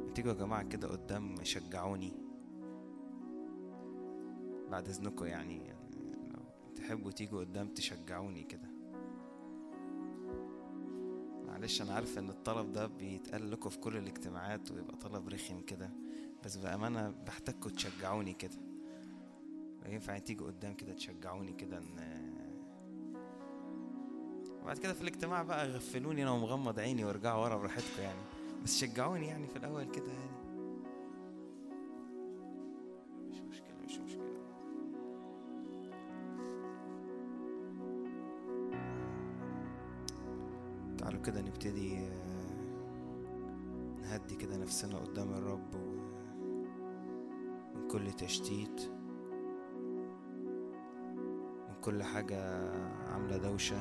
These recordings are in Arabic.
تيجوا يا جماعة كده قدام شجعوني بعد اذنكم، يعني لو تحبوا تيجوا قدام تشجعوني كده. معلش انا عارف ان الطلب ده بيتقال لكم في كل الاجتماعات ويبقى طلب رخم كده، بس بأمانة بحتاجكم تشجعوني كده. لو ينفع تيجوا قدام كده تشجعوني كده بعد كده في الاجتماع بقى غفلوني انا ومغمض عيني وارجعوا ورا براحتكم يعني، بس شجعوني يعني في الاول كده يعني. مش مشكلة مش مشكلة. تعالوا كده نبتدي نهدي كده نفسنا قدام الرب من كل تشتيت، من كل حاجة عاملة دوشة،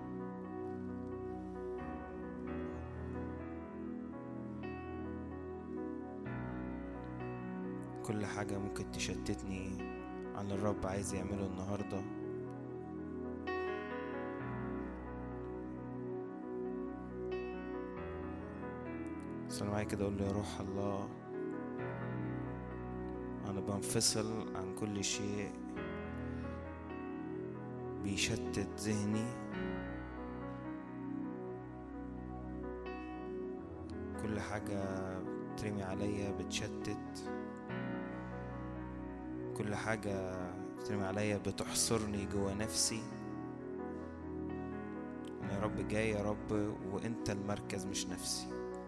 كل حاجة ممكن تشتتني عن الرب عايز يعمله النهاردة. صلي معايا كده، قول له يا روح الله أنا بنفصل عن كل شيء بيشتت ذهني، كل حاجة بترمي عليا بتشتت، كل حاجة بترمي عليا بتحصرني جوا نفسي. أنا يا رب جاي يا رب وإنت المركز مش نفسي.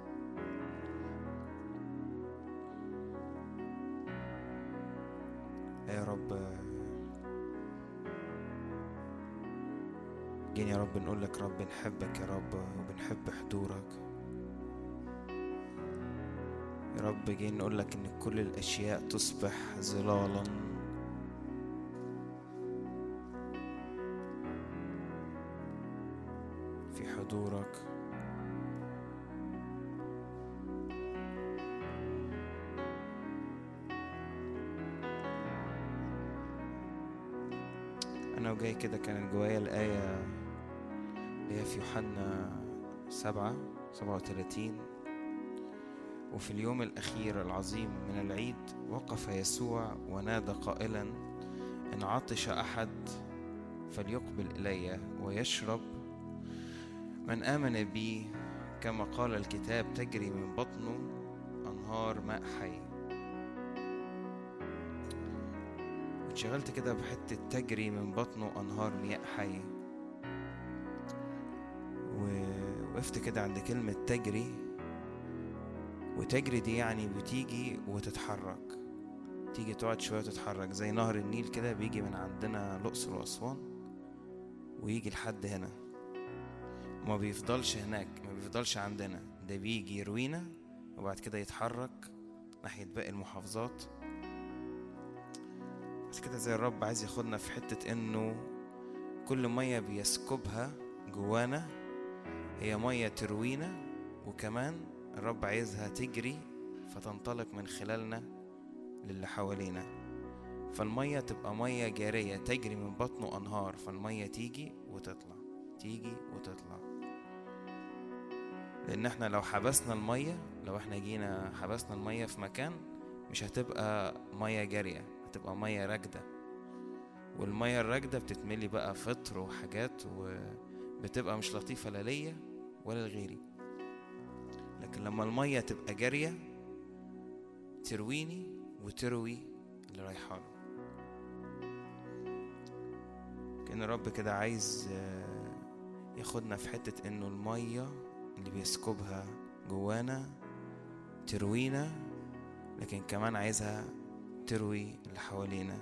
يا رب جينا يا رب نقول لك رب نحبك يا رب وبنحب حضورك يا رب. جينا نقول لك ان كل الاشياء تصبح ظلالا في حضورك. انا وجاي كده كانت جوايا الآية اللي هي في يوحنا 7:37: وفي اليوم الأخير العظيم من العيد وقف يسوع ونادى قائلا: إن عطش أحد فليقبل إلي ويشرب. من آمن بي كما قال الكتاب تجري من بطنه أنهار ماء حي. اتشغلت كده بحتة تجري من بطنه أنهار مياه حي، ووقفت كده عند كلمة تجري. وتجري دي يعني بتيجي وتتحرك، تيجي تقعد شوية وتتحرك، زي نهر النيل كده بيجي من عندنا الأقصر وأسوان ويجي لحد هنا، وما بيفضلش هناك، ما بيفضلش عندنا، ده بيجي يروينا وبعد كده يتحرك ناحية باقي المحافظات. بس كده زي الرب عايز ياخدنا في حتة انه كل مية بيسكبها جوانا هي مية تروينا، وكمان الرب عايزها تجري فتنطلق من خلالنا للي حوالينا. فالمية تبقى مية جارية تجري من بطنه أنهار، فالمية تيجي وتطلع تيجي وتطلع. لأن احنا لو حبسنا المية، لو احنا جينا حبسنا المية في مكان، مش هتبقى مية جارية، هتبقى مية راكدة. والمية الراكدة بتتملي بقى فطر وحاجات وبتبقى مش لطيفة لا ليا ولا لغيري. لكن لما المية تبقى جارية ترويني وتروي اللي رايحاله. كأن الرب كده عايز ياخدنا في حتة انه المية اللي بيسكبها جوانا تروينا، لكن كمان عايزها تروي اللي حوالينا،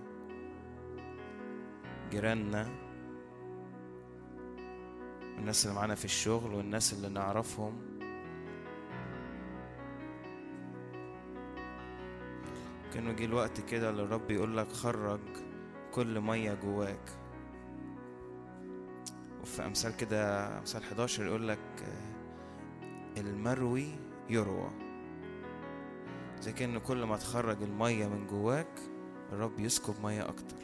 جيراننا، الناس اللي معانا في الشغل والناس اللي نعرفهم. كأنه جه الوقت كده اللي الرب يقولك خرج كل مية جواك. وفي أمثال كده، أمثال 11 يقولك المروي يروى. زي كأن كل ما تخرج المية من جواك الرب يسكب مية أكتر.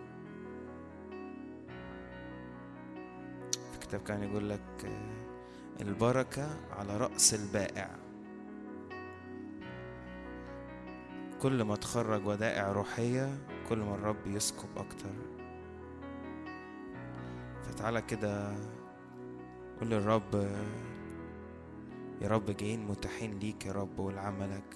في كتاب كان يقولك البركة على رأس البائع. كل ما تخرج ودائع روحية كل ما الرب يسكب أكتر. فتعالى كده قول للرب: يا رب جايين متاحين ليك يا رب ولعملك.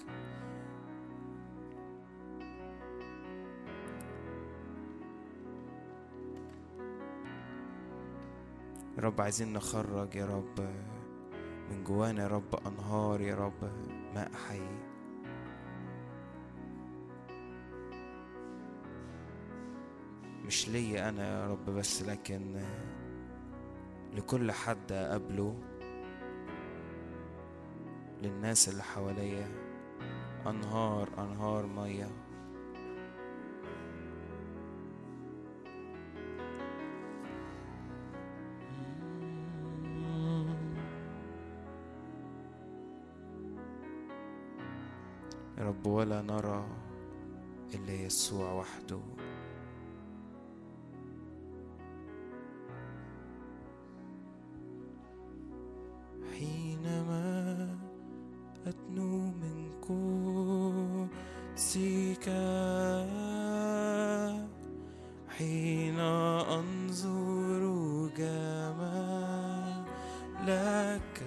يا رب عايزين نخرج يا رب من جوانا يا رب أنهار يا رب ماء حي. مش ليا أنا يا رب بس، لكن لكل حد أقابله، للناس اللي حواليا. أنهار أنهار مية. يا رب ولا نرى إلا يسوع وحده. حينما أدنو من قدسك، حين أنظر جمالك،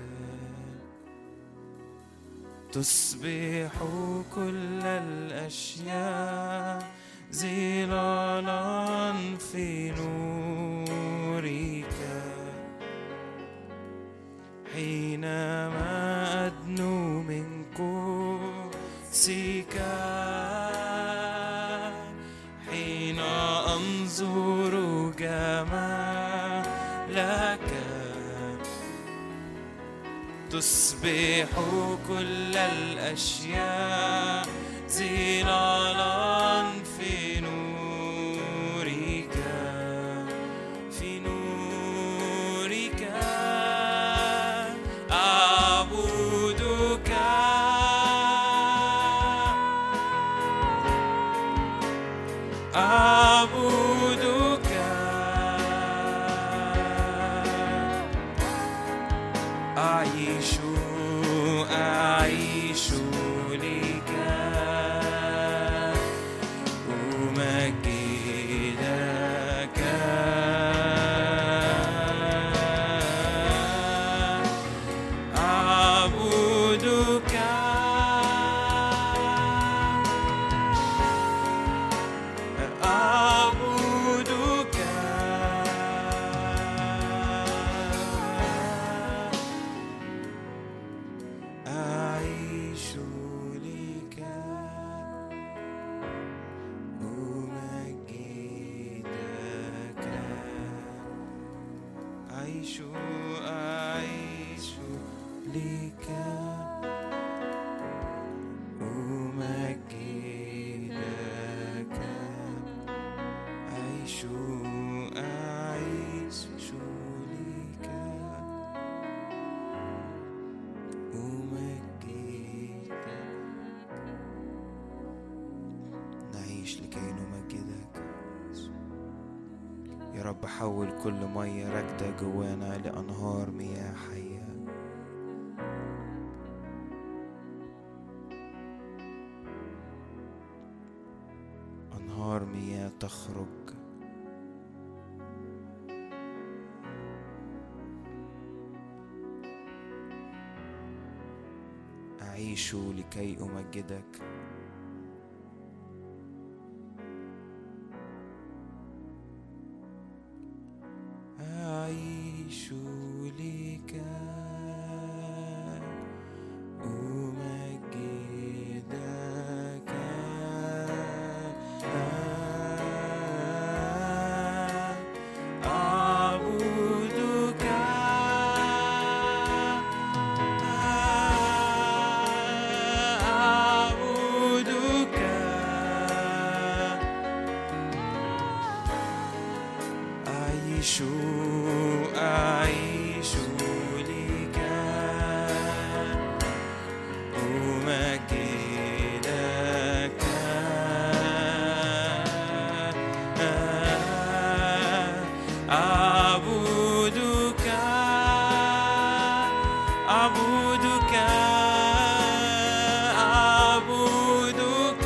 تصبح كل الأشياء ظلالا في نورك. حينما أدنو من قدسك، حين أنظر جمالك، تصبح كل الأشياء ظلالا في نورك. في نورك أعبدك، أعبدك، أعيش أعيش لك، أمجدك، أعبدك، أعبدك، أعيش لك، أمجدك، أعيش أعيش لك، أمجدك، أعيش أعيش لك، أمجدك. نعيش لكي نمجدك يا رب. حول كل مية راكدة جوانا لأنهار مياه حية. أنهار مياه تخرج. أعيش لكي أمجدك. أعيش لك، أمجدك، أعبدك، أعبدك، أعبدك أعبدك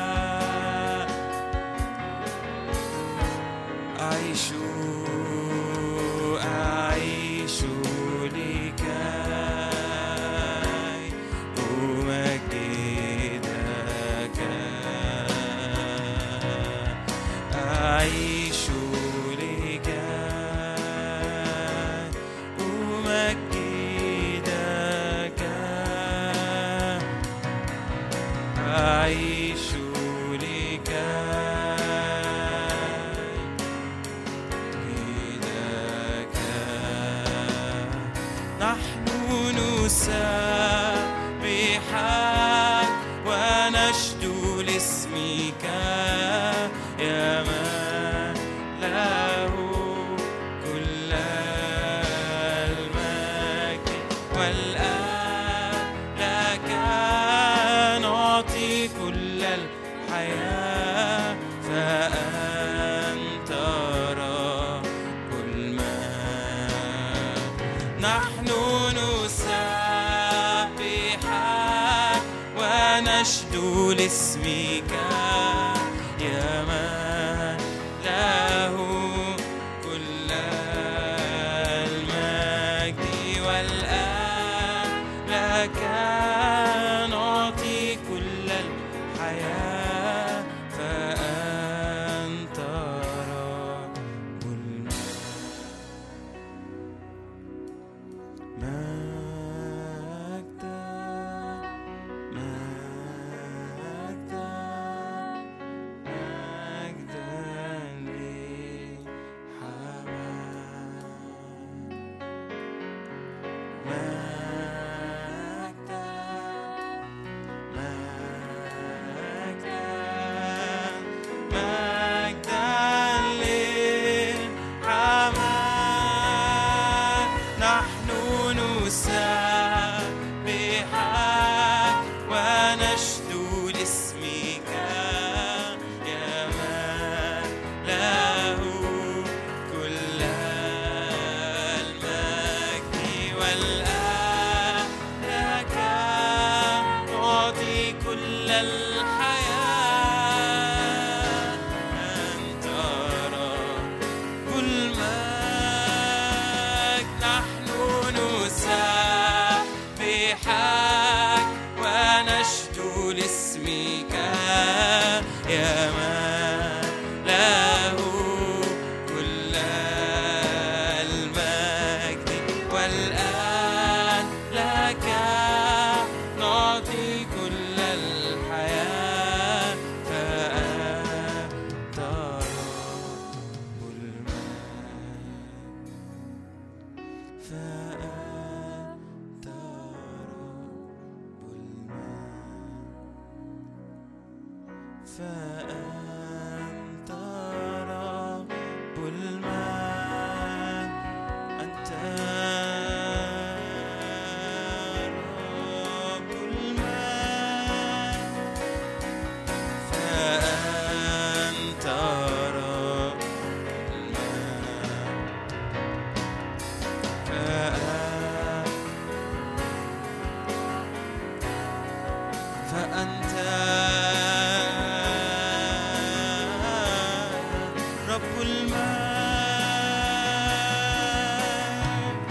أعيش أعيش لكي أمجدك أعيش لكي أمجدك أعيش لكي أمجدك نحن نسبحك ونشد لاسمك يا من له كل المجد والآن لك نعطي كل الحياة فأنت رب المجد نحن نسبحك ونشد لاسمك يا من له كل المجد والآن لك نعطي كل الحياة فأنت رب المجد نحن نسبحك ونشد لاسمك يا من له كل المجد والآن لك نعطي كل الحياة أنت رب المجد نحن نسبحك ونشد لاسمك يا من له كل المجد والآن لك نعطي كل الحياة فأنت رب المجد فأنت رب المجد فأنت رب المجد أنت رب المجد فأنت رب فأنت رب المجد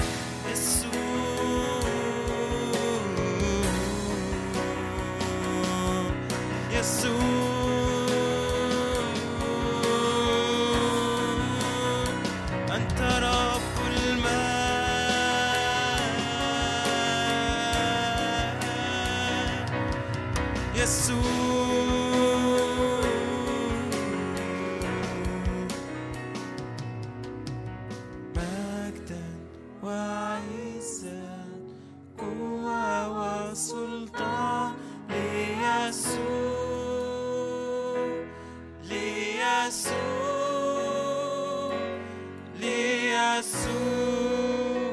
يسوع أنت رب المجد يسوع مجدا وعزا قوة وسلطان ليسوع ليسوع ليسوع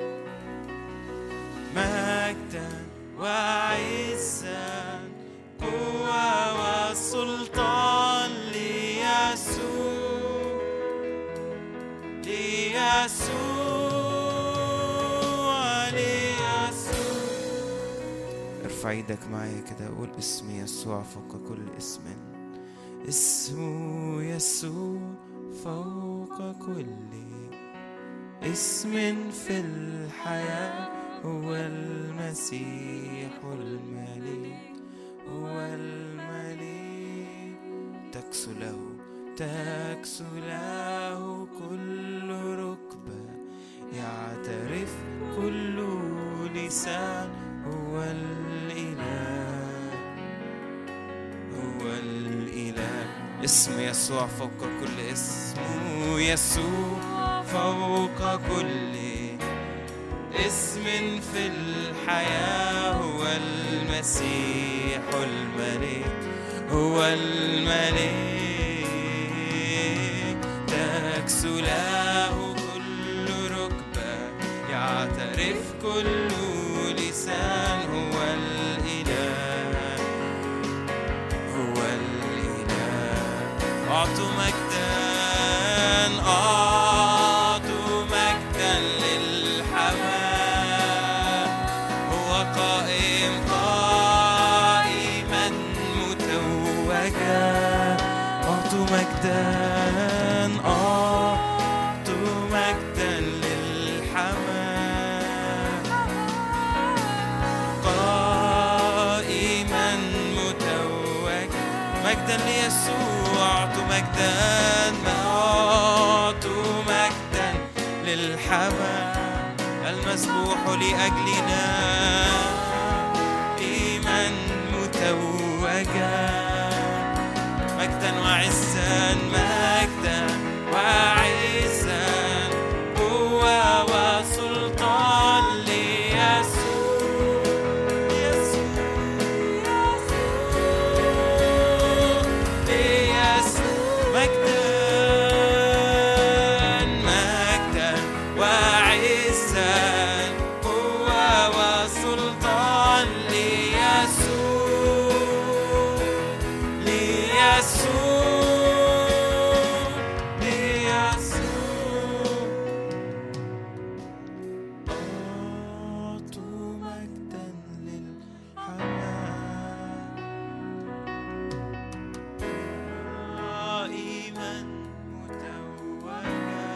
مجدا وعزا قوة وسلطان ليسوع ليسوع ليسوع ارفع ايدك معايا كده، قول اسم يسوع فوق كل اسم. اسمه يسوع فوق كل اسم في الحياة، هو المسيح الملك، هو الملك. تكسو له كل ركبة، يعترف كل لسان هو الإله، هو الإله. اسم يسوع فوق كل اسم، يسوع فوق كل اسم في الحياة، هو المسيح الملك، هو الملك. تكسو له كل ركبة، يعترف كل لسان هو الإله، هو الإله. أعطوا مجدا، أعطوا مجدا للحمام، هو قائما متوجا. أعطوا مجدا، أعطوا مجدا للحمام، قائما متوجا. مجدا ليسوع، أعطوا مجدا، أعطوا مجدا للحمام المذبوح لأجلنا، قائما متوجا. مجدا وعزا، مجدا وعزا، قوة وسلطان ليسوع، ليسوع. مجدا، مجدا وعزا، قوة وسلطان ليسوع، ليسوع، ليسوع. أعطوا مجدا للحمام، قائما متوجا.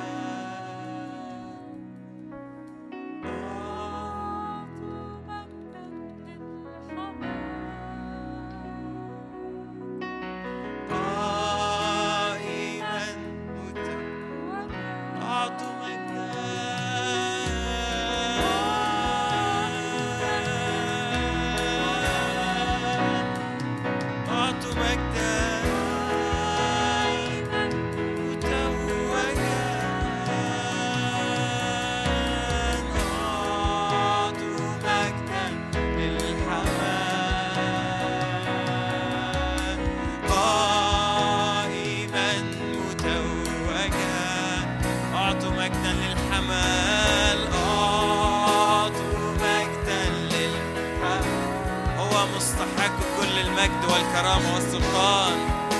قائما متوجا. أعطوا مجدا، أعطوا مجدا متوجا. أعطوا مجدا للحمام، قائما متوجا. أعطوا مجدا للحمال، أعطوا مجدا للحمال. هو مستحق كل المجد والكرامة والسلطان.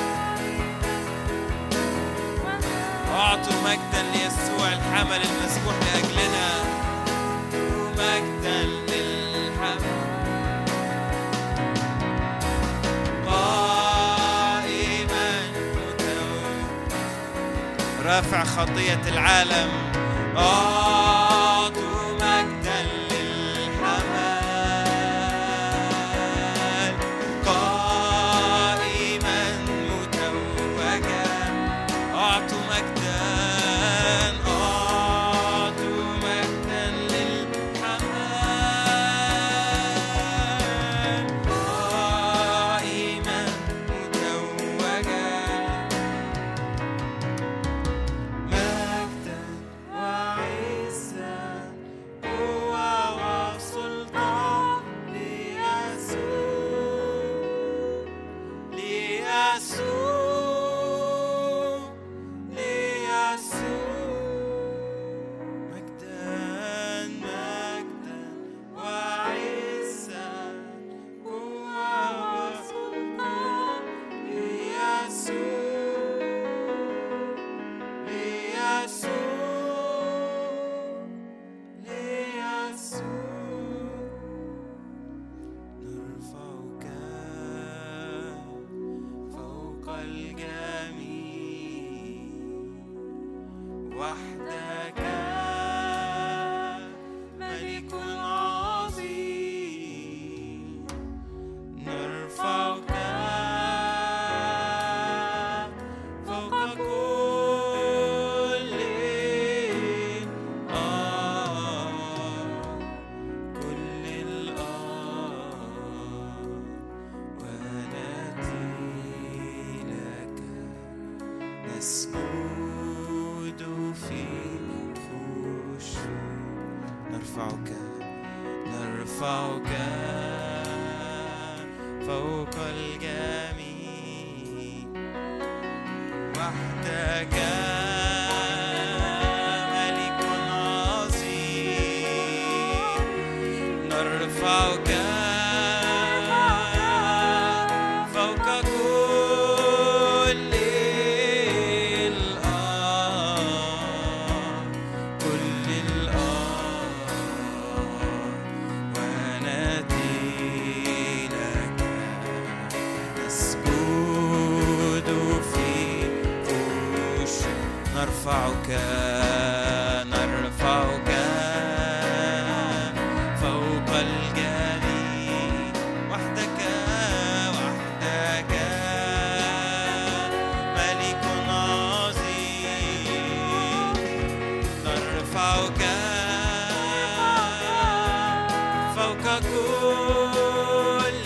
أعطوا مجدا ليسوع الحمل المذبوح لأجلنا، مجدا للحمل، قائما متوجا، رافع خطية العالم. أعطوا مجدا للحمل، قائما متوجا. أعطوا مجدا، أعطوا مجدا للحمل، قائما متوجا. مجدا وعزا، نرفعك فوق الجميع وحدك ملك عظيم نرفعك فوق كل الأرض كل الأرض ونأتي لك نسجد في خشوع نرفعك فوق الجميع وحدك ملك عظيم نرفعك فوق كل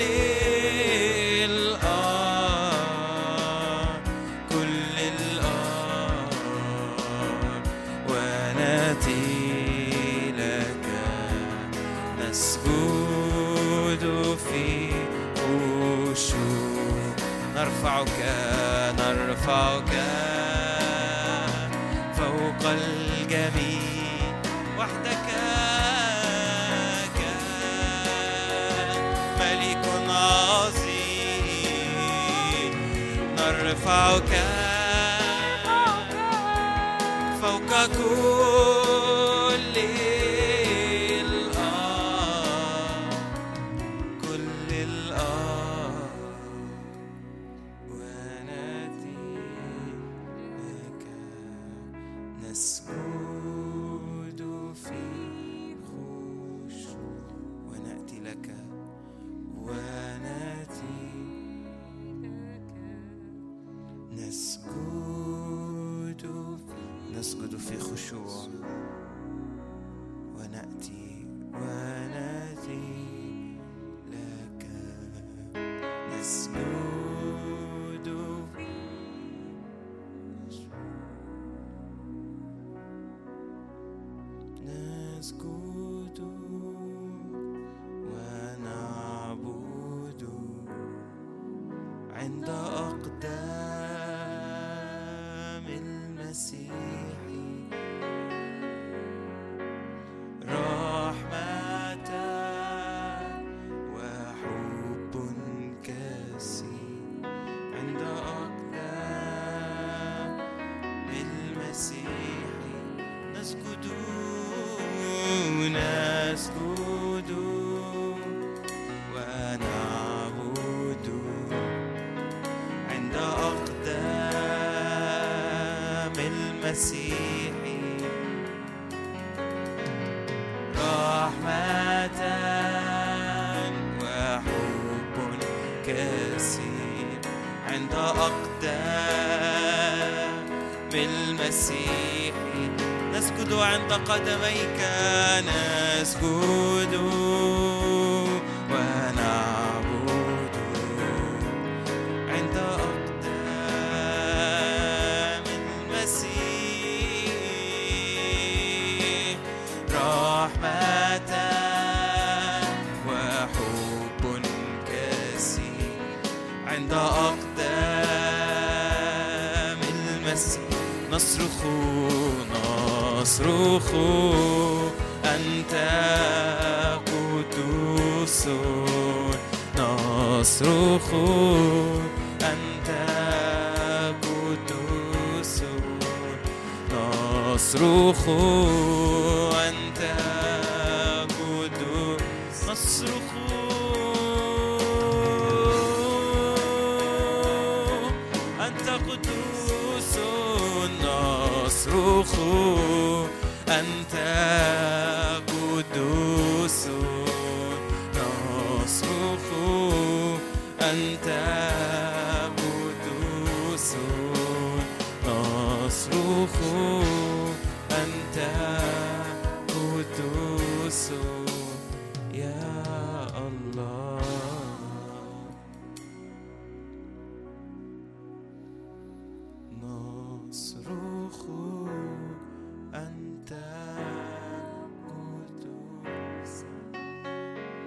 الأرض كل الأرض ونأتي لك نسجد في خشوع نرفعك فوق الجميع وحدك ملك عظيم نرفعك فوق كل الأرض كل الأرض ونأتي لك نسجد في خشوع ونأتي لك نسجد في خشوع ونأتي لك نسجد ونعبد عند أقدام المسيح رحمة وحب كثير عند أقدام المسيح نسجد ونعبد عند أقدام المسيح رحمة وحب كثير عند أقدام المسيح نسجد عند قدميك نسجد ونعبد عند أقدام المسيح رحمة وحب كثير عند أقدام المسيح نصرخ أنت قدوس نصرخ أنت قدوس نصرخ أنت قدوس نصرخ أنت قدوس نصرخ أنت قدوس نصرخ أنت قدوس نصرخ أنت قدوس يا الله نصرخ أنت قدوس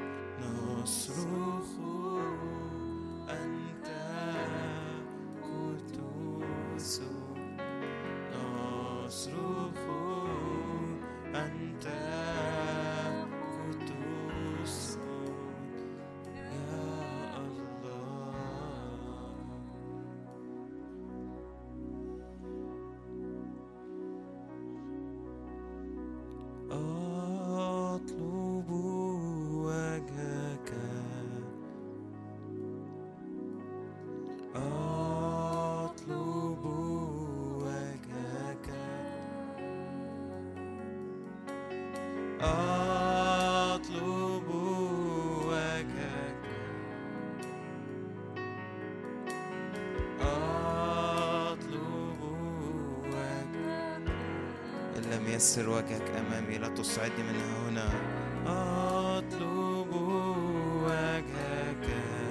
يسر وجهك أمامي، لا تصعدني من هنا. أطلب وجهك،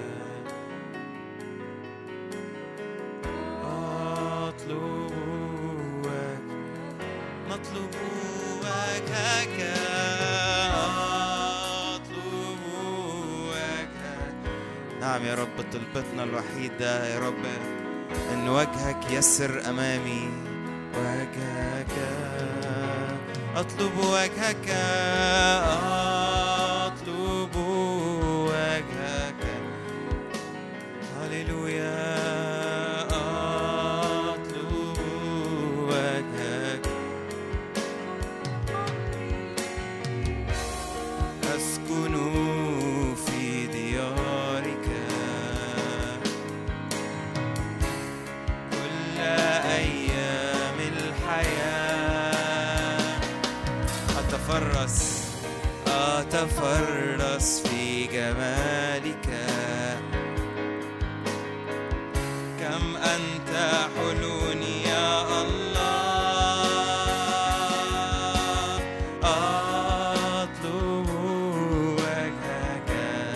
أطلب وجهك، نطلب وجهك، أطلب وجهك. نعم يا رب، طلبتنا الوحيدة يا رب إن وجهك يسر أمامي. وجهك، أطلب وجهك، أطلب وجهك. هللويا، أطلب وجهك. أسكن في ديارك كل أيام الحياة. أتفرس في جمالك، كم أنت حلوني يا الله. أطلب وجهك،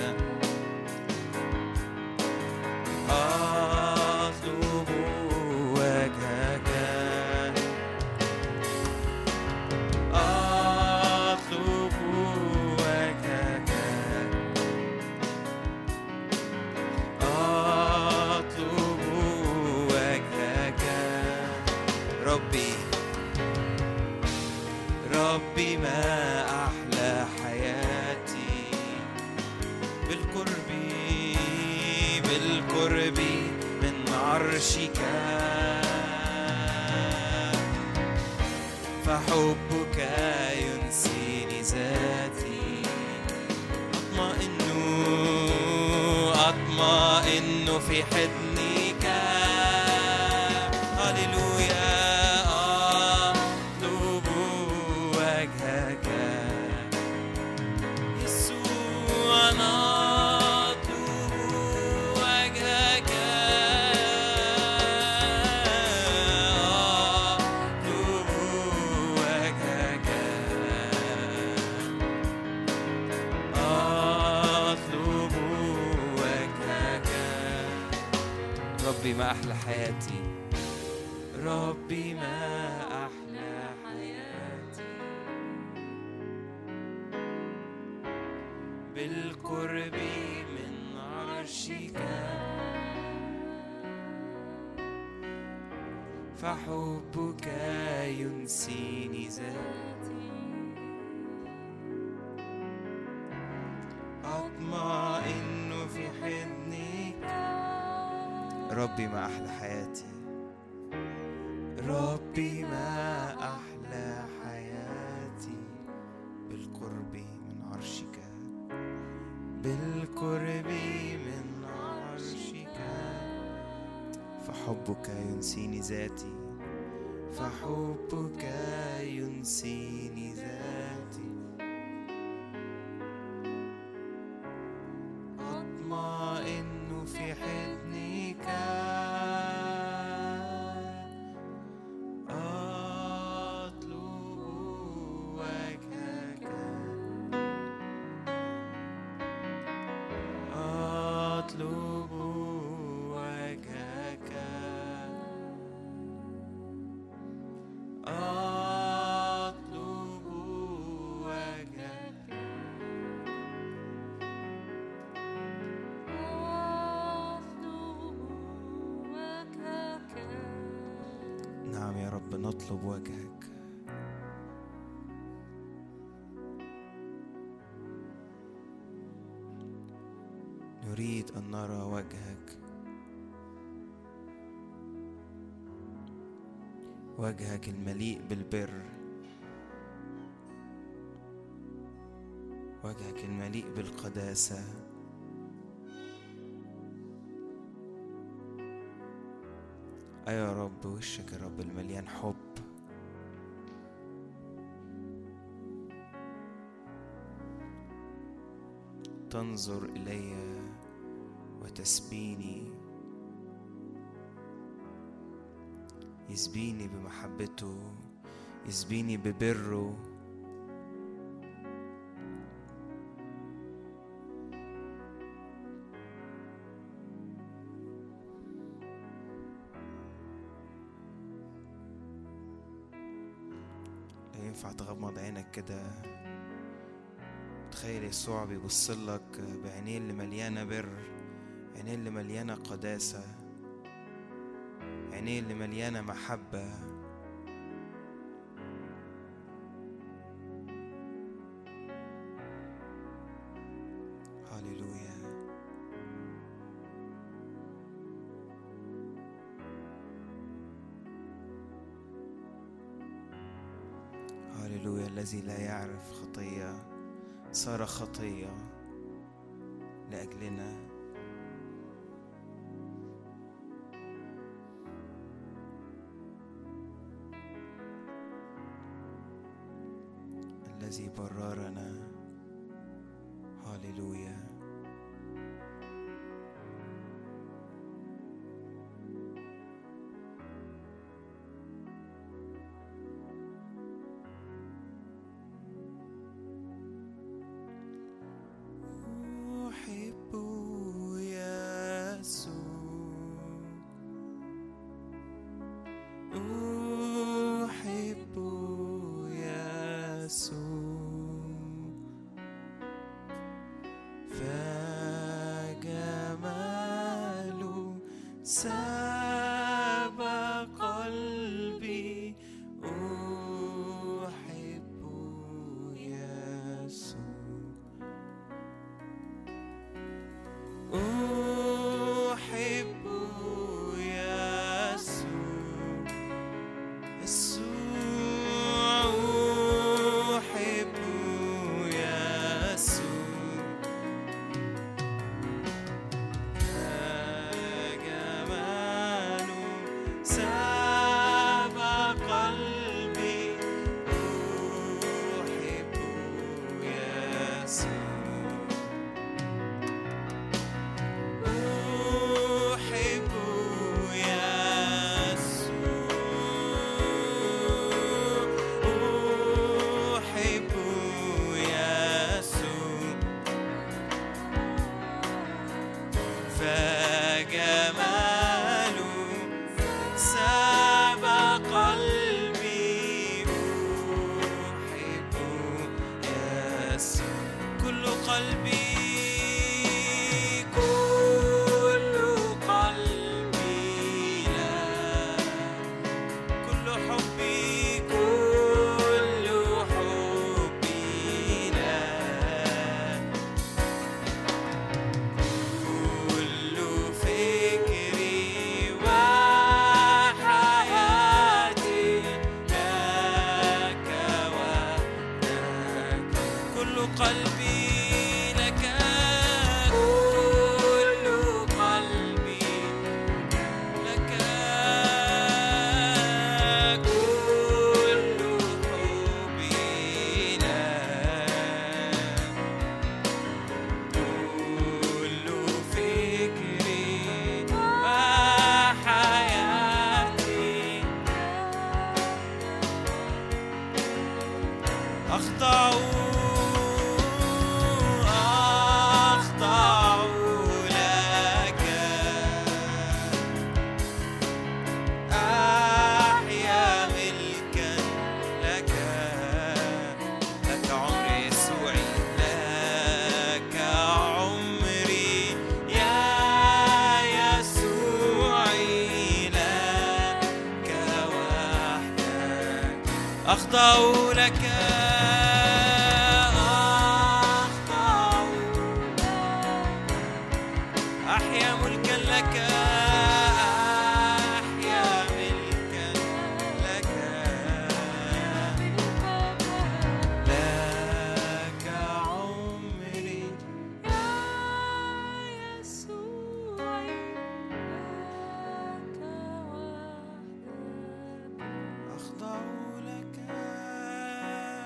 أطلب وجهك، أطلب وجهك، أطلب وجهك. ربي ربي، ما أحلى حياتي بالقرب بالقرب من عرشك، فحبك ينسيني ذاتي. أطمئن في حضنك. هللويا، أطلب وجهك يسوع، أطلب وجهك، أطلب وجهك، أطلب وجهك. ربي، ما أحلى حياتي، ربي، ما أحلى حياتي بالقرب من عرشك، فحبك ينسيني ذاتي. أطمئن في حضنك. ربي، ما أحلى حياتي، ربي، ما أحلى حياتي بالقرب من عرشك، بالقرب من عرشك، فحبك ينسيني ذاتي، فحبك ينسيني ذاتي. أطمئن في حضنك، أطلب وجهك، أطلب وجهك، أطلب وجهك. نعم يا رب، نطلب وجهك. نريد أن نرى وجهك، وجهك المليء بالبر، وجهك المليء بالقداسة. أيوة يا رب، وشك يا رب المليان حب، تنظر إلي وتسبيني، يسبيني بمحبته، يسبيني ببره. لا ينفع تغمض عينك كده. تخيل يسوع بيبصلك بعينيه اللي مليانة بر، عينيه اللي مليانة قداسة، عينيه اللي مليانة محبة. هاليلويا. هاليلويا. الذي لا يعرف خطية صار خطية لأجلنا. الذي بررنا. هاليلويا. أخضع لك أحيا ملكا لك أحيا ملكا لك لك عمري يا يسوع لك وحدك أخضع لك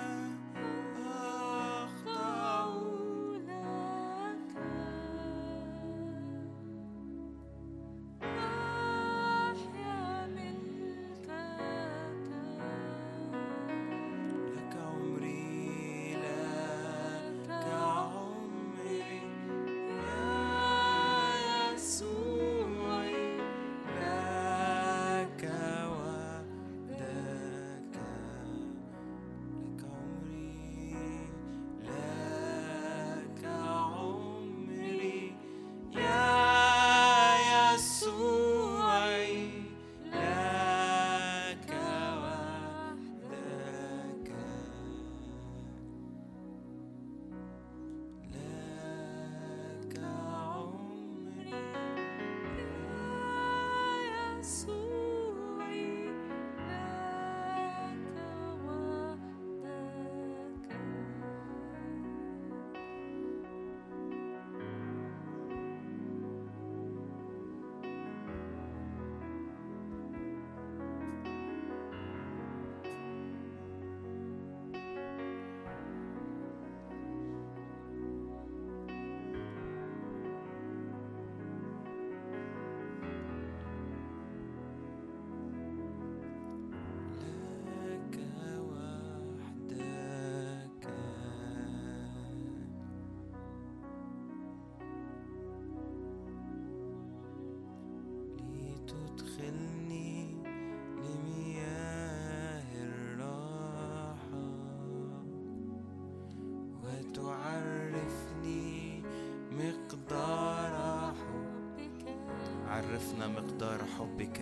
وتعرفنا مقدار حبك،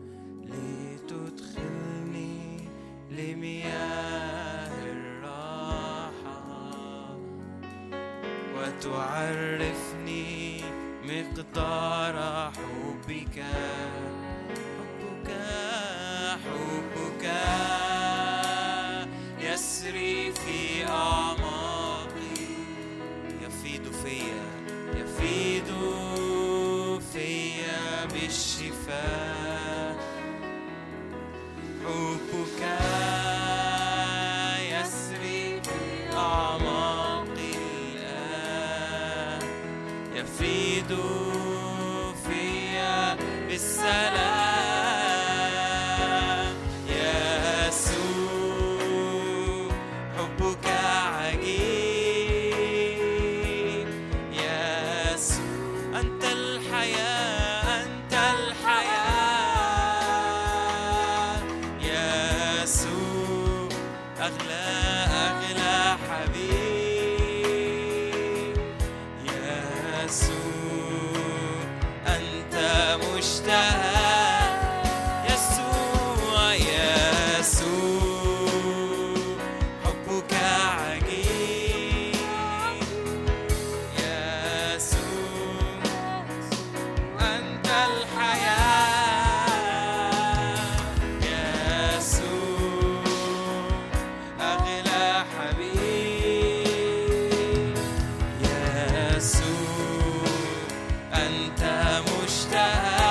لتدخلني لمياه الراحة وتعرفني مقدار حبك. حبك يسري في أعماقي، يفيض فيا بالشفاء. حبك يسري في أعماقي الآن، يفيض فيا بالسلام. يسوع حبك عجيب، يسوع أنت الحياة، أنت الحياة. يسوع أغلى حبيب. يسوع أنت مشتهى. يسوع حبك عجيب. يسوع أنت الحياة. يسوع أغلى حبيب. يسوع أنت مشتهى.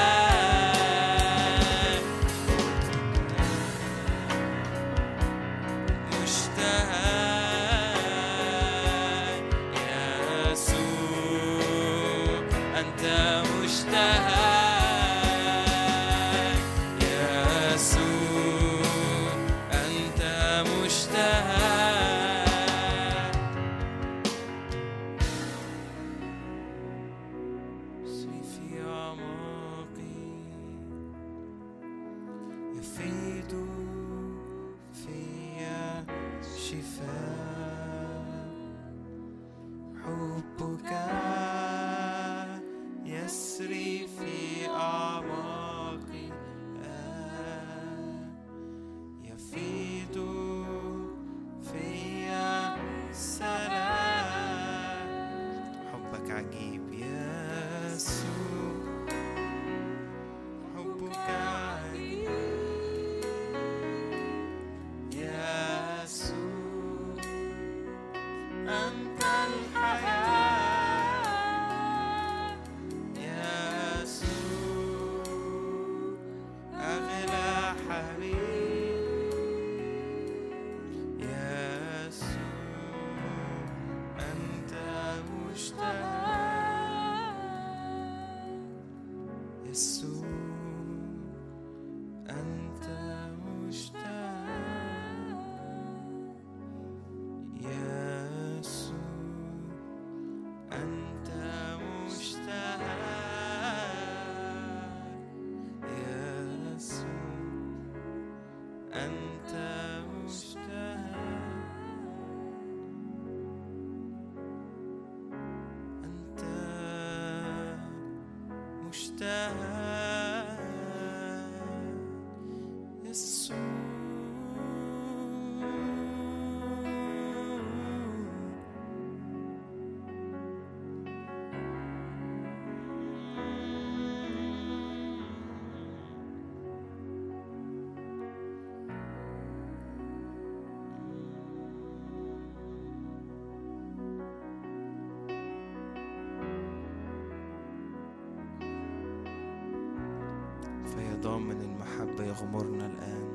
ضامن المحبة يغمرنا الآن.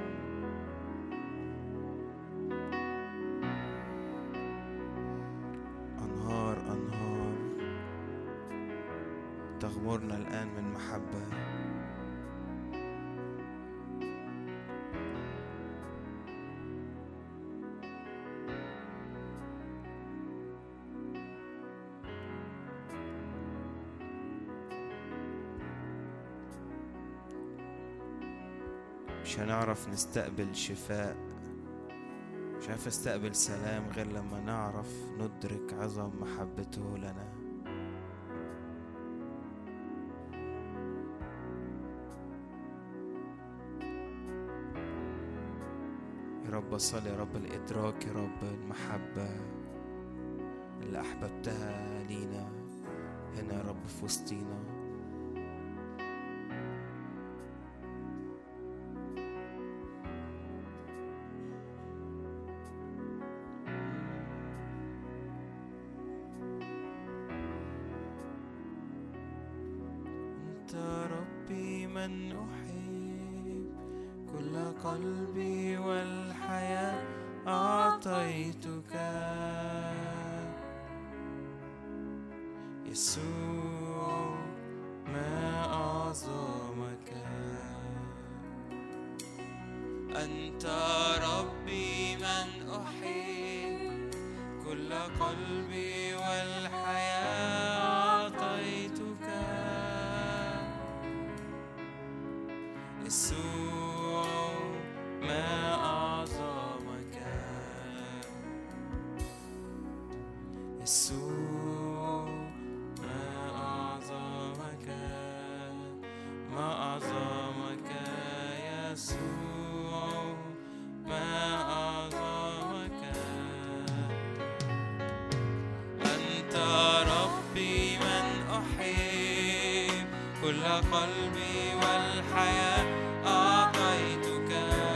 أنهار تغمرنا الآن من محبة. مش هنعرف نستقبل شفاء، مش هنعرف نستقبل سلام غير لما نعرف ندرك عظم محبته لنا. يا رب أصلي يا رب الإدراك يا رب المحبة اللي أحببتها لينا هنا يا رب في وسطينا. أنت ربي من أحب، كل قلبي والحياة أعطيتك يسوع، ما أعظمك. أنت ربي من أحب، كل قلبي والحياة أعطيتك يسوع، ما أعظمك. يسوع ما أعظمك، ما أعظمك يسوع، ما أعظمك. أنت ربي من أحب، كل قلبي والحياة أعطيتك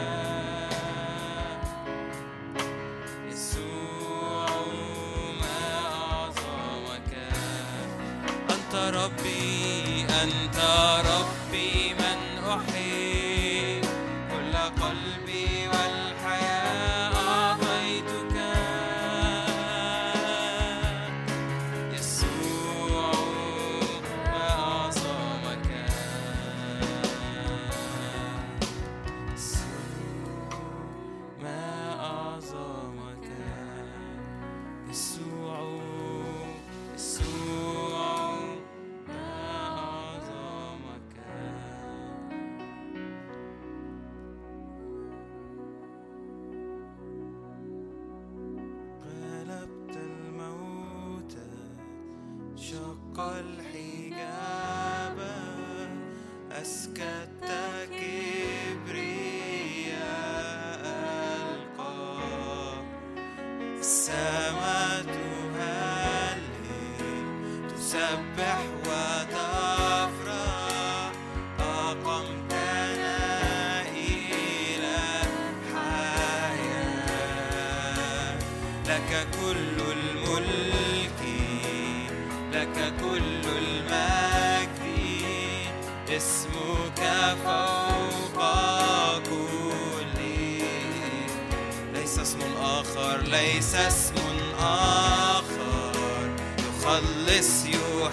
يسوع، ما أعظمك. أنت ربي، أنت ربي من أحب، كل قلبي والحياة أعطيتك يسوع، ما أعظمك. يسوع ما أعظمك. يسوع، يسوع ما أعظمك. غلبت الموت، شق الحجاب، أسكت كبرياء القاع. السماء تهلل، تسبح وتفرح، أقمتنا إلى الحياة. لك كل الملك، لك كل المجد، اسمك فوق كل. ليس اسم آخر، ليس اسم آخر يخلص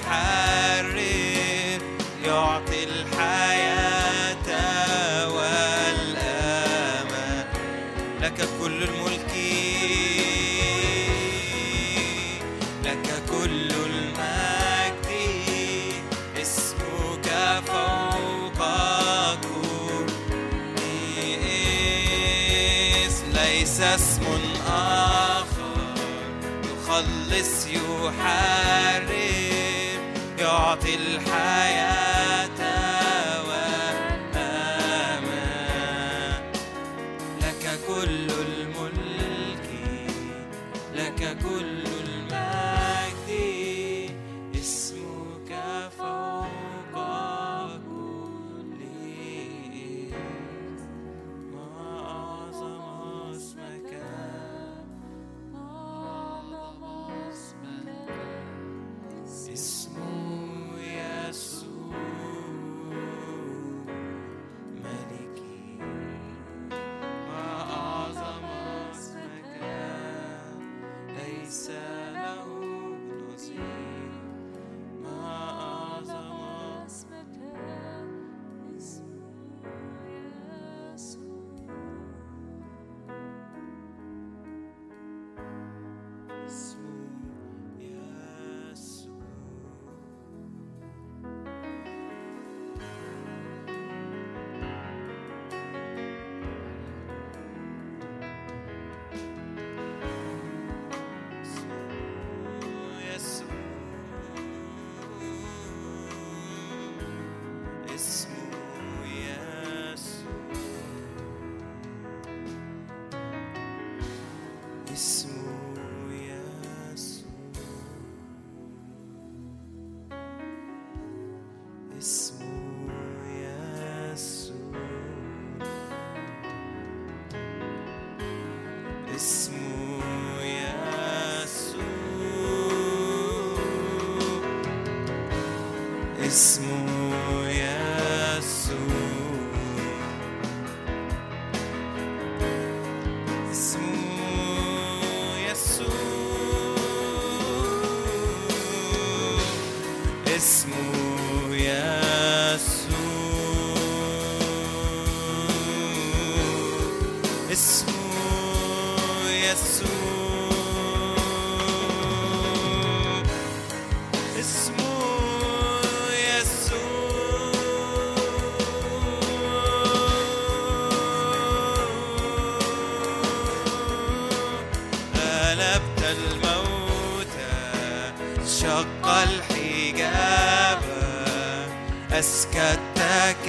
يحرر، يعطي الحياة والأمان. لك كل الملك، لك كل المجد، اسمك فوق كل اسم. ليس اسم آخر يخلص يحرر، يعطي الحياة والأمان. لك كل الملك، لك كل المجد، اسمك فوق كل اسم. ما أعظم اسمك، اسم يسوع. اسمه يسوع، اسمه يسوع، اسمه يسوع، اسمه يسوع، اسمه غلبت الموت، شق الحجاب، أسكت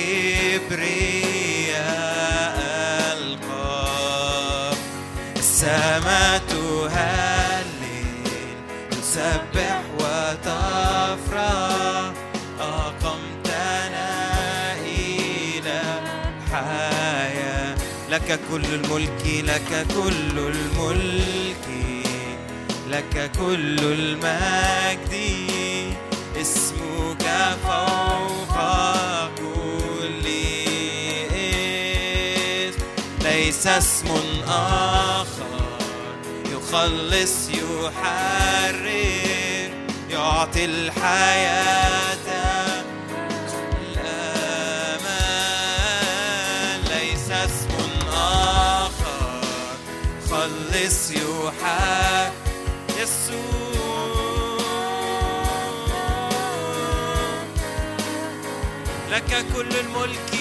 كبرياء القلب، السماء تهلل تسبح وتفرح، أقمتنا إلى الحياة، لك كل الملك، لك كل الملك، لك كل المجد، اسمك فوق كل اسم، ليس اسم آخر يخلص يحرر، يعطي الحياة الأمان، ليس اسم آخر يخلص يحرر، يسوع، لك كل الملك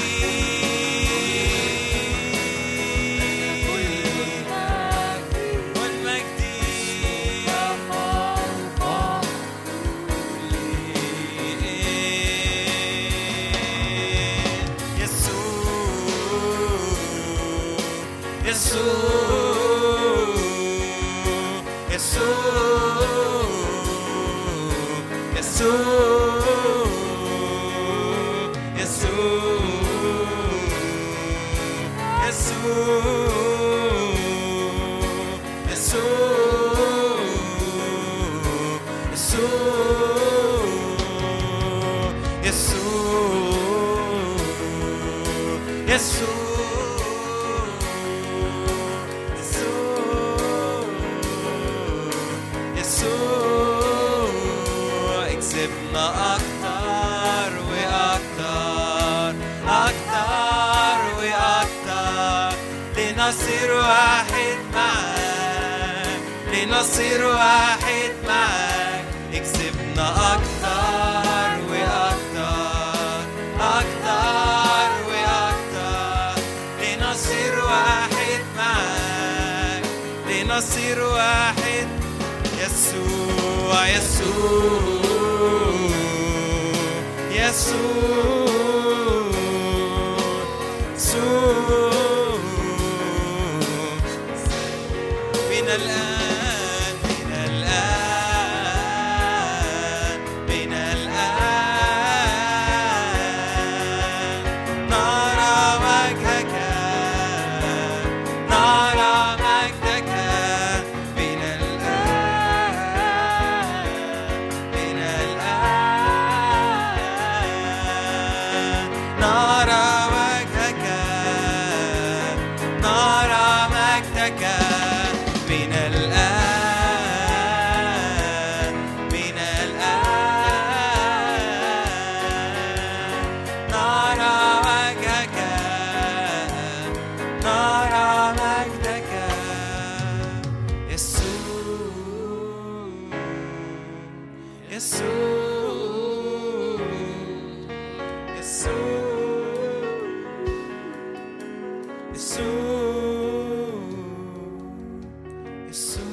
والمجد، يسوع، يسوع، يسوع، يسوع، يسوع، يسوع، يسوع، يسوع، اكسبنا أكتر وأكتر، أكتر وأكتر، لنصير واحد معاك، لنصير واحد معاك، اكسبنا أكتر وأكتر، أكتر وأكتر، لنصير واحد معاك، لنصير واحد، يسوع، يسوع، يسوع، يسوع، من الآن، من الآن، من الآن، نرى وجهك، نرى مجدك، من الآن، من الآن، نرى وجهك، نرى مجدك، من الآن، من الآن، نرى وجهك، نرى مجدك، يسوع، يسوع، يسوع، يسوع،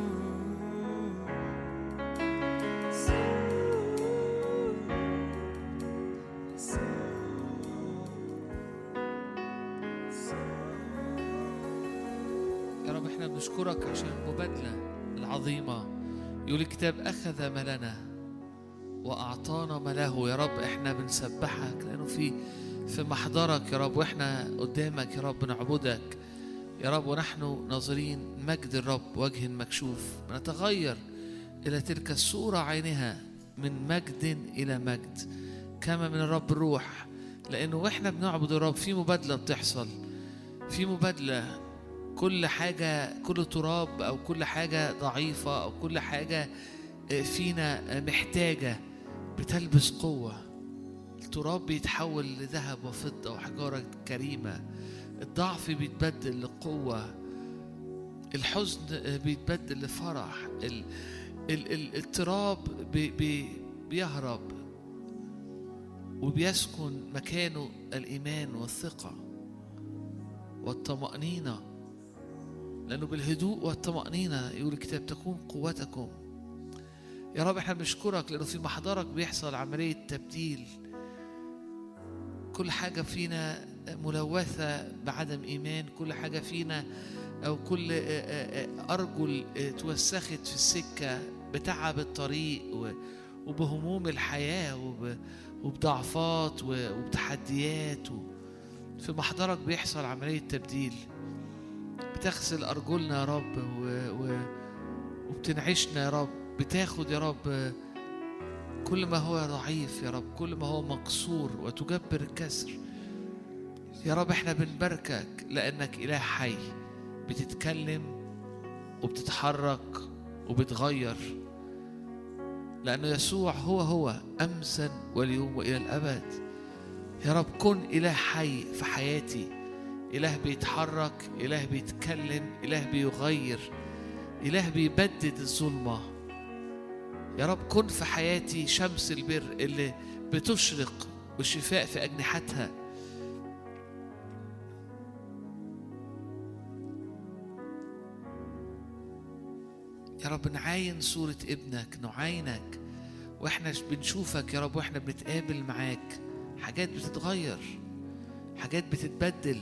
يا رب احنا بنشكرك عشان المبادلة العظيمة. يقول الكتاب أخذ ما لنا وأعطانا ما له. يا رب احنا بنسبحك لأنه في محضرك يا رب، واحنا قدامك يا رب نعبدك يا رب، ونحن ناظرين مجد الرب وجه مكشوف، نتغير إلى تلك الصورة عينها من مجد إلى مجد، كما من الرب الروح. لأنه وإحنا بنعبد الرب في مبادلة بتحصل، في مبادلة. كل حاجة، كل تراب أو كل حاجة ضعيفة أو كل حاجة فينا محتاجة بتلبس قوة. التراب بيتحول لذهب وفضة وحجارة كريمة، الضعف بيتبدل لقوة، الحزن بيتبدل لفرح، الاضطراب بيهرب وبيسكن مكانه الإيمان والثقة والطمأنينة. لأنه بالهدوء والطمأنينة يقول الكتاب تكون قوتكم. يا رب احنا بنشكرك لأنه في محضرك بيحصل عملية تبديل. كل حاجة فينا ملوثة بعدم إيمان، كل حاجة فينا أو كل أرجل توسخت في السكة بتعب الطريق وبهموم الحياة وبضعفات وبتحديات. في محضرك بيحصل عملية تبديل، بتغسل أرجلنا يا رب وبتنعشنا يا رب، بتاخد يا رب كل ما هو ضعيف يا رب، كل ما هو مكسور وتجبر الكسر. يا رب احنا بنباركك لأنك إله حي، بتتكلم وبتتحرك وبتغير، لأنه يسوع هو أمسا واليوم وإلى الأبد. يا رب كن إله حي في حياتي، إله بيتحرك، إله بيتكلم، إله بيغير، إله بيبدد الظلمة. يا رب كن في حياتي شمس البر اللي بتشرق والشفاء في أجنحتها. يا رب نعاين صورة ابنك، نعاينك وإحنا بنشوفك يا رب، وإحنا بنتقابل معاك حاجات بتتغير، حاجات بتتبدل.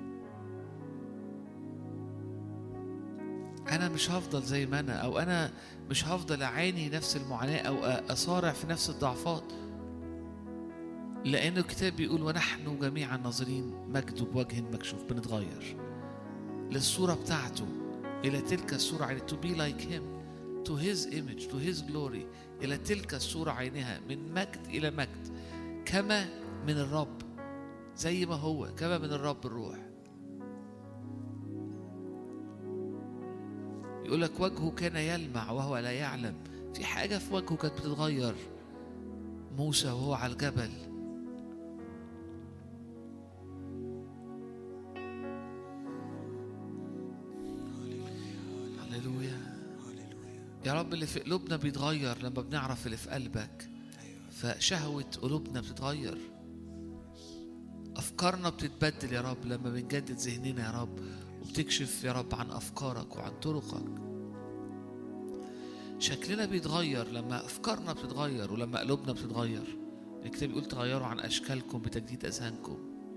أنا مش هفضل زي ما أنا، أو أنا مش هفضل أعاني نفس المعاناة أو أصارع في نفس الضعفات، لأن الكتاب بيقول ونحن جميعا ناظرين مجده بوجه مكشوف. بنتغير للصورة بتاعته، إلى تلك الصورة عينها، to be like him, to his image, to his glory، إلى تلك الصورة عينها، من مجد إلى مجد، كما من الرب، زي ما هو كما من الرب الروح. يقول لك وجهه كان يلمع وهو لا يعلم. في حاجة في وجهه كانت بتتغير. موسى وهو على الجبل، هللويا يا رب. اللي في قلوبنا بيتغير لما بنعرف اللي في قلبك، فشهوة قلوبنا بتتغير، أفكارنا بتتبدل يا رب لما بنجدد ذهننا يا رب، وبتكشف يا رب عن أفكارك وعن طرقك. شكلنا بيتغير لما أفكارنا بتتغير ولما قلوبنا بتتغير. الكتاب بيقول تغيروا عن أشكالكم بتجديد أذهانكم.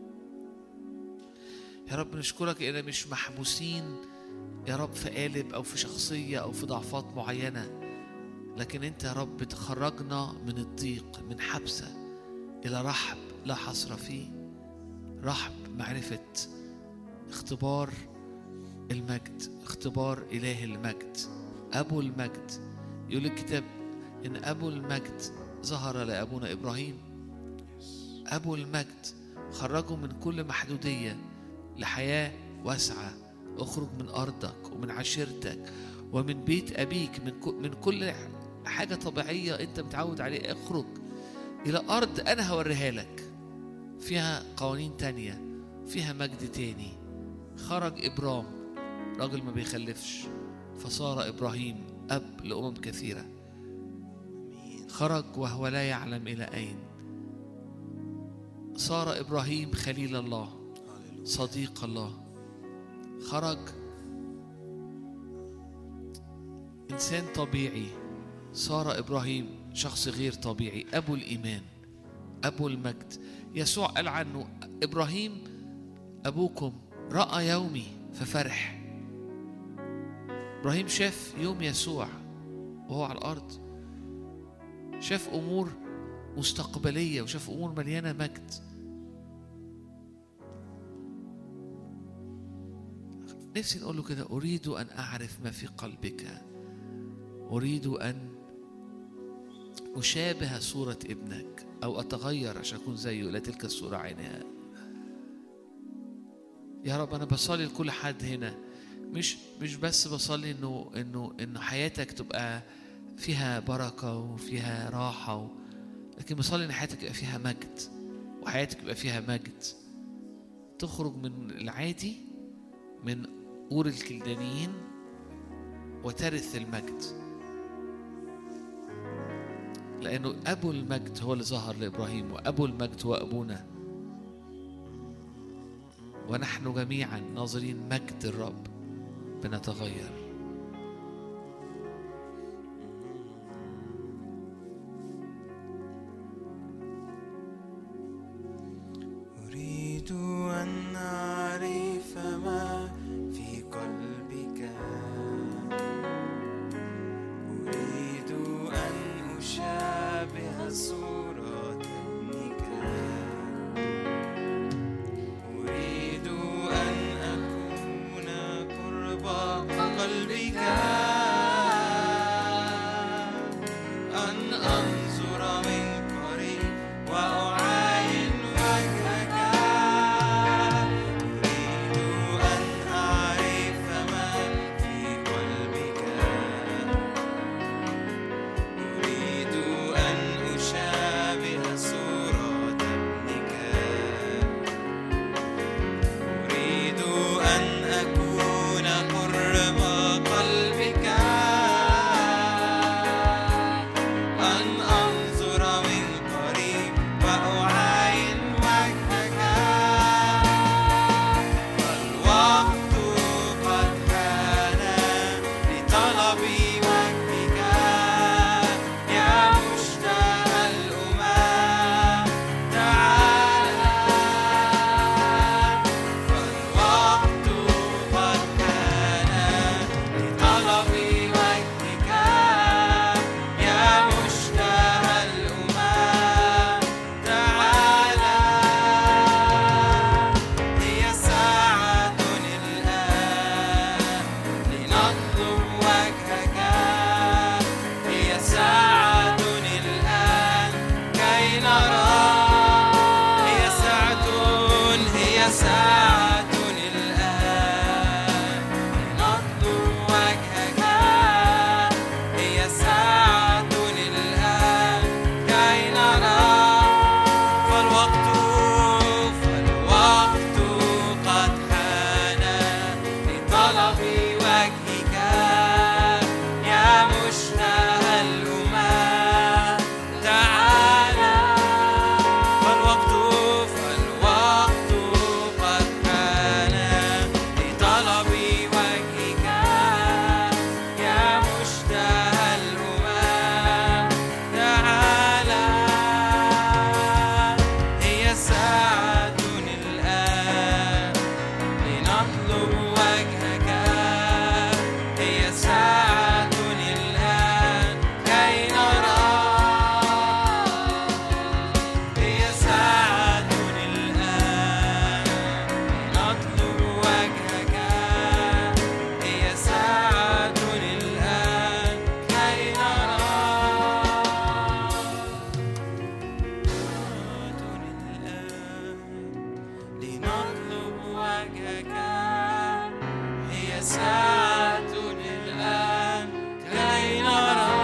يا رب نشكرك إننا مش محبوسين يا رب في قالب أو في شخصية أو في ضعفات معينة، لكن أنت يا رب تخرجنا من الضيق، من حبسة إلى رحب لا حصر فيه، رحب معرفة، اختبار المجد، اختبار إله المجد، أبو المجد. يقول الكتاب إن أبو المجد ظهر لأبونا إبراهيم. أبو المجد خرجه من كل محدودية لحياة واسعة. اخرج من أرضك ومن عشيرتك ومن بيت أبيك، من كل حاجة طبيعية أنت متعود عليه. اخرج إلى أرض أنا هوريها لك، فيها قوانين تانية، فيها مجد تاني. خرج إبرام راجل ما بيخلفش، فصار إبراهيم أب لأمم كثيرة. خرج وهو لا يعلم إلى أين. صار إبراهيم خليل الله، صديق الله. خرج إنسان طبيعي، صار إبراهيم شخص غير طبيعي، أبو الإيمان، أبو المجد. يسوع قال عنه إبراهيم أبوكم رأى يومي ففرح. إبراهيم شاف يوم يسوع وهو على الأرض، شاف أمور مستقبلية وشاف أمور مليانة مجد. نفسي نقول له كده: أريد أن أعرف ما في قلبك، أريد أن أشابه صورة ابنك أو أتغير عشان أكون زيه لا تلك الصورة عينها. يا رب أنا بصلي لكل حد هنا، مش بس بصلي إنه حياتك تبقى فيها بركة وفيها راحة لكن بصلي إن حياتك يبقى فيها مجد، وحياتك يبقى فيها مجد، تخرج من العادي من أور الكلدانيين وترث المجد، لأنه أبو المجد هو اللي ظهر لإبراهيم، وأبو المجد هو أبونا، ونحن جميعا ناظرين مجد الرب بنتغير. أريد أن أعرف ما في قلبك، أريد أن أشابه صورة ابنك، أريد أن أكون قرب قلبك، أن أنظر من قريب وأعاين وجهك، أريد أن أعرف ما في قلبك، أريد أن أشابه صورة ابنك، أريد أن أكون قرب قلبك، أن أنظر من قريب وأعاين وجهك، فالوقت قد حان لطلب وجهك، يا مشتاق الأمم تعالى، فالوقت قد حان لطلب وجهك، يا مشتاق الأمم تعالى، هي ساعة الآن لنطلب وجهك، هي ساعة الآن كي نرى، هي ساعة الآن لنطلب وجهك، هي ساعة الآن كي نرى، فالوقت قد حان لطلب وجهك، يا مشتاق الأمم تعالى، فالوقت قد حان لطلب وجهك، يا مشتاق الأمم تعالى، هي ساعة الآن لنطلب وجهك، هي ساعة الآن كي نرى، هي ساعة الآن لنطلب وجهك، هي ساعة الآن كي نرى، لنطلب وجهك، هي ساعة الآن كي نرى.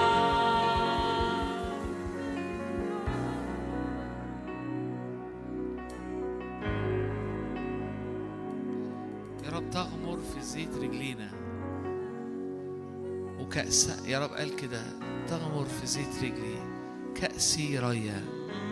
يا رب تغمر في زيت رجلينا وكأس، يا رب قال كده تغمر في زيت رجلي كأسي ريا.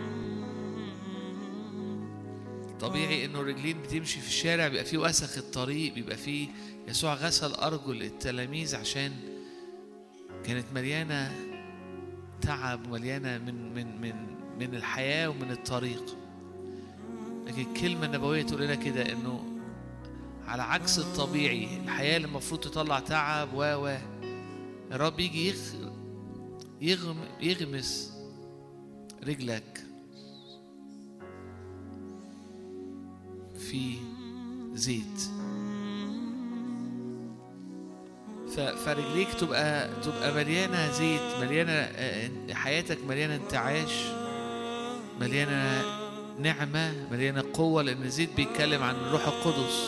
طبيعي انه الرجلين بتمشي في الشارع بيبقى فيه وسخ الطريق، بيبقى فيه يسوع غسل ارجل التلاميذ عشان كانت مليانه تعب ومليانه من الحياه ومن الطريق. لكن الكلمه النبويه تقول لنا كده انه على عكس الطبيعي، الحياه اللي المفروض تطلع تعب الرب يجي يغمس رجلك في زيت، فرجليك تبقى مليانة زيت، مليانة حياتك مليانة انتعاش، مليانة نعمة، مليانة قوة، لأن الزيت بيتكلم عن الروح القدس.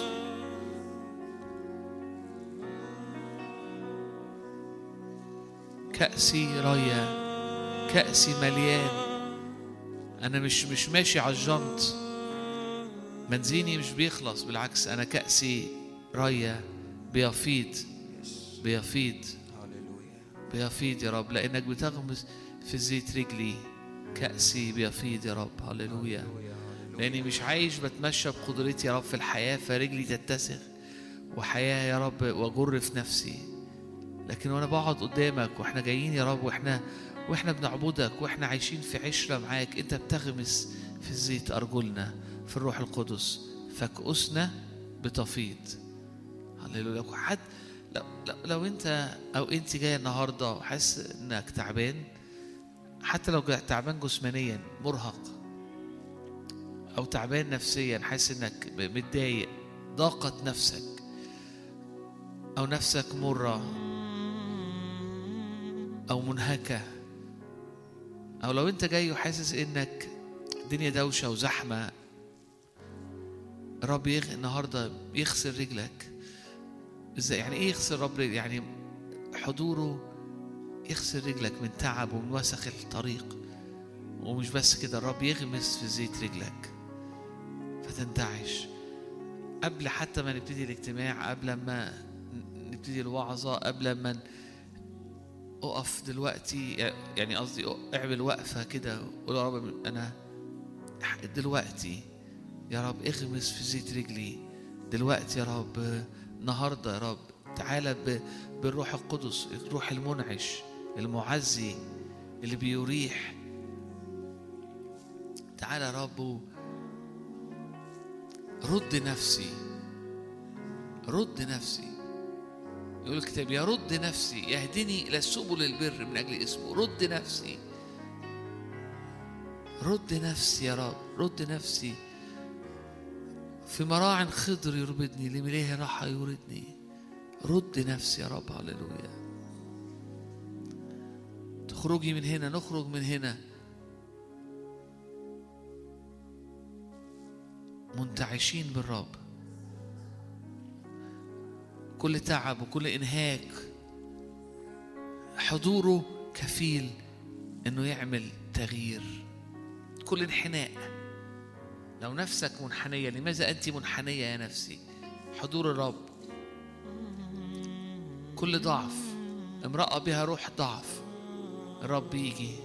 كأسي راية، كأسي مليان. أنا مش ماشي على الجنط، بنزيني مش بيخلص، بالعكس أنا كأسي راية بيفيض بيفيض بيفيض يا رب، لأنك بتغمس في زيت رجلي. كأسي بيفيض يا رب. هللويا. لأني مش عايش بتمشى بقدرتي يا رب في الحياة فرجلي تتسخ وحياة يا رب وأجر في نفسي، لكن وأنا بقعد قدامك وإحنا جايين يا رب وإحنا بنعبدك وإحنا عايشين في عشرة معاك، أنت بتغمس في الزيت أرجلنا في الروح القدس، فكأسنا بتفيض. هللويا. حد لو أنت أو أنت جاي النهاردة وحاسس إنك تعبان، حتى لو تعبان جسمانيا مرهق أو تعبان نفسيا، حاسس إنك متضايق، ضاقت نفسك أو نفسك مرة أو منهكة، أو لو أنت جاي وحاسس إنك الدنيا دوشة وزحمة، الرب النهاردة يغسل رجلك. إزاي؟ يعني إيه يغسل رب رجلك؟ يعني حضوره يغسل رجلك من تعب ومن وسخ الطريق. ومش بس كده، الرب يغمس في زيت رجلك فتنتعش. قبل حتى ما نبتدي الاجتماع، قبل ما نبتدي الوعظة، قبل ما أقف دلوقتي، يعني قصدي اعمل وقفة كده قول يا رب أنا دلوقتي يا رب اغمس في زيت رجلي دلوقتي يا رب. النهاردة يا رب تعالى بالروح القدس، الروح المنعش المعزي اللي بيريح. تعالى يا رب رد نفسي، رد نفسي. يقول الكتاب يرد نفسي، يهدني إلى سبل البر من أجل اسمه. رد نفسي، رد نفسي يا رب، رد نفسي. في مراع خضر يربدني، لمليه راحة يوردني. رد نفسي يا رب. هللويا. تخرجي من هنا، نخرج من هنا منتعشين بالرب. كل تعب وكل إنهاك حضوره كفيل إنه يعمل تغيير. كل انحناء، لو نفسك منحنية، لماذا أنت منحنية يا نفسي؟ حضور الرب. كل ضعف، امرأة بها روح ضعف، الرب يجي.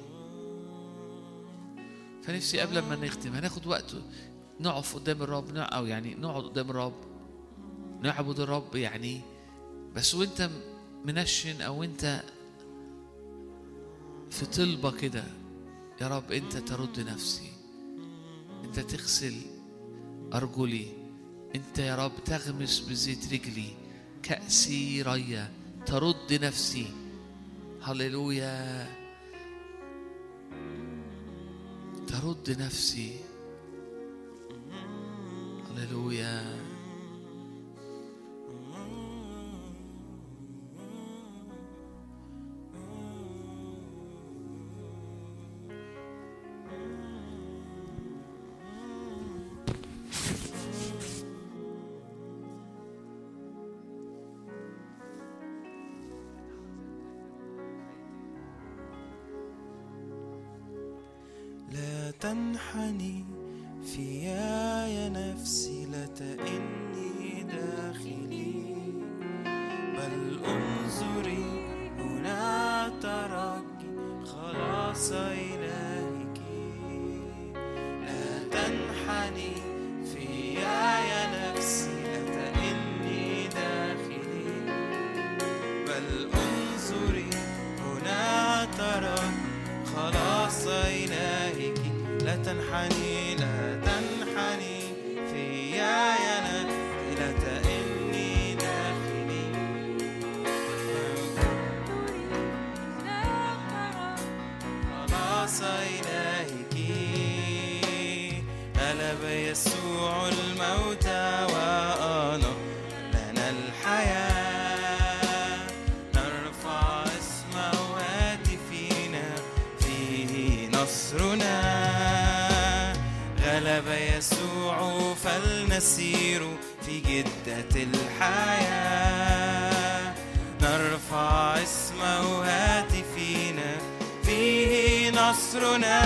فنفسي قبل ما نختم هناخد وقت نقف قدام الرب، أو يعني نقعد قدام الرب نعبد الرب يعني، بس وانت منشن او انت في طلبة كده، يا رب انت ترد نفسي، انت تغسل ارجلي، انت يا رب تغمس بزيت رجلي. كأسي ريا، ترد نفسي. هللويا. ترد نفسي. هللويا. لا تنحني فيا يا نفسي، لا تئني داخلي، بل انظري هنا تركي خلاص إلهك. لا تنحني فيا يا نفسي، لا تئني داخلي، بل انظري هنا تركي خلاص إلهك. لا تنحني، لا تنحني فيا يا نفسي، لا تئني داخلي، خلاص إلهك. غلب يسوع الموت وأنا لنا الحياة، نصرنا. غلب يسوع فلنسير في جدة الحياة، نرفع اسمه هاتفينا فيه نصرنا.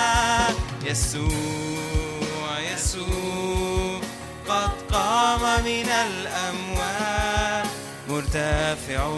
يسوع يسوع قد قام من الأموات، مرتفع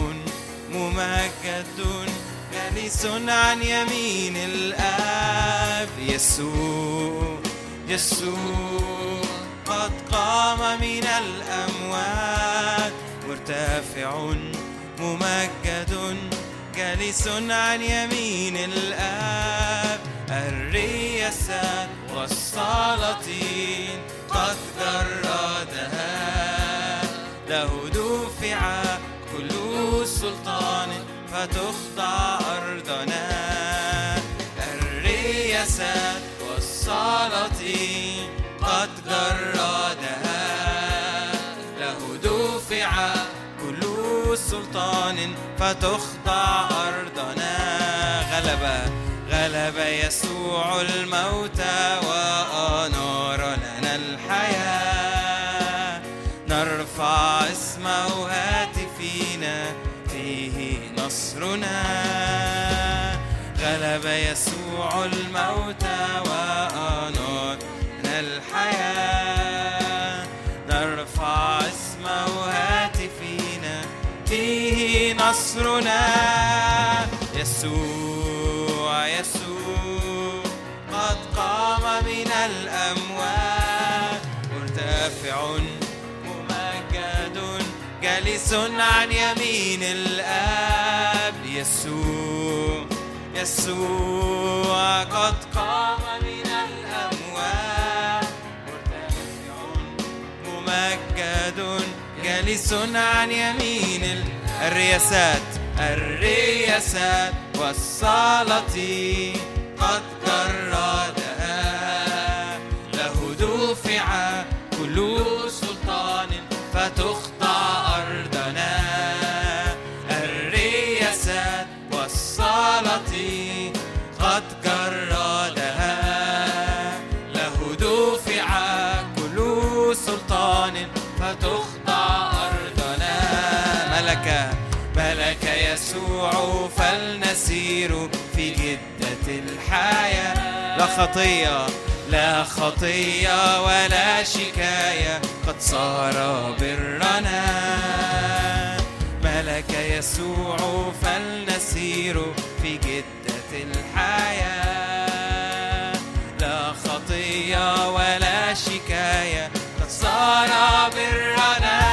ممجد جالس عن يمين الآب. يسوع يسوع قد قام من الأموات، مرتفع ممجد جالس عن يمين الآب. الرياسات والسلاطين قد جردها، له دفع كل سلطان فتخضع أرضنا. الرياسات والسلاطين قد جردها، له دفع كل سلطان فتخضع أرضنا. غلب يسوع الموت وأنار لنا الحياة، نرفع اسمه هاتفينا فيه نصرنا. غلب يسوع الموت وأنار لنا الحياة، نرفع اسمه هاتفينا فيه نصرنا. يسوع يسوع قد قام من الأموات، مرتفع ممجد جالس عن يمين الآب. يسوع يسوع قد قام من الأموات، مرتفع ممجد جالس عن يمين الرياسات والسلاطين قد جردها، له دفع كل سلطان فتخضع أرضنا. الرياسات والسلاطين قد جردها، له دفع كل سلطان فتخضع أرضنا. ملك يسوع فلنسير في جدة الحياة، لا خطية ولا شكاية، قد صار برنا. ملك يسوع فلنسير في جدة الحياة، لا خطية ولا شكاية، قد صار برنا.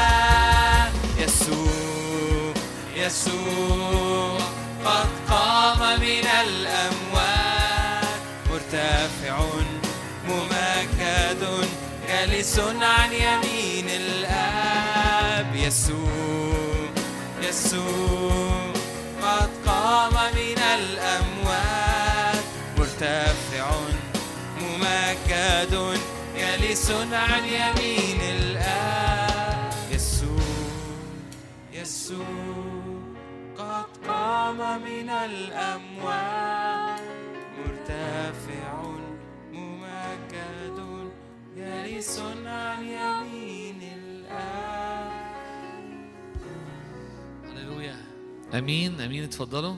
يسوع قد قام من الأموات، مرتفع ممجد جالس عن يمين الآب. يسوع قد قام من الأموات، مرتفع ممجد جالس عن يمين الآب. يسوع قد قام من الأموات، مرتفع ممجد جالس عن يمين الآب. هللويا. امين امين. اتفضلوا.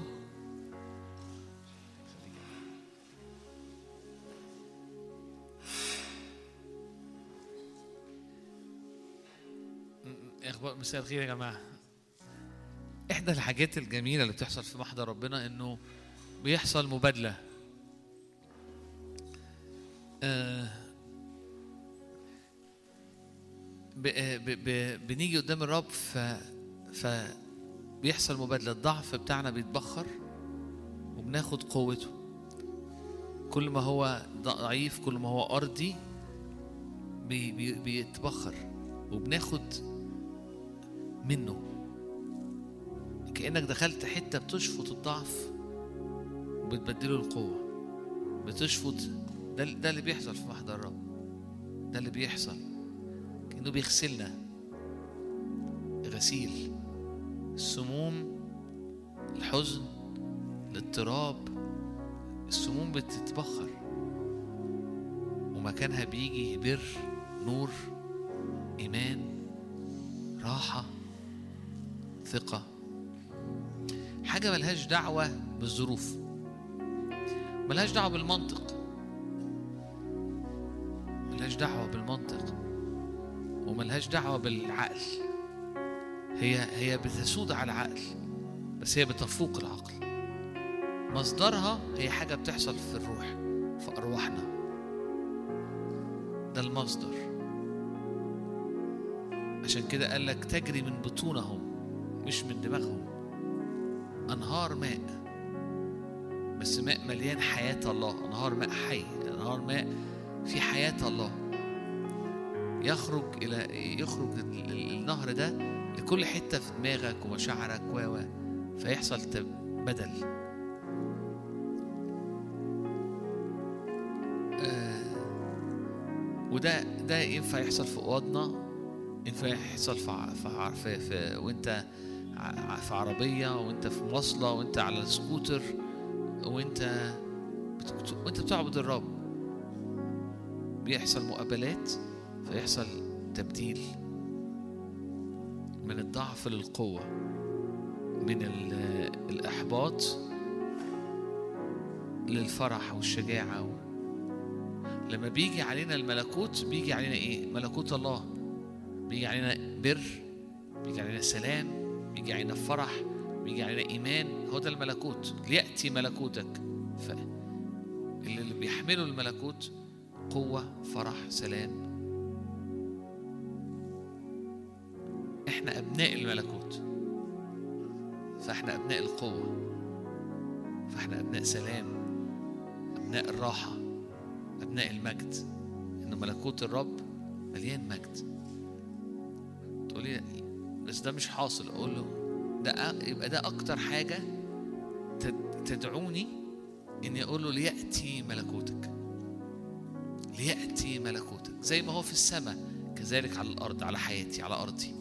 اخبار مساء الخير يا جماعه. احدى الحاجات الجميله اللي بتحصل في محضر ربنا انه بيحصل مبادله. بنيجي قدام الرب فبيحصل مبادله. الضعف بتاعنا بيتبخر وبناخد قوته. كل ما هو ضعيف، كل ما هو ارضي، بيتبخر وبناخد منه. كأنك دخلت حتة بتشفط الضعف وبتبدله القوة، بتشفط. ده اللي بيحصل في محضر الرب. ده اللي بيحصل، كأنه بيغسلنا غسيل السموم، الحزن، الاضطراب، السموم بتتبخر ومكانها بيجي بر، نور، إيمان، راحة، ثقة. حاجة ملهاش دعوة بالظروف، ملهاش دعوة بالمنطق، ملهاش دعوة بالمنطق وملهاش دعوة بالعقل. هي بتسود على العقل، بس هي بتفوق العقل. مصدرها هي حاجة بتحصل في الروح، في أرواحنا. ده المصدر. عشان كده قال لك تجري من بطونهم، مش من دماغهم، أنهار ماء، بس ماء مليان حياة الله. أنهار ماء حي، أنهار ماء في حياة الله. يخرج النهر ده لكل حتة في دماغك ومشاعرك فيحصل بدل. وده ينفع يحصل في أوضنا، ينفع يحصل في وانت في عربية، وانت في مواصلة، وانت على السكوتر، وانت بتعبد الرب. بيحصل مقابلات، فيحصل تبديل من الضعف للقوة، من الإحباط للفرح والشجاعة. لما بيجي علينا الملكوت، بيجي علينا إيه؟ ملكوت الله. بيجي علينا بر، بيجي علينا سلام، بيجي علينا فرح، بيجي علينا إيمان. هو ده الملكوت. ليأتي ملكوتك. اللي بيحملوا الملكوت قوة، فرح، سلام. احنا أبناء الملكوت، فاحنا أبناء القوة، فاحنا أبناء سلام، أبناء الراحة، أبناء المجد. إن ملكوت الرب مليان مجد. تقولي بس ده مش حاصل. أقول له ده يبقى ده أكتر حاجة تدعوني إني أقول له ليأتي ملكوتك، ليأتي ملكوتك. زي ما هو في السماء كذلك على الأرض، على حياتي، على أرضي.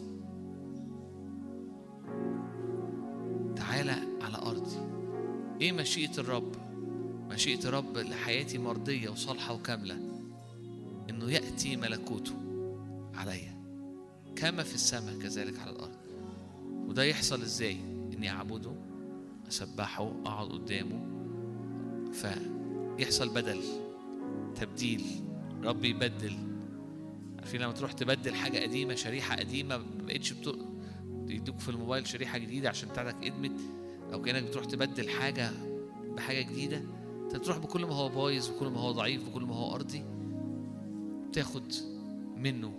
تعالى على أرضي. إيه مشيئة الرب؟ مشيئة الرب لحياتي مرضية وصالحة وكاملة، إنه يأتي ملكوته عليا كما في السماء كذلك على الأرض. وده يحصل إزاي؟ إني أعبده، أسبحه، أقعد قدامه، فيحصل بدل، تبديل. رب يبدل. عارفين لما تروح تبدل حاجة قديمة، شريحة قديمة ما بقتش يدوك في الموبايل شريحة جديدة عشان بتاعتك ادمت، أو كأنك بتروح تبدل حاجة بحاجة جديدة. انت بتروح بكل ما هو بايظ، بكل ما هو ضعيف، بكل ما هو أرضي، تاخد منه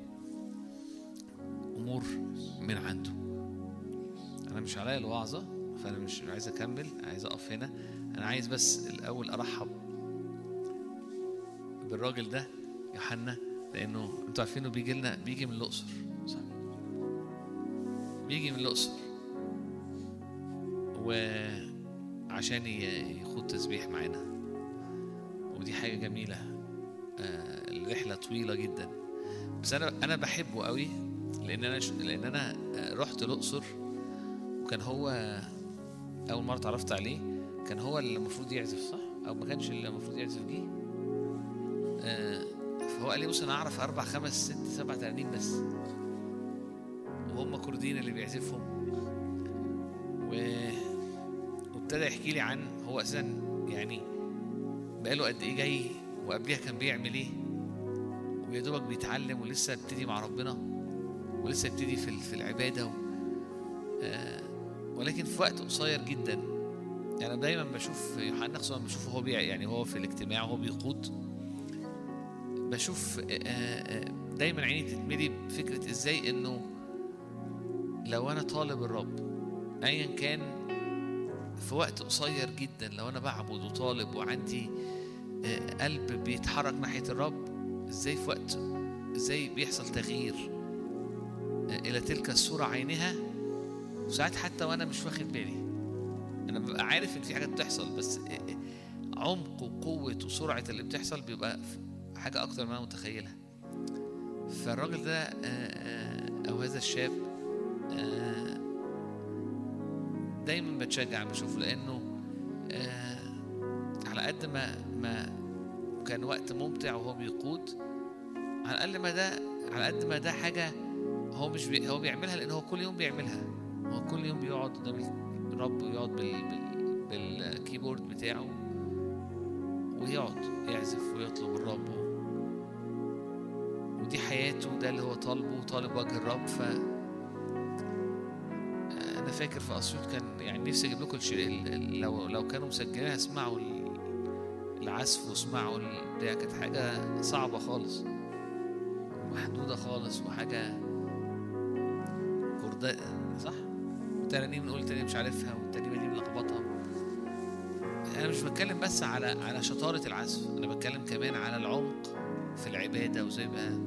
أمور من عنده. أنا مش عليا الوعظة، فأنا مش عايز أكمل، عايز أقف هنا. أنا عايز بس الأول أرحب بالراجل ده يوحنا، لأنه أنتوا عارفينه بيجي من الأقصر، صح؟ بيجي من الأقصر وعشان يخوض تسبيح معانا، ودي حاجة جميلة. الرحلة طويلة جدا، بس أنا بحبه قوي، لأن أنا رحت الأقصر، وكان هو أول مرة تعرفت عليه. كان هو اللي المفروض يعزف، صح؟ أو ما كانش اللي المفروض يعزف جه. فهو قال لي بص أنا أعرف 4 5 6 7 ترانيم بس، وهم كردين اللي بيعزفهم. وابتدى يحكي لي عن هو أساسا يعني بقاله قد إيه جاي، وقبلها كان بيعمل إيه، ويا دوبك بيتعلم ولسه ابتدي مع ربنا، ولسه ابتدي في العبادة ولكن في وقت قصير جدا. يعني دايما بشوف يوحنا، خصوصا بشوفه هو يعني هو في الاجتماع وهو بيقود، بشوف دايما عيني تتملي بفكرة ازاي انه لو انا طالب الرب ايا كان في وقت قصير جدا، لو انا بعبد وطالب وعندي قلب بيتحرك ناحية الرب، ازاي في وقت ازاي بيحصل تغيير الى تلك الصورة عينها. وساعات حتى وانا مش واخد بالي، انا ببقى عارف ان في حاجة بتحصل، بس عمق وقوة وسرعة اللي بتحصل بيبقى حاجة اكتر ما انا متخيلها. فالراجل ده او هذا الشاب دايما بتشجع بشوفه، لانه على على قد ما كان وقت ممتع وهو بيقود، على قد ما ده حاجة هو مش هو بيعملها لأن هو كل يوم بيعملها. هو كل يوم بيقعد قدام الرب ويقعد بالكيبورد بتاعه ويقعد يعزف ويطلب الرب، ودي حياته، ده اللي هو طالب وجه الرب. أنا فاكر في أسيوط كان يعني نفسي أجيب لكم لو كانوا مسجلين اسمعوا العزف واسمعوا ده، كانت حاجة صعبة خالص محدودة خالص وحاجة كرداء صح؟ والترانيم نقول تاني مش عارفها والترانيمة دي ملخبطها. أنا مش بتكلم بس على شطارة العزف، أنا بتكلم كمان على العمق في العبادة. وزي ما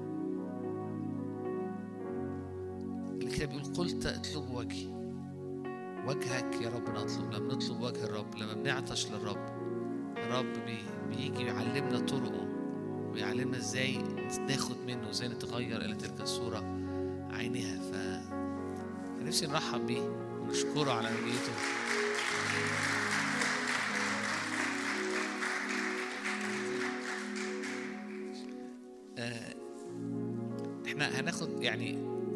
الكتاب بيقول قلت اطلب وجهك يا رب نطلب. لما نطلب وجه الرب، لما بنعطش للرب، الرب بيجي يعلمنا طرقه ويعلمنا ازاي ناخد منه، ازاي نتغير الى تلك الصورة عينها. فنفسي نرحب بيه ونشكره على مجيئته. احنا هناخد يعني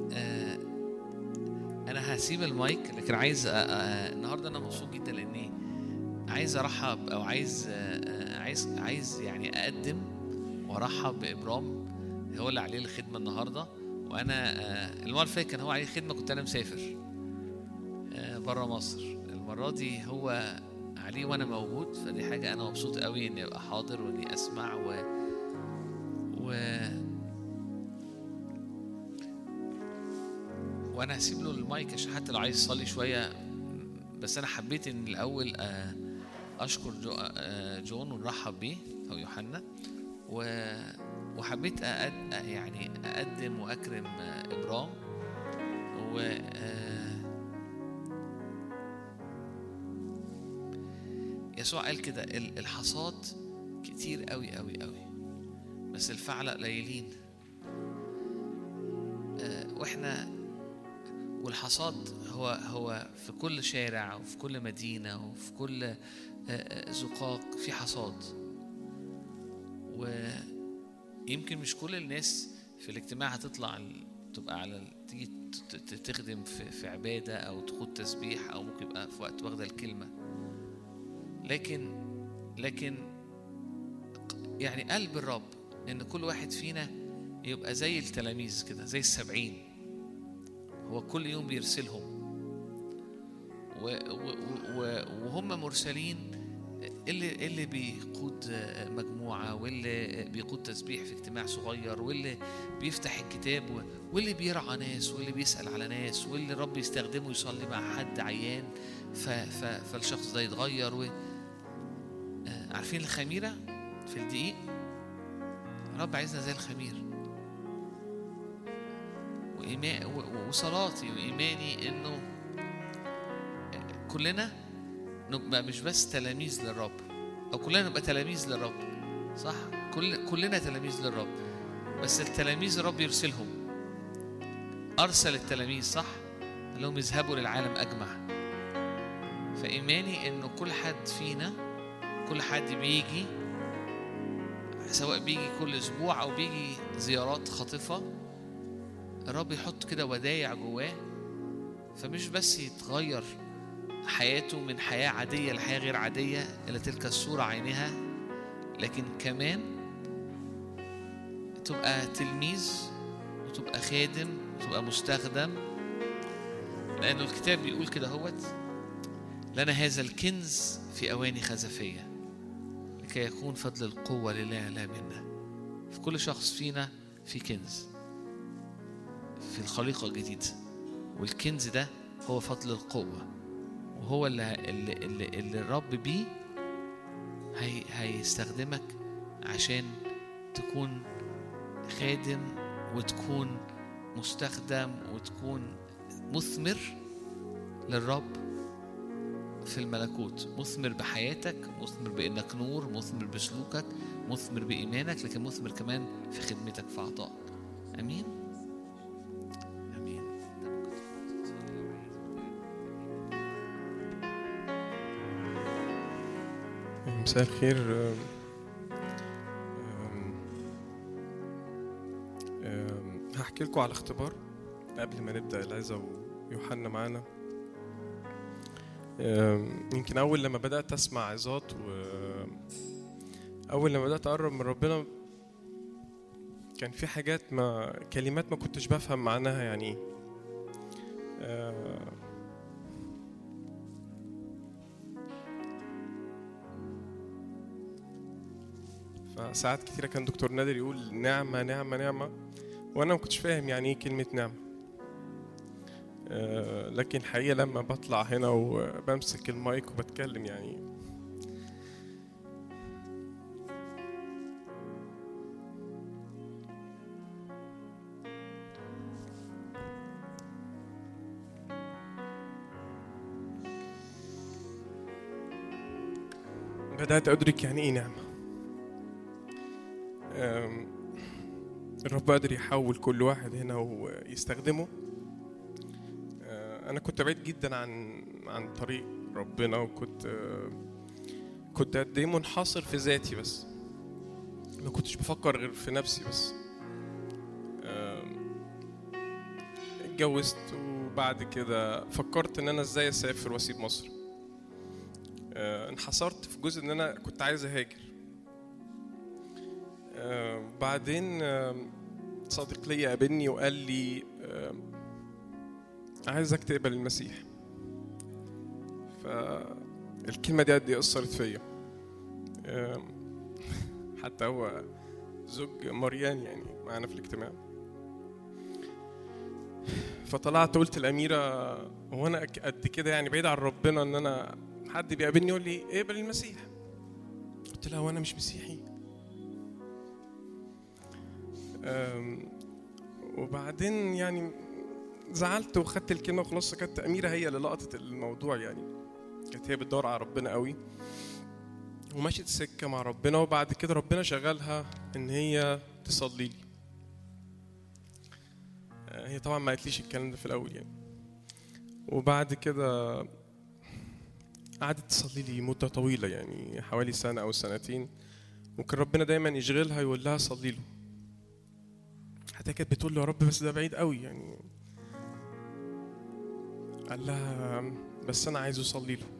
انا هسيب المايك، لكن عايز النهارده انا مبسوط جدا لاني عايز ارحب او عايز يعني اقدم وارحب بإبرام. هو اللي عليه الخدمه النهارده، وانا المره اللي فاتت كان هو عليه الخدمه، كنت انا مسافر بره مصر. المره دي هو عليه وانا موجود، فدي حاجه انا مبسوط قوي اني ابقى حاضر واني اسمع وانا هسيب له المايك عشان حتى لو عايز يصلي شويه. بس انا حبيت ان الاول اشكر جون ونرحب بيه او يوحنا، وحبيت يعني اقدم واكرم ابرام. و يسوع قال كده الحصاد كتير قوي قوي قوي بس الفعل قليلين. واحنا والحصاد هو في كل شارع وفي كل مدينة وفي كل زقاق في حصاد. ويمكن مش كل الناس في الاجتماع هتطلع تبقى على تيجي تخدم في عبادة أو تخوض تسبيح أو ممكن يبقى في وقت واخدة الكلمة، لكن يعني قلب الرب إن كل واحد فينا يبقى زي التلاميذ كده، زي 70 هو كل يوم بيرسلهم وهم مرسلين، اللي بيقود مجموعة، واللي بيقود تسبيح في اجتماع صغير، واللي بيفتح الكتاب، واللي بيرعى ناس، واللي بيسأل على ناس، واللي الرب يستخدمه يصلي مع حد عيان فالشخص ده يتغير. عارفين الخميرة في الدقيق؟ الرب عايزنا زي الخمير. وصلاتي وإيماني إنه كلنا نبقى مش بس تلاميذ للرب، أو كلنا نبقى تلاميذ للرب، صح؟ كلنا تلاميذ للرب، بس التلاميذ الرب يرسلهم. أرسل التلاميذ صح؟ لهم يذهبوا للعالم أجمع. فإيماني إنه كل حد فينا، كل حد بيجي، سواء بيجي كل أسبوع أو بيجي زيارات خاطفة، الرب يحط كده ودايع جواه، فمش بس يتغير حياته من حياة عادية لحياة غير عادية إلى تلك الصورة عينها، لكن كمان تبقى تلميذ وتبقى خادم وتبقى مستخدم. لأنه الكتاب بيقول كده هوت لنا هذا الكنز في أواني خزفية لكي يكون فضل القوة لله لا منا. في كل شخص فينا في كنز في الخليقة الجديدة، والكنز ده هو فضل القوة، وهو اللي الرب بيه هيستخدمك عشان تكون خادم وتكون مستخدم وتكون مثمر للرب في الملكوت، مثمر بحياتك، مثمر بإنك نور، مثمر بسلوكك، مثمر بإيمانك، لكن مثمر كمان في خدمتك في عطائك. أمين. مساء الخير. هحكي لكم على اختبار قبل ما نبدأ العظة ويوحنا معانا. يمكن أول لما بدأت أسمع عظات وأول لما بدأت أقرب من ربنا كان في حاجات كلمات ما كنتش بفهم معناها يعني إيه. فساعات كتيرة كان دكتور نادر يقول نعمة نعمة نعمة، وأنا ما كنتش فاهم يعني إيه كلمة نعمة. لكن الحقيقة لما بطلع هنا وبمسك المايك وبتكلم يعني بدأت أدرك يعني إيه نعمة. الرب قادر يحول كل واحد هنا ويستخدمه. أنا كنت بعيد جدا عن طريق ربنا، وكنت قد إيه منحصر في ذاتي بس، ما كنتش بفكر غير في نفسي بس. اتجوزت وبعد كده فكرت إن أنا إزاي أسافر وأسيب مصر. انحصرت في جزء إن أنا كنت عايز أهاجر. بعدين صديق لي قابلني وقال لي عايزك تقبل المسيح. فالكلمة دي قد ايه أثرت فيا. حتى هو زوج مريان يعني معانا في الاجتماع. فطلعت قلت الأميرة هو أنا قد كده يعني بعيد عن ربنا إن أنا حد بيقابلني يقول لي اقبل المسيح؟ قلت لها وانا مش مسيحي. وبعدين يعني زعلت وخدت الكلمة وخلاص. كانت أميرة هي اللي لقطت الموضوع، يعني كانت هي بتدور على ربنا قوي ومشيت السكة مع ربنا، وبعد كده ربنا شغلها إن هي تصلي لي. هي طبعا ما قالتليش الكلام ده في الأول يعني. وبعد كده قعدت تصلي لي مدة طويلة يعني حوالي سنة أو سنتين، وكان ربنا دايما يشغلها يقول لها صلي له. حتى كانت بتقول له يا رب بس ده بعيد قوي يعني. قال لها بس أنا عايز أصلي له.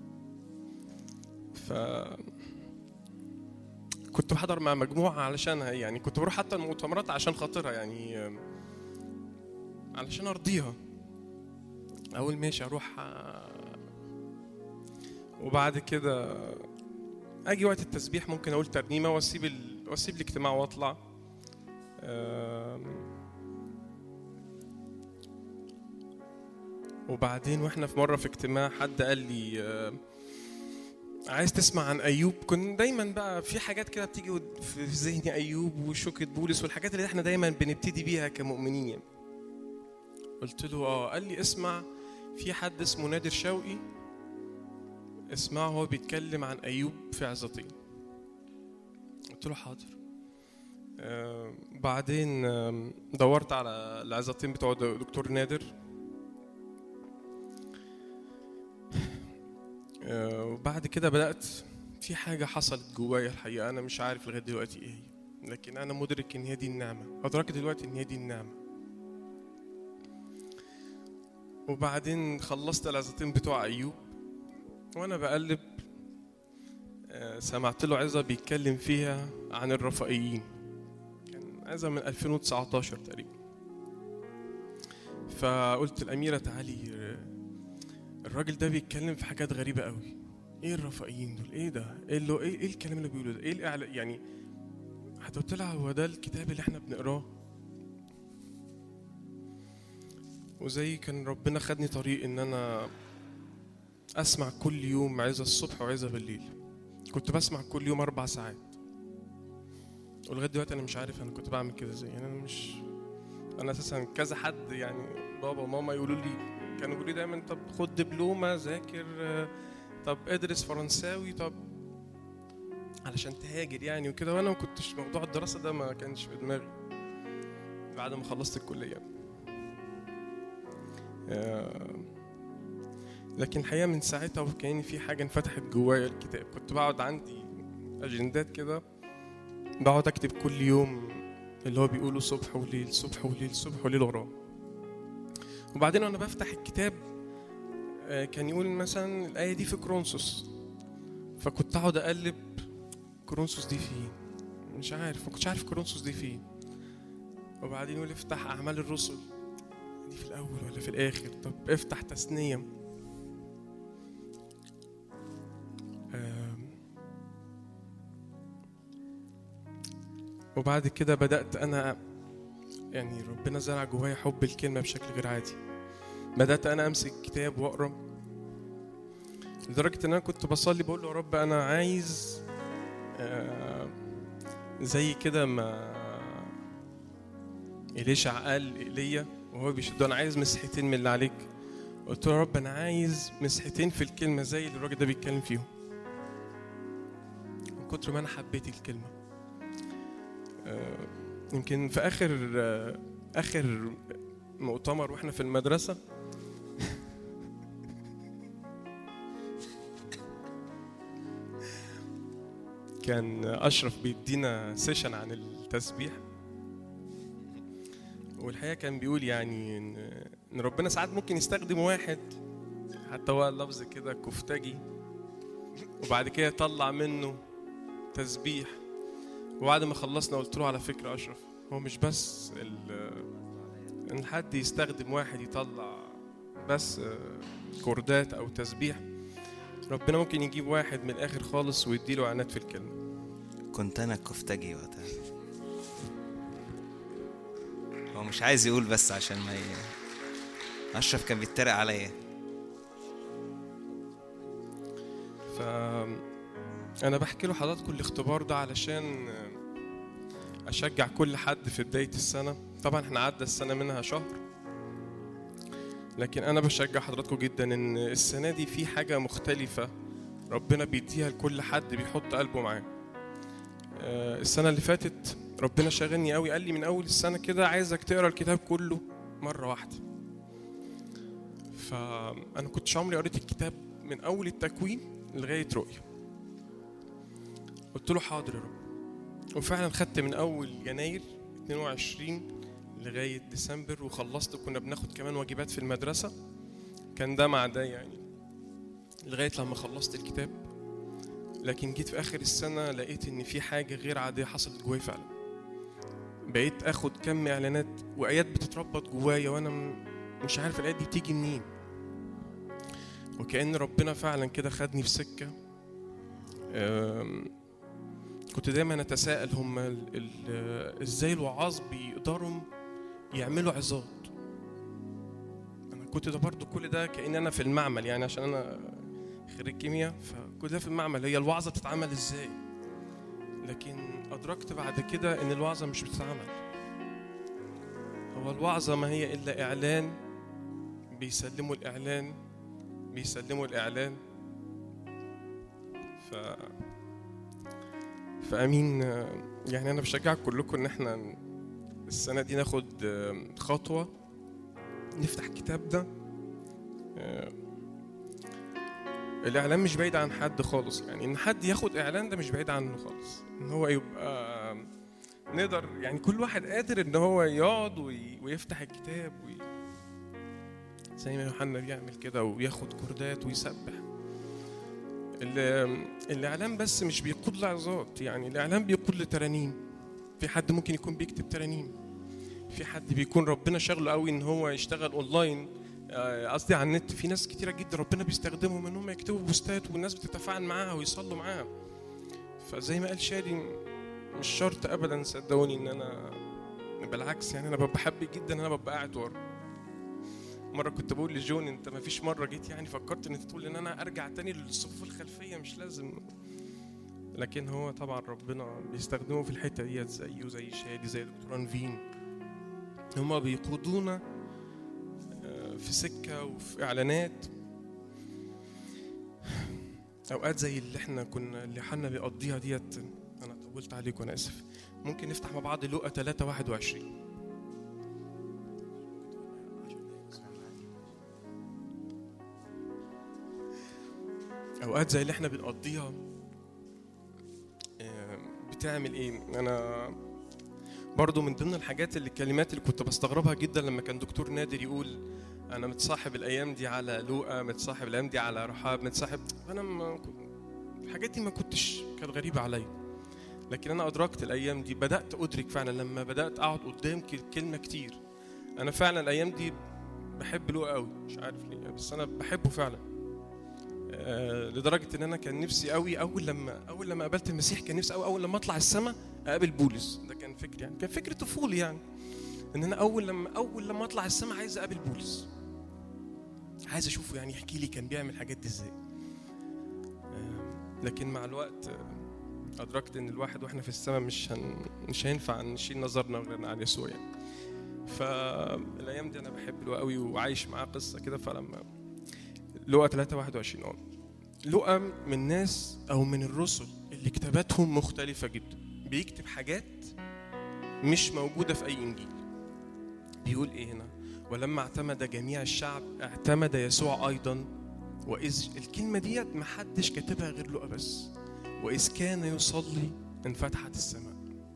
كنت بحضر مع مجموعة علشانها، يعني كنت بروح حتى المؤتمرات عشان خاطرها يعني علشان أرضيها. أول ماشي أروح، وبعد كده أجي وقت التسبيح ممكن أقول ترنيمة وأسيب الاجتماع وأطلع. وبعدين وإحنا في مرة في اجتماع حد قال لي عايز تسمع عن أيوب. كنت دايما بقى في حاجات كده بتيجي في ذهني، أيوب وشوكة بولس والحاجات اللي احنا دايما بنبتدي بيها كمؤمنين يعني. قلت له قال لي اسمع في حد اسمه نادر شوقي، اسمعه هو بيتكلم عن أيوب في عظتين. قلت له حاضر. بعدين دورت على العظتين بتوع دكتور نادر. وبعد كده بدأت في حاجة حصلت جوايا الحقيقة أنا مش عارف لغاية دلوقتي إيه هي، لكن أنا مدرك إن هي دي النعمة. أدركت دلوقتي إن هي دي النعمة. وبعدين خلصت العظتين بتوع أيوب، وأنا بقلب سمعت له عظة بيتكلم فيها عن الرفائيين. كان عظة من 2019 تقريبا. فقلت الأميرة تعالي، الراجل ده بيتكلم في حاجات غريبة قوي. ايه الرفائيين دول؟ ايه ده؟ ايه الكلام اللي بيقوله ده؟ ايه يعني حتى قلت لها هو ده الكتاب اللي احنا بنقراه؟ وزي كان ربنا خدني طريق ان انا اسمع كل يوم عظة الصبح وعظة بالليل. كنت بسمع كل يوم 4 ساعات، ولغايه دلوقتي انا مش عارف انا كنت بعمل كده ازاي. يعني انا اساسا كذا حد يعني بابا وماما كانوا يقولوا لي دايما طب خد دبلومه، ذاكر، طب ادرس فرنساوي، طب علشان تهاجر يعني وكده. وانا ما كنتش، موضوع الدراسه ده ما كانش في دماغي بعد ما خلصت الكليه. لكن الحقيقة من ساعتها وكأن في حاجة انفتحت جوايا الكتاب. كنت بقعد عندي أجندات كده، بقعد أكتب كل يوم اللي هو بيقوله صبح وليل صبح وليل صبح وليل وراه. وبعدين أنا بفتح الكتاب كان يقول مثلا الآية دي في كورنثوس، فكنت أقعد أقلب كورنثوس دي فين، مش عارف، ما كنتش عارف كورنثوس دي فين. وبعدين يقول افتح أعمال الرسل، دي في الأول ولا في الآخر؟ طب افتح تثنية. وبعد كده بدأت أنا يعني ربنا زرع جوايا حب الكلمة بشكل غير عادي. بدأت أنا أمسك كتاب وأقرأ، لدرجة أن أنا كنت بصلي بقول له يا رب أنا عايز زي كده ما إليشع قال إيليا وهو بيشده، أنا عايز مسحتين من اللي عليك. قلت له يا رب أنا عايز مسحتين في الكلمة زي اللي الراجل ده بيتكلم فيهم، من كتر ما أنا حبيت الكلمة. يمكن في آخر مؤتمر وإحنا في المدرسة كان أشرف بيدينا سيشن عن التسبيح، والحقيقة كان بيقول يعني إن ربنا ساعات ممكن يستخدم واحد حتى هو اللفظ كده كفتاجي، وبعد كده يطلع منه تسبيح. وبعد ما خلصنا قلت له على فكرة أشرف، هو مش بس إن حد يستخدم واحد يطلع بس كوردات أو تسبيح، ربنا ممكن يجيب واحد من الآخر خالص ويديله عناد في الكلمة. كنت أنا كفتاجي وقتها. هو مش عايز يقول بس عشان ما أشرف كان بيتريق عليا. أنا بحكي له حضراتكم الاختبار ده علشان أشجع كل حد في بداية السنة. طبعا احنا عدى السنة منها شهر، لكن أنا بشجع حضراتكم جدا إن السنة دي في حاجة مختلفة ربنا بيديها لكل حد بيحط قلبه معاه. السنة اللي فاتت ربنا شغلني قوي، قال لي من أول السنة كده عايزك تقرأ الكتاب كله مرة واحدة. فأنا كنتش عمري قريت الكتاب من أول التكوين لغاية رؤية. قلت له حاضر يا رب، وفعلا خدت من أول يناير 22 لغاية ديسمبر وخلصت. كنا بناخد كمان واجبات في المدرسة، كان ده مع ده يعني لغاية لما خلصت الكتاب. لكن جيت في آخر السنة لقيت إن في حاجة غير عادية حصلت جواي فعلا. بقيت أخد كم إعلانات وآيات بتتربط جوايا وأنا مش عارف الآيات دي بتيجي منين، وكأن ربنا فعلا كده خدني في سكة. كنت دايما أتساءل هم إزاي الوعاظ بيقدروا يعملوا عظات. أنا كنت ده برضو كل ده كأن أنا في المعمل، يعني عشان أنا خريج كيمياء فكل ده في المعمل، هي الوعظة تتعمل إزاي. لكن أدركت بعد كده إن الوعظة مش بتتعمل، هو الوعظة ما هي إلا إعلان، بيسلموا الإعلان. فأمين يعني أنا بشجعك كلكم إن إحنا السنة دي ناخد خطوة، نفتح الكتاب ده. الإعلان مش بعيد عن حد خالص، يعني إن حد ياخد إعلان ده مش بعيد عنه خالص، إن هو يبقى نقدر يعني كل واحد قادر إن هو يقعد ويفتح الكتاب زي ما يوحنا بيعمل كده وياخد كوردات ويسبح. الإعلان بس مش بيقود لعظات، يعني الإعلان بيقود لترانيم. في حد ممكن يكون بيكتب ترانيم، في حد بيكون ربنا شغله قوي إن هو يشتغل أونلاين، قصدي على النت. في ناس كتيرة جدا ربنا بيستخدمهم إن هم يكتبوا بوستات والناس بتتفاعل معاها ويصلوا معاها. فزي ما قال شادي مش شرط أبدا صدقوني إن أنا، بالعكس يعني أنا بحب جدا أنا ببقى قاعد ورا. مرة كنت بقول لجون انت ما فيش مرة جيت يعني فكرت ان تقول ان انا ارجع تاني للصفوف الخلفية، مش لازم. لكن هو طبعا ربنا بيستخدمه في الحتة ديت زيه زي شادي زي دكتور انفين، هما بيقودونا في سكة وفي اعلانات. اوقات زي اللي حنا بيقضيها ديت. انا طولت عليكم انا اسف. ممكن نفتح مع بعض لوقا 3:21. اوقات زي اللي احنا بنقضيها بتعمل ايه؟ انا برضو من ضمن الحاجات اللي الكلمات اللي كنت بستغربها جدا لما كان دكتور نادر يقول انا متصاحب الايام دي على لوقا، متصاحب الايام دي على رحاب، متصاحب، انا الحاجات دي ما كنتش، كانت غريبه عليا. لكن انا ادركت الايام دي، بدات ادرك فعلا لما بدات اقعد قدام كلمه كتير. انا فعلا الايام دي بحب لوقا قوي، مش عارف ليه، بس انا بحبه فعلا. لدرجه ان انا كان نفسي قوي اول لما قابلت المسيح، كان نفسي قوي اول لما اطلع السماء اقابل بولس. ده كان فكري، يعني كان فكر طفولي، يعني ان انا اول لما اطلع السماء عايز اقابل بولس، عايز اشوفه يعني يحكي لي كان بيعمل الحاجات دي ازاي. لكن مع الوقت ادركت ان الواحد واحنا في السماء مش هينفع نشيل نظرنا غير على يسوع يعني. فالايام دي انا بحب لوقا قوي وعايش معاه قصه كده. فلما لوقا 3:21 لوقا من الناس او من الرسل اللي كتاباتهم مختلفه جدا، بيكتب حاجات مش موجوده في اي انجيل. بيقول ايه هنا؟ ولما اعتمد جميع الشعب اعتمد يسوع ايضا، واذ الكلمه ديت ما حدش كاتبها غير لوقا بس، واذ كان يصلي انفتحت السماء.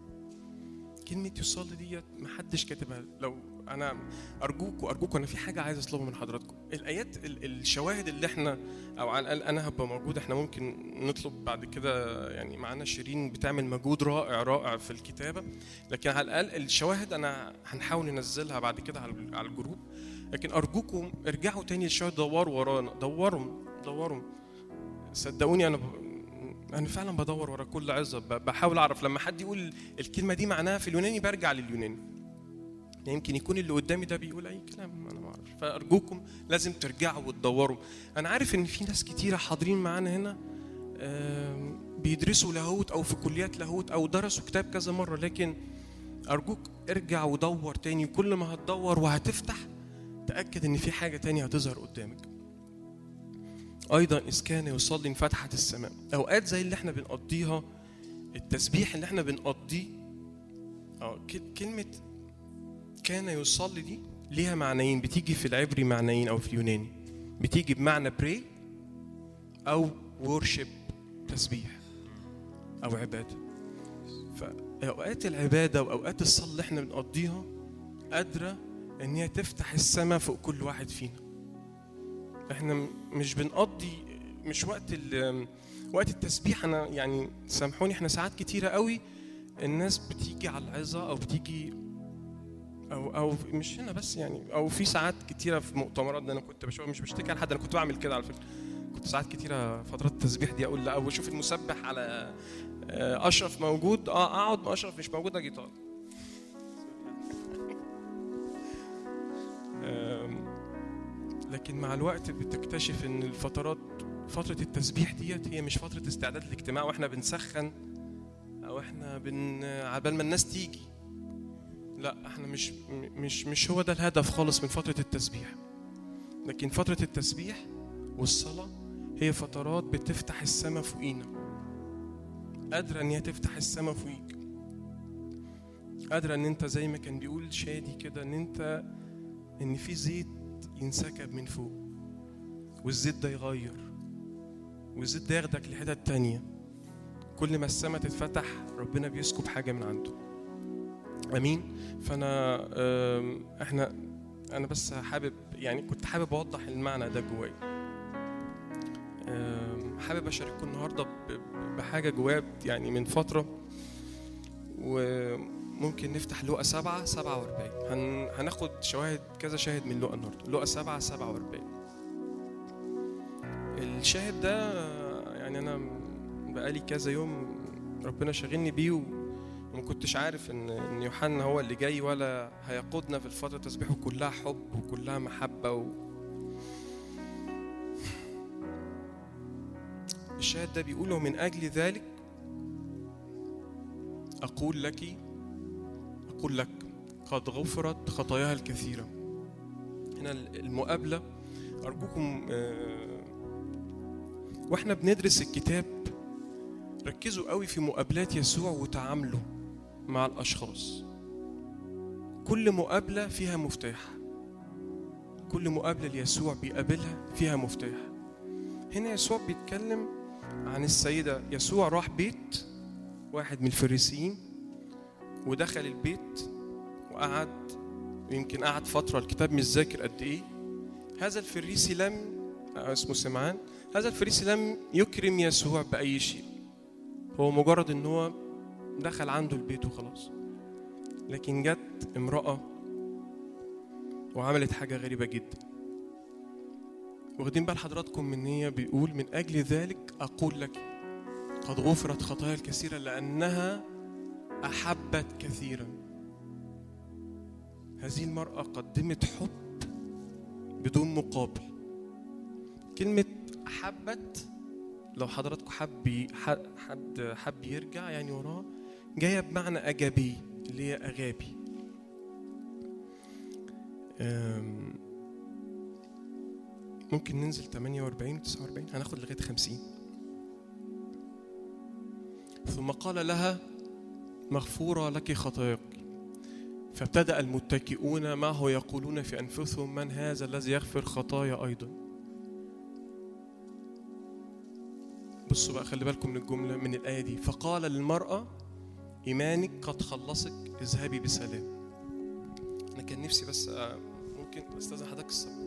كلمه يصلي ديت ما حدش كاتبها. لو انا ارجوكم انا في حاجه عايز اطلبها من حضراتكم. الايات الشواهد اللي احنا، او على الاقل انا هبقى موجود، احنا ممكن نطلب بعد كده، يعني معانا شيرين بتعمل مجهود رائع في الكتابه، لكن على الاقل الشواهد انا هنحاول ننزلها بعد كده على الجروب. لكن ارجوكم ارجعوا تاني للشواهد، دوروا ورانا، دوروا صدقوني. انا فعلا بدور ورا كل عظه، بحاول اعرف لما حد يقول الكلمه دي معناها في اليوناني برجع لليوناني. يمكن يكون اللي قدامي ده بيقول اي كلام انا ما اعرفش. فارجوكم لازم ترجعوا وتدوروا. انا عارف ان في ناس كتيره حاضرين معانا هنا بيدرسوا لاهوت او في كليات لاهوت او درسوا كتاب كذا مره، لكن ارجوك ارجع ودور تاني. وكل ما هتدور وهتفتح تاكد ان في حاجه تانية هتظهر قدامك. ايضا اذ كان يصلي انفتحت السماء. اوقات زي اللي احنا بنقضيها، التسبيح اللي احنا بنقضيه، كلمه كان يصلي دي ليها معنيين، بتيجي في العبري معنيين او في اليوناني. بتيجي بمعنى pray او worship، تسبيح او عباده. فاوقات العباده واوقات الصلاه اللي احنا بنقضيها قادره ان هي تفتح السماء فوق كل واحد فينا. احنا مش بنقضي، مش وقت التسبيح. انا يعني سامحوني، احنا ساعات كتيره قوي الناس بتيجي على العظه او بتيجي او مش هنا بس، يعني او في ساعات كتيره في مؤتمرات. انا كنت بشوف، مش بشتكي على حد، انا كنت بعمل كده على فكره. كنت ساعات كتيره فترات التسبيح دي اقول لا، او اشوف المسبح على اشرف موجود، اقعد، ما اشرف مش موجود اجي طالع. لكن مع الوقت بتكتشف ان فتره التسبيح ديت هي مش فتره استعداد الاجتماع واحنا بنسخن او احنا عبال ما الناس تيجي. لا، احنا مش هو ده الهدف خالص من فتره التسبيح. لكن فتره التسبيح والصلاه هي فترات بتفتح السماء فوقينا، قادره ان هي تفتح السماء فوقيك، قادره ان انت زي ما كان بيقول شادي كده، ان في زيت ينسكب من فوق، والزيت ده يغير، والزيت ده ياخدك لحتة تانية. كل ما السماء تتفتح ربنا بيسكب حاجة من عنده. امين. فانا انا بس حابب، يعني كنت حابب اوضح المعنى ده جوايا. حابب اشارككم النهارده بحاجه جوايا يعني من فتره، وممكن نفتح لوقا 7:47. هناخد شواهد، كذا شاهد من لوقا النهارده. لوقا 7:47. الشاهد ده يعني انا بقالي كذا يوم ربنا شاغلني بيه، وما كنتش عارف ان يوحنا هو اللي جاي ولا هيقودنا في الفتره تسبيحه كلها حب وكلها محبه الشاهد ده بيقوله: من اجل ذلك اقول لك قد غفرت خطاياها الكثيره. هنا المقابله، ارجوكم واحنا بندرس الكتاب ركزوا قوي في مقابلات يسوع وتعامله مع الاشخاص. كل مقابله فيها مفتاح، كل مقابله ليسوع بيقابلها فيها مفتاح. هنا يسوع بيتكلم عن السيدة. يسوع راح بيت واحد من الفريسيين ودخل البيت وقعد، ويمكن قعد فترة الكتاب مش ذاكر قد ايه. هذا الفريسي اسمه سمعان، هذا الفريسي لم يكرم يسوع بأي شيء، هو مجرد ان هو دخل عنده البيت وخلاص. لكن جت امرأة وعملت حاجة غريبة جدا. واخدين بال حضراتكم من هي بيقول من أجل ذلك أقول لك قد غفرت خطايا الكثيرة لأنها أحبت كثيرا. هذه المرأة قدمت حب بدون مقابل. كلمة أحبت لو حضراتكم حد يرجع يعني وراه، جاية بمعنى أجابي اللي هي أغابي. ممكن ننزل 48 و 49، هناخد لغاية 50. ثم قال لها مغفورة لك خطاياك. فابتدأ المتكئون معه يقولون في أنفسهم من هذا الذي يغفر خطايا أيضا. بصوا بقى، خلي بالكم من الجملة من الآية دي. فقال للمرأة إيمانك قد خلصك، اذهبي بسلام. أنا كان نفسي بس ممكن أستاذن حضرتك الصبر.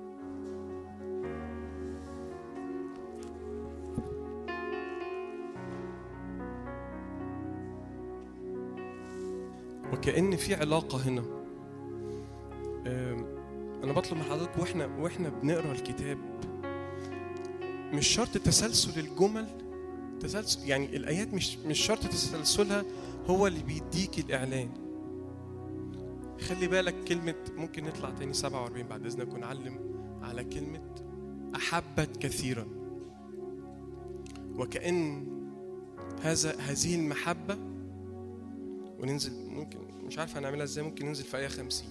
وكأن في علاقة هنا. أنا بطلب من حضرتك وإحنا بنقرأ الكتاب مش شرط تسلسل الجمل، تسلسل يعني الآيات مش شرط تسلسلها هو اللي بيديك الإعلان. خلي بالك كلمة، ممكن نطلع تاني 47 بعد إذنك ونعلم على كلمة أحبت كثيرا. وكأن هذه المحبة، وننزل ممكن مش عارف هنعملها ازاي، ممكن ننزل في آية 50.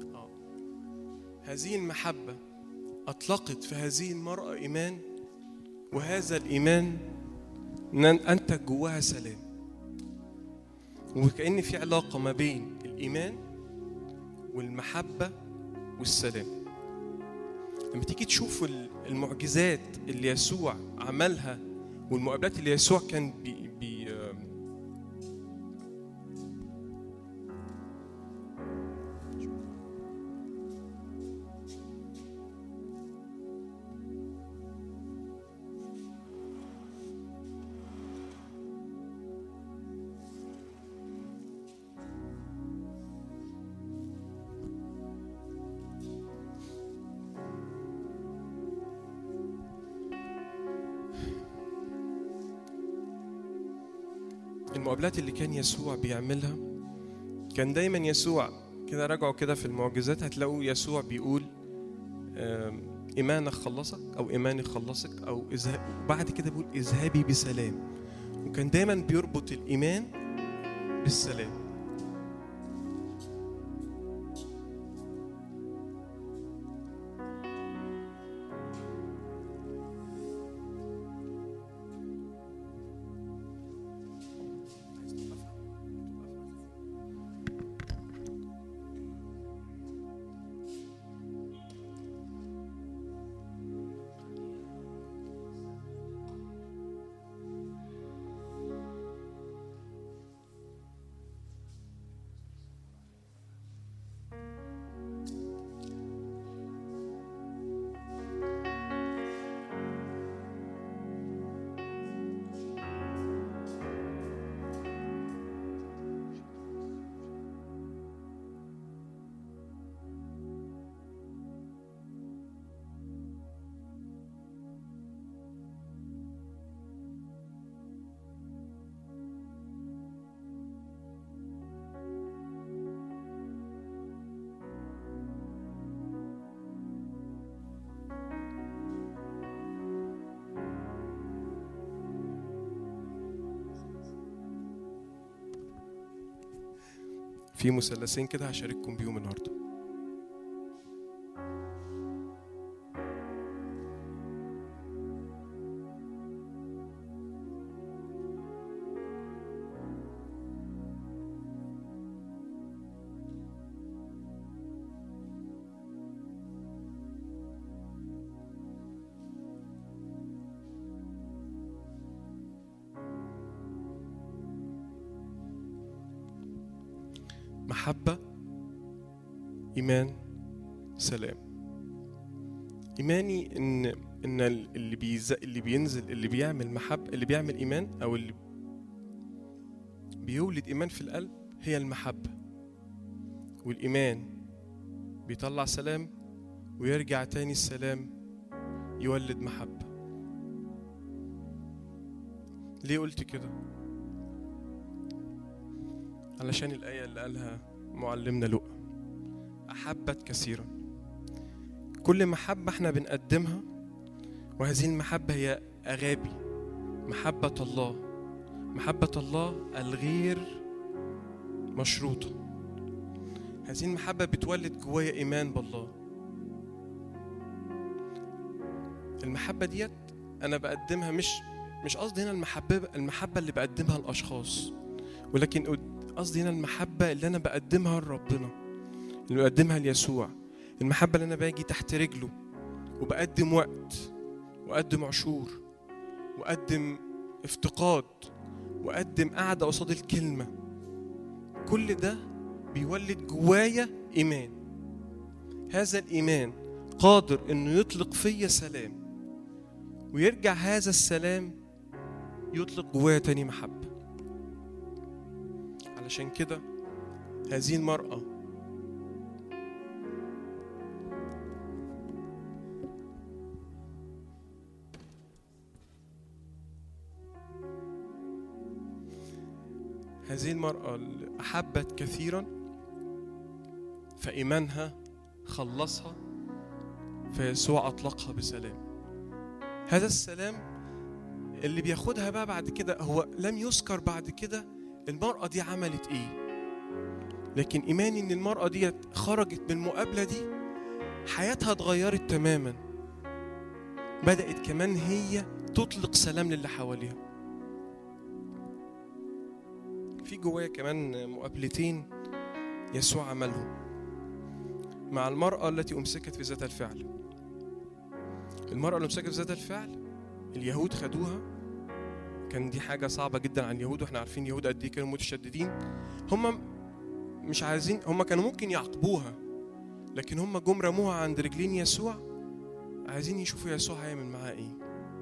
هذه المحبة أطلقت في هذه المرأة إيمان، وهذا الإيمان أنتج جواها سلام. وكأن في علاقة ما بين الإيمان والمحبة والسلام. لما تيجي تشوف المعجزات اللي يسوع عملها والمقابلات اللي يسوع كان المقابلات اللي كان يسوع بيعملها، كان دايما يسوع كده راجعوا كده في المعجزات هتلاقوا يسوع بيقول إيمانك خلصك أو إيماني خلصك أو بعد كده بيقول اذهبي بسلام. وكان دايما بيربط الإيمان بالسلام. في مثلثين كده هشارككم بيهم النهارده. محبة، إيمان، سلام. إيماني إن اللي بينزل، اللي بيعمل محبة، اللي بيعمل إيمان، أو اللي بيولد إيمان في القلب هي المحبة. والإيمان بيطلع سلام، ويرجع تاني السلام يولد محبة. ليه قلت كده؟ علشان الآية اللي قالها معلمنا لوقا: أحبت كثيرا. كل محبة احنا بنقدمها، وهذه المحبة هي أغابي، محبة الله، محبة الله الغير مشروطة. هذه المحبة بتولد جوايا إيمان بالله. المحبة ديت أنا بقدمها، مش قصدي هنا المحبة اللي بقدمها للأشخاص، ولكن قصدي هنا المحبة اللي أنا بقدمها لربنا، اللي بقدمها ليسوع. المحبة اللي أنا باجي تحت رجله وبقدم وقت، وأقدم عشور، وأقدم افتقاد، وأقدم قعدة قصاد الكلمة. كل ده بيولد جوايا إيمان. هذا الإيمان قادر إنه يطلق فيا سلام، ويرجع هذا السلام يطلق جوايا تاني محبة. علشان كده هذه المرأة اللي أحبت كثيرا، فإيمانها خلصها، فيسوع أطلقها بسلام. هذا السلام اللي بياخدها بقى بعد كده، هو لم يذكر بعد كده المرأة دي عملت إيه، لكن إيماني إن المرأة دي خرجت من المقابلة دي حياتها اتغيرت تماما. بدأت كمان هي تطلق سلام للي حواليها. في جوايا كمان مقابلتين يسوع عملهم مع المرأة التي أمسكت في ذات الفعل. المرأة اللي أمسكت في ذات الفعل اليهود خدوها، كان دي حاجة صعبة جدا عن اليهود، واحنا عارفين اليهود قد ايه كانوا متشددين. هم مش عايزين، هم كانوا ممكن يعاقبوها، لكن هم جم رموها عند رجلين يسوع، عايزين يشوفوا يسوع هيعمل معاها ايه.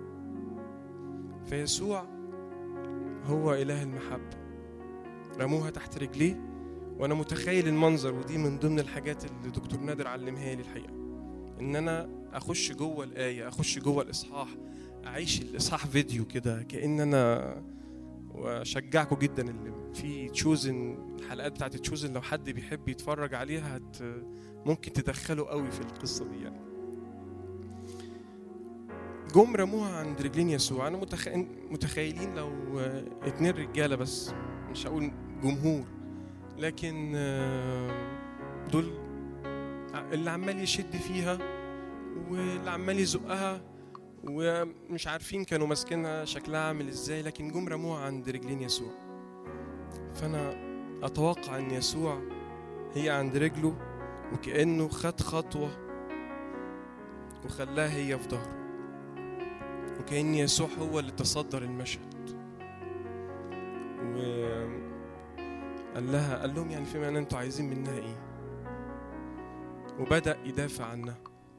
فيسوع هو إله المحبة، رموها تحت رجليه. وانا متخيل المنظر، ودي من ضمن الحاجات اللي دكتور نادر علمها لي الحقيقة، ان انا اخش جوه الآية، اخش جوه الإصحاح، اعيش الإصحاح فيديو كده كأن انا. واشجعكم جدا اللي في تشوزن، الحلقات بتاعت تشوزن لو حد بيحب يتفرج عليها ممكن تدخله قوي في القصة دي يعني. جم رموها عند رجلين يسوع. انا متخيلين لو 2 رجالة بس، مش هقول جمهور، لكن دول اللي عمال يشد فيها واللي عمال يزقها، ومش عارفين كانوا ماسكينها شكلها عامل ازاي، لكن جم رموها عند رجلين يسوع. فانا اتوقع ان يسوع هي عند رجله، وكأنه خد خطوة وخلاها هي في ظهره، وكأن يسوع هو اللي تصدر المشهد. قال لهم يعني فيما انتوا عايزين منها ايه، وبدأ يدافع عنها.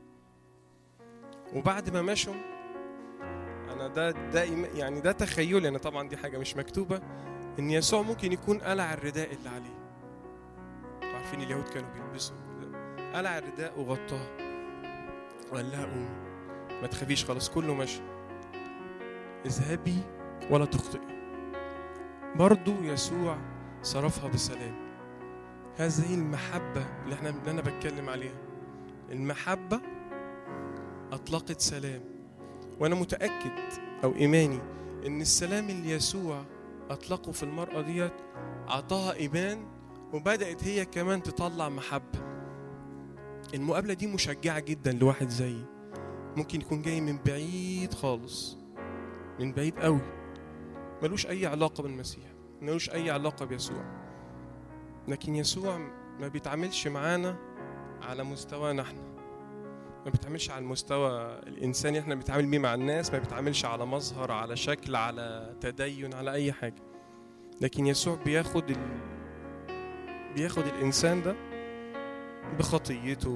وبعد ما مشوا، انا ده يعني ده تخيلي انا، طبعا دي حاجه مش مكتوبه، ان يسوع ممكن يكون قلع الرداء اللي عليه. عارفين اليهود كانوا بيلبسوا، قلع الرداء وغطاه وقال لها قومي، ما تخافيش، خلاص كله ماشي، اذهبي ولا تخطئي. برضو يسوع صرفها بسلام. هذه المحبه اللي انا بتكلم عليها، المحبه أطلقت سلام. وأنا متأكد أو إيماني إن السلام اللي يسوع أطلقه في المرأة ديت عطاها إيمان، وبدأت هي كمان تطلع محبة. المقابلة دي مشجعة جدا لواحد زيي، ممكن يكون جاي من بعيد خالص، من بعيد قوي، ملوش أي علاقة بالمسيح، ملوش أي علاقة بيسوع، لكن يسوع ما بيتعاملش معانا على مستوانا احنا، ما بيتعاملش على المستوى الإنساني احنا بنتعامل بيه مع الناس، ما بيتعاملش على مظهر، على شكل، على تدين، على أي حاجة. لكن يسوع بياخد بياخد الإنسان ده بخطيته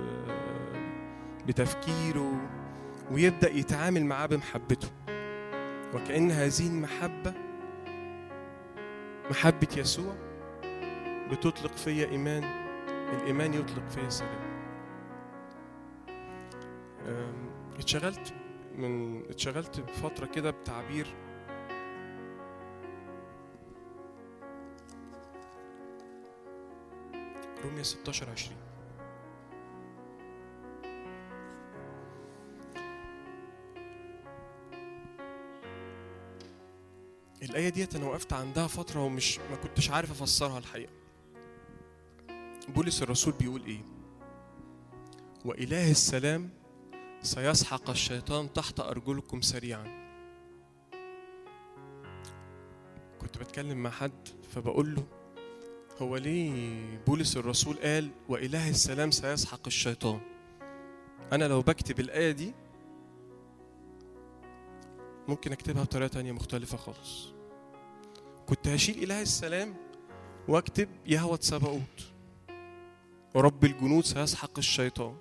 بتفكيره ويبدأ يتعامل معاه بمحبته، وكأن هذه المحبة محبة يسوع بتطلق فيا إيمان، الإيمان يطلق فيا سلام. اتشغلت بفترة كده بتعبير رومية 16:20. الآية ديت أنا وقفت عندها فترة ما كنتش عارف أفسرها الحقيقة. بولس الرسول بيقول إيه؟ وإله السلام سيسحق الشيطان تحت أرجلكم سريعا. كنت بتكلم مع حد فبقول له هو ليه بولس الرسول قال وإله السلام سيسحق الشيطان؟ أنا لو بكتب الآية دي ممكن أكتبها بطريقة تانية مختلفة خالص. كنت هشيل إله السلام واكتب يهوه تسابقوت ورب الجنود سيسحق الشيطان.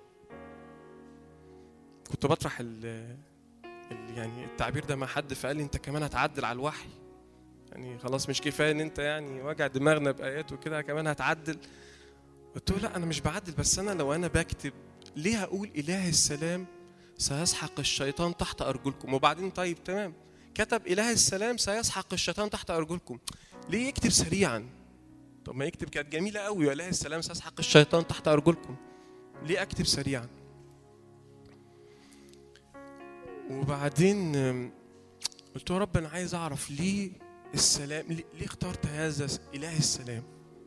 كنت بطرح يعني التعبير ده مع حد فقال لي انت كمان هتعدل على الوحي، يعني خلاص مش كفايه ان انت يعني وجع دماغنا بايات وكده كمان هتعدل. قلت له لا انا مش بعدل، بس انا لو انا بكتب ليه هقول اله السلام سيسحق الشيطان تحت ارجلكم؟ وبعدين طيب تمام كتب اله السلام سيسحق الشيطان تحت ارجلكم، ليه يكتب سريعا؟ طب ما يكتب كانت جميله قوي واله السلام سيسحق الشيطان تحت ارجلكم، ليه اكتب سريعا؟ وبعدين قلت له رب انا عايز اعرف ليه السلام، ليه اخترت هذا اله السلام؟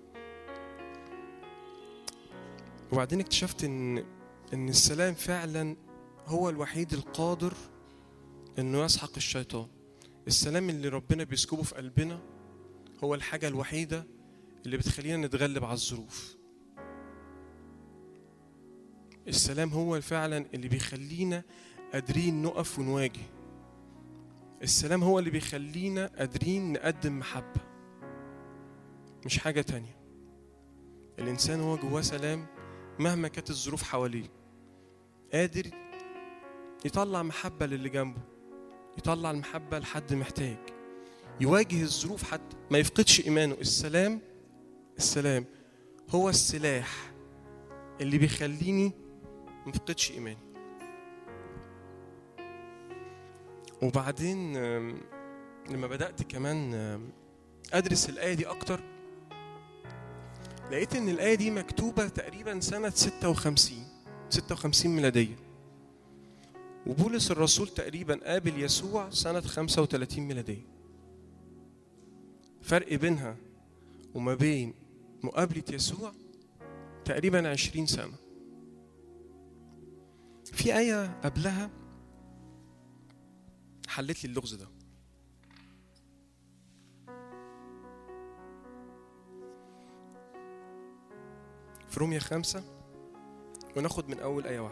وبعدين اكتشفت ان السلام فعلا هو الوحيد القادر انه يسحق الشيطان. السلام اللي ربنا بيسكبه في قلبنا هو الحاجة الوحيدة اللي بتخلينا نتغلب على الظروف. السلام هو فعلا اللي بيخلينا قادرين نقف ونواجه. السلام هو اللي بيخلينا قادرين نقدم محبة، مش حاجة تانية. الإنسان هو جواه سلام مهما كانت الظروف حواليه، قادر يطلع محبة للي جنبه، يطلع المحبة لحد محتاج، يواجه الظروف حتى ما يفقدش إيمانه. السلام هو السلاح اللي بيخليني ما افقدش إيماني. وبعدين لما بدأت كمان أدرس الآية دي أكتر، لقيت إن الآية دي مكتوبة تقريبا سنة 56 ميلادية، وبولس الرسول تقريبا قابل يسوع سنة 35 ميلادية. فرق بينها وما بين مقابلة يسوع تقريبا 20 سنة. في آية قبلها حلت لي اللغز ده. في رومية 5 وناخد من أول آية 1.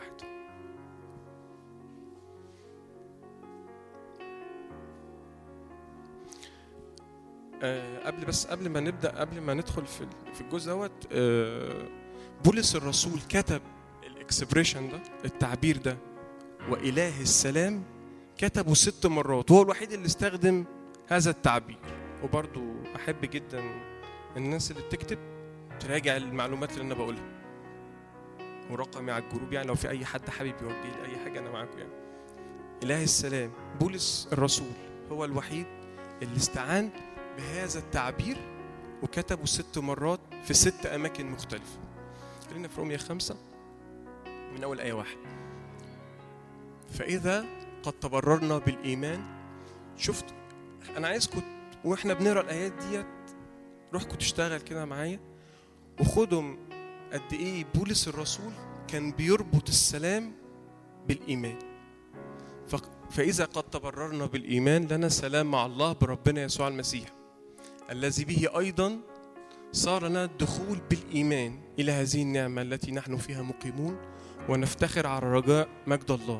قبل ما نبدأ، قبل ما ندخل في الجزء دوت، بولس الرسول كتب الاكسبريشن ده، التعبير ده وإله السلام، كتبه 6 مرات، وهو الوحيد اللي استخدم هذا التعبير. وبرضو أحب جدا الناس اللي بتكتب تراجع المعلومات اللي أنا بقولها، ورقمي على الجروب يعني لو في أي حد حابب يوجه لي أي حاجة أنا معاكم يعني. إله السلام بولس الرسول هو الوحيد اللي استعان بهذا التعبير وكتبه 6 مرات في 6 أماكن مختلفة. خلينا في رومية 5 من أول آية 1. فإذا قد تبررنا بالإيمان. شفت أنا عايزكم وإحنا بنقرأ الآيات ديت روحكم تشتغل كده معايا وخدهم قد إيه بولس الرسول كان بيربط السلام بالإيمان. فإذا قد تبررنا بالإيمان لنا سلام مع الله بربنا يسوع المسيح، الذي به أيضا صار لنا الدخول بالإيمان إلى هذه النعمة التي نحن فيها مقيمون، ونفتخر على رجاء مجد الله.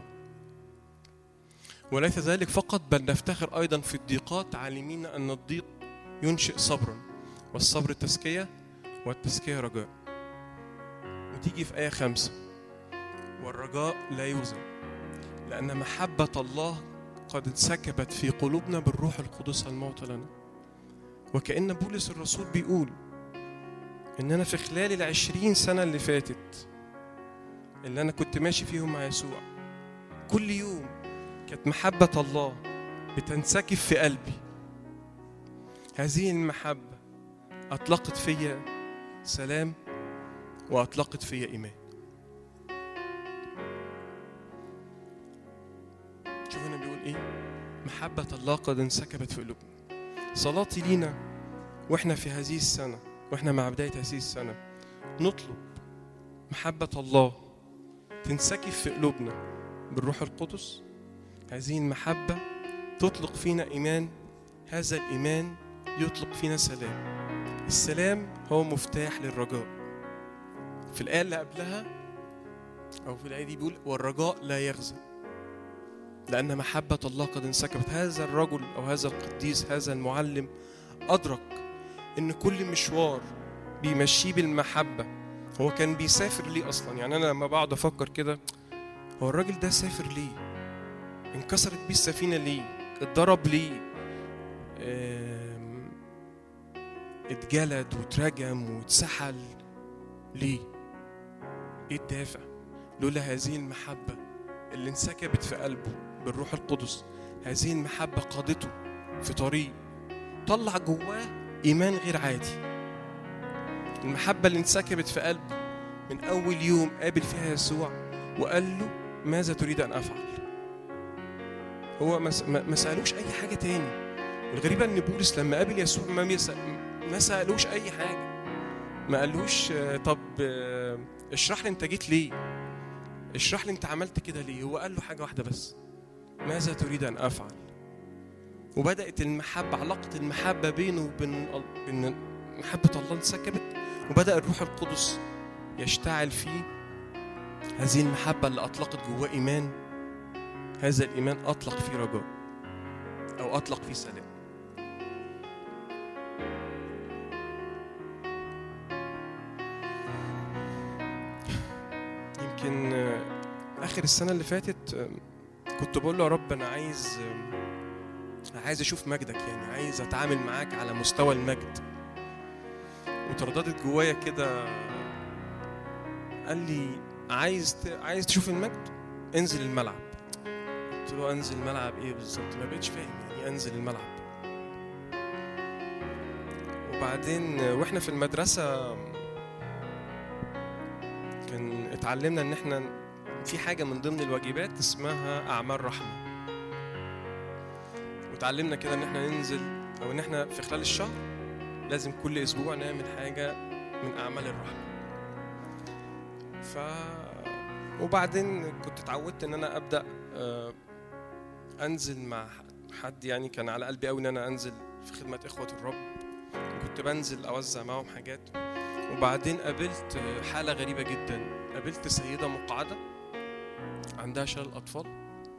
وليس ذلك فقط، بل نفتخر أيضا في الضيقات، عالمين أن الضيق ينشئ صبرا، والصبر تزكية، والتزكية رجاء. وتيجي في آية 5 والرجاء لا يوزن لأن محبة الله قد انسكبت في قلوبنا بالروح القدس المعطى لنا. وكأن بولس الرسول بيقول إن أنا في خلال 20 سنة اللي فاتت اللي أنا كنت ماشي فيهم مع يسوع، كل يوم كانت محبة الله بتنسكب في قلبي. هذه المحبة أطلقت فيا سلام وأطلقت فيا إيمان. شوف هنا بيقول إيه؟ محبة الله قد انسكبت في قلوبنا. صلاتي لينا وإحنا في هذه السنة، وإحنا مع بداية هذه السنة، نطلب محبة الله تنسكب في قلوبنا بالروح القدس. هذه المحبة تطلق فينا إيمان، هذا الإيمان يطلق فينا سلام. السلام هو مفتاح للرجاء. في الآية اللي قبلها أو في الآية دي بيقول والرجاء لا يخزى لأن محبة الله قد انسكبت. هذا الرجل أو هذا القديس، هذا المعلم، أدرك إن كل مشوار بيمشيه بالمحبة. هو كان بيسافر ليه أصلا؟ يعني أنا لما بقعد أفكر كده، هو الراجل ده سافر ليه؟ انكسرت بيه السفينة ليه؟ اتضرب ليه؟ اتجلد واترجم واتسحل ليه؟ ايه الدافع؟ لولا هذه المحبة اللي انسكبت في قلبه بالروح القدس. هذه المحبة قادته في طريق طلع جواه إيمان غير عادي. المحبة اللي انسكبت في قلبه من أول يوم قابل فيها يسوع وقال له ماذا تريد أن أفعل؟ هو ما سألوش أي حاجة تاني. الغريبة أن بولس لما قابل يسوع ما سألوش أي حاجة. ما قالوش طب اشرح لي أنت جيت ليه؟ اشرح لي أنت عملت كده ليه؟ هو قال له حاجة واحدة بس، ماذا تريد أن أفعل؟ وبدأت المحبة، علاقة المحبة بينه وبين محبة الله انسكبت، وبدأ الروح القدس يشتعل فيه. هذه المحبة اللي أطلقت جواه إيمان، هذا الإيمان أطلق فيه رجاء أو أطلق فيه سلام. يمكن آخر السنة اللي فاتت كنت بقول له يا رب أنا عايز أشوف مجدك، يعني عايز أتعامل معاك على مستوى المجد. وترددت جوايا كده، قال لي عايز تشوف المجد؟ انزل الملعب. قلت له انزل الملعب ايه بالظبط؟ ما بقتش فاهم يعني انزل الملعب. وبعدين واحنا في المدرسة كان اتعلمنا ان احنا في حاجة من ضمن الواجبات اسمها اعمال رحمة. وتعلمنا كده ان احنا ننزل، او ان احنا في خلال الشهر لازم كل اسبوع نعمل حاجة من اعمال الرحمة. وبعدين كنت اتعودت ان انا ابدأ انزل مع حد، يعني كان على قلبي قوي ان انا انزل في خدمة اخوة الرب. كنت بنزل اوزع معهم حاجات. وبعدين قابلت حالة غريبة جدا. قابلت سيدة مقعدة عندها شلل اطفال،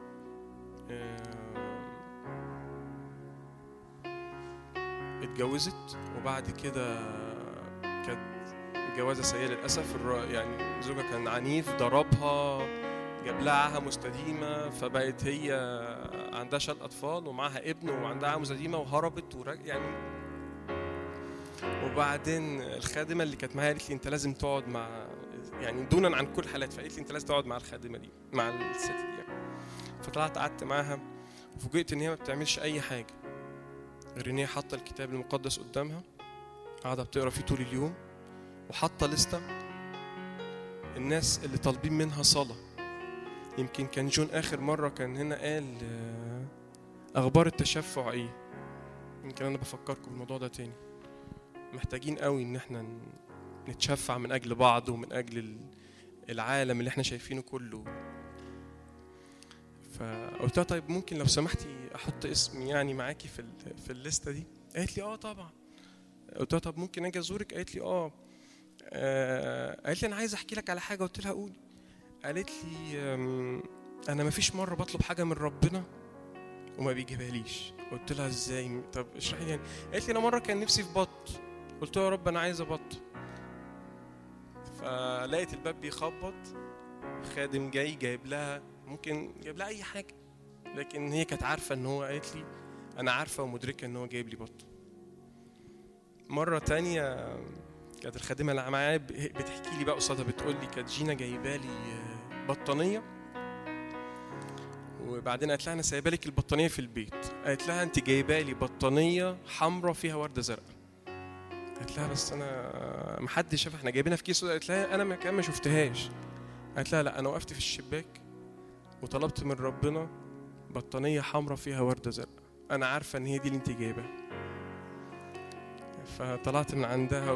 اتجوزت، وبعد كده كانت جوازة سيئة للأسف. يعني زوجها كان عنيف، ضربها، جاب لها عاهة مستديمة، فبقت هي عندها شلل أطفال ومعها ابن وعندها عاهة مستديمة وهربت يعني. وبعدين الخادمة اللي كانت معايا قالت لي أنت لازم تقعد مع، يعني دونا عن كل الحالات، فقالت لي أنت لازم تقعد مع الخادمة دي، مع الست دي. فطلعت قعدت معاها وفوجئت إن هي ما بتعملش أي حاجة غير إن هي حاطة الكتاب المقدس قدامها، قاعدة بتقرأ فيه طول اليوم، وحاطة لستة الناس اللي طالبين منها صلاة. يمكن كان جون آخر مرة كان هنا قال أخبار التشفع إيه. يمكن أنا بفكركم بالموضوع ده تاني. محتاجين قوي إن احنا نتشفع من أجل بعض ومن أجل العالم اللي احنا شايفينه كله. فقلت لها طيب ممكن لو سمحتي أحط اسمي يعني معاكي في الليستة دي؟ قالت لي طبعا. قلت لها طب ممكن أجي أزورك؟ قالت لي قالت لي أنا عايز أحكي لك على حاجة. قلت لها قولي. قالت لي أنا مفيش مرة بطلب حاجة من ربنا وما بيجيبها ليش. قلت لها إزاي؟ طب اشرحي يعني. قالت لي أنا مرة كان نفسي في بط، قلت له يا رب أنا عايزة بط. فلقيت الباب بيخبط، خادم جايب لها، ممكن جايب لها اي حاجه، لكن هي كانت عارفه ان هو، قالت لي انا عارفه ومدركه ان هو جايب لي بط. مره تانية كانت الخادمه اللي معايا بتحكي لي بقى قصادها، بتقول لي كانت جينا جايبه لي بطانيه، وبعدين قالت لها انا سايبه لك البطانيه في البيت. قالت لها انت جايبه لي بطانيه حمراء فيها ورده زرقاء. قالت لها بس انا ما حدش شاف، احنا جايبينها في كيس. قالت لها انا ما شفتهاش. قالت لها لا، انا وقفت في الشباك وطلبت من ربنا بطانيه حمراء فيها ورده زرقاء، انا عارفه ان هي دي اللي انت جايباها. فطلعت من عندها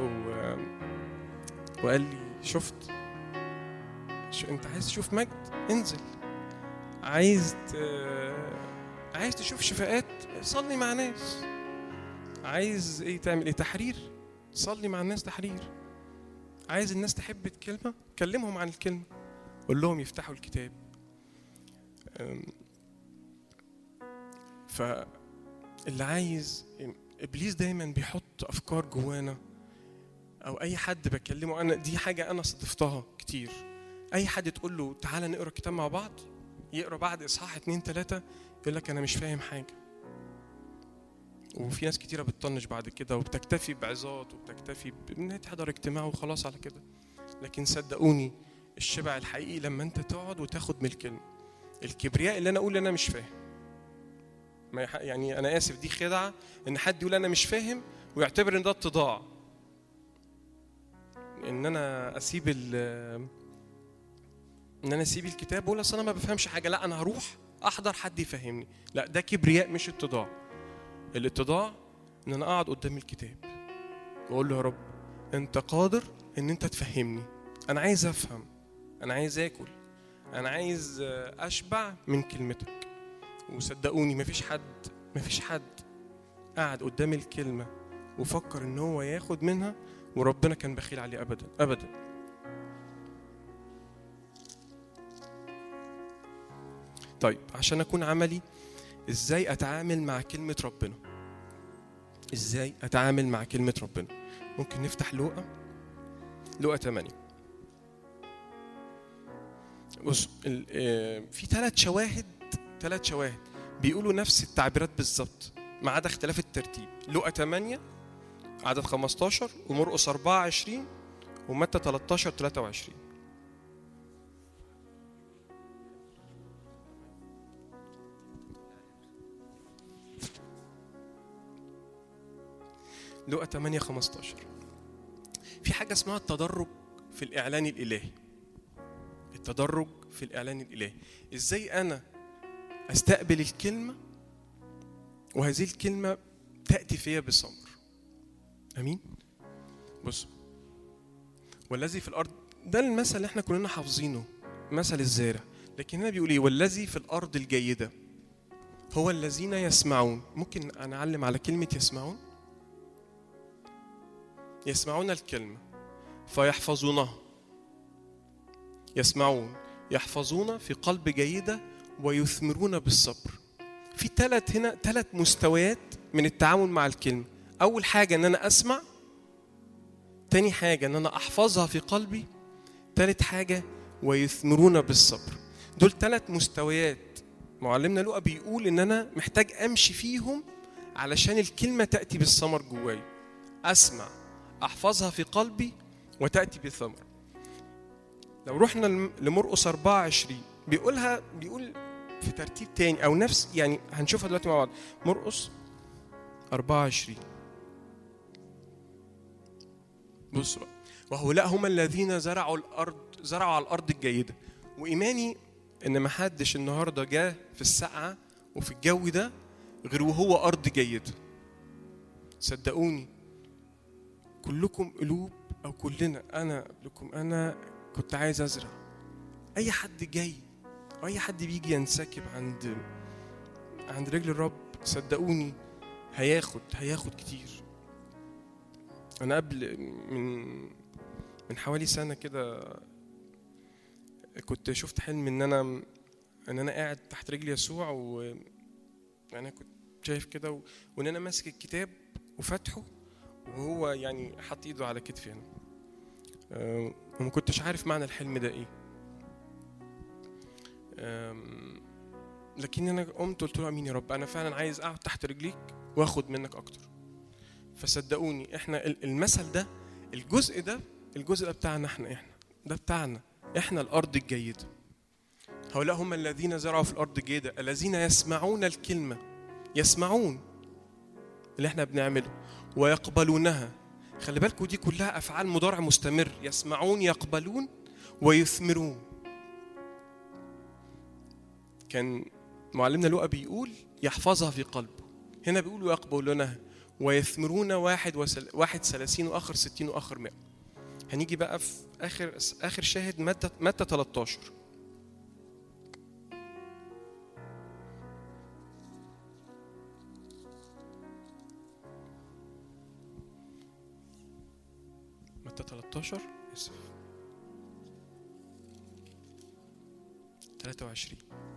وقال لي شفت، انت عايز تشوف مجد انزل، عايز تشوف شفاءات صلي مع ناس، عايز ايه تعمل ايه تحرير صلي مع الناس تحرير، عايز الناس تحب الكلمة كلمهم عن الكلمة، قول لهم يفتحوا الكتاب. فاللي عايز، ابليس دايما بيحط افكار جوانا، او اي حد بكلمه، انا دي حاجة انا صدفتها كتير، اي حد تقول له تعالى نقرا كتاب مع بعض، يقرا بعد اصحاح 2 3 يقول لك انا مش فاهم حاجه. وفي ناس كتيره بتطنش بعد كده وبتكتفي بعظات وبتكتفي بانها تحضر اجتماع وخلاص على كده. لكن صدقوني الشبع الحقيقي لما انت تقعد وتاخد من الكلمه. الكبرياء اللي انا اقول انا مش فاهم، يعني انا اسف، دي خدعه ان حد يقول انا مش فاهم ويعتبر ان ده اتضاع، ان انا اسيب الكتاب واقول اصل انا ما بفهمش حاجه، لا انا هروح احضر حد يفهمني. لا، ده كبرياء مش اتضاع. الاتضاع ان انا اقعد قدام الكتاب واقول له يا رب انت قادر ان انت تفهمني، انا عايز افهم، انا عايز اكل، انا عايز اشبع من كلمتك. وصدقوني مفيش حد قاعد قدام الكلمه وفكر ان هو ياخد منها وربنا كان بخيل عليه ابدا ابدا. طيب عشان اكون عملي، ازاي اتعامل مع كلمة ربنا؟ ازاي اتعامل مع كلمة ربنا؟ ممكن نفتح لوقا 8. بص، في 3 شواهد بيقولوا نفس التعبيرات بالظبط ما عدا اختلاف الترتيب. لوقا 8 عدد 15، ومرقس 24، ومتى 13 23. لوقا 8 15. في حاجة اسمها التدرج في الإعلان الإلهي. التدرج في الإعلان الإلهي، إزاي أنا أستقبل الكلمة وهذه الكلمة تأتي فيها بثمر. أمين. بص، والذي في الأرض، ده المثل اللي احنا كلنا حافظينه، مثل الزارع. لكن هنا بيقول ايه؟ والذي في الأرض الجيدة هو الذين يسمعون. ممكن أنا أعلم على كلمة يسمعون. يسمعون الكلمة فيحفظونها. يسمعون، يحفظون في قلب جيدة ويثمرون بالصبر. في 3 مستويات من التعامل مع الكلمة. أول حاجة إن أنا أسمع، تاني حاجة إن أنا أحفظها في قلبي، تالت حاجة ويثمرون بالصبر. دول 3 مستويات معلمنا لوقا بيقول إن أنا محتاج أمشي فيهم علشان الكلمة تأتي بالثمر جواي. أسمع، أحفظها في قلبي، وتأتي بثمر. لو رحنا لمرقس 24 بيقول في ترتيب تاني أو نفس، يعني هنشوفها دلوقتي مع بعض. مرقس 24. بصوا بقى، وهؤلاء هم الذين زرعوا على الأرض الجيدة. وإيماني إن ما حدش النهاردة جاء في السقعة وفي الجو ده غير وهو أرض جيدة. صدقوني كلكم قلوب، أو كلنا، أنا كنت عايز أزرع. أي حد جاي أو أي حد بيجي ينسكب عند رجل الرب، صدقوني هياخد كتير. أنا قبل من حوالي سنة كده كنت شفت حلم إن أنا قاعد تحت رجل يسوع، وأنا كنت شايف كده، وإن أنا ماسك الكتاب وفتحه، وهو يعني حط إيده على كتفي هنا. وما كنتش عارف معنى الحلم ده ايه. لكن انا قلت له امين يا رب، انا فعلا عايز اقعد تحت رجليك واخد منك اكتر. فصدقوني احنا المثل ده، الجزء ده بتاعنا احنا ده بتاعنا احنا، الارض الجيده. هؤلاء هم الذين زرعوا في الارض الجيده، الذين يسمعون الكلمه، يسمعون اللي احنا بنعمله ويقبلونها. خلي بالكم دي كلها افعال مضارع مستمر، يسمعون يقبلون ويثمرون. كان معلمنا لوقا بيقول يحفظها في قلبه، هنا بيقول يقبلونها ويثمرون، واحد 30 واخر 60 واخر 100. هنيجي بقى في اخر شاهد متى 13. متى 13 23.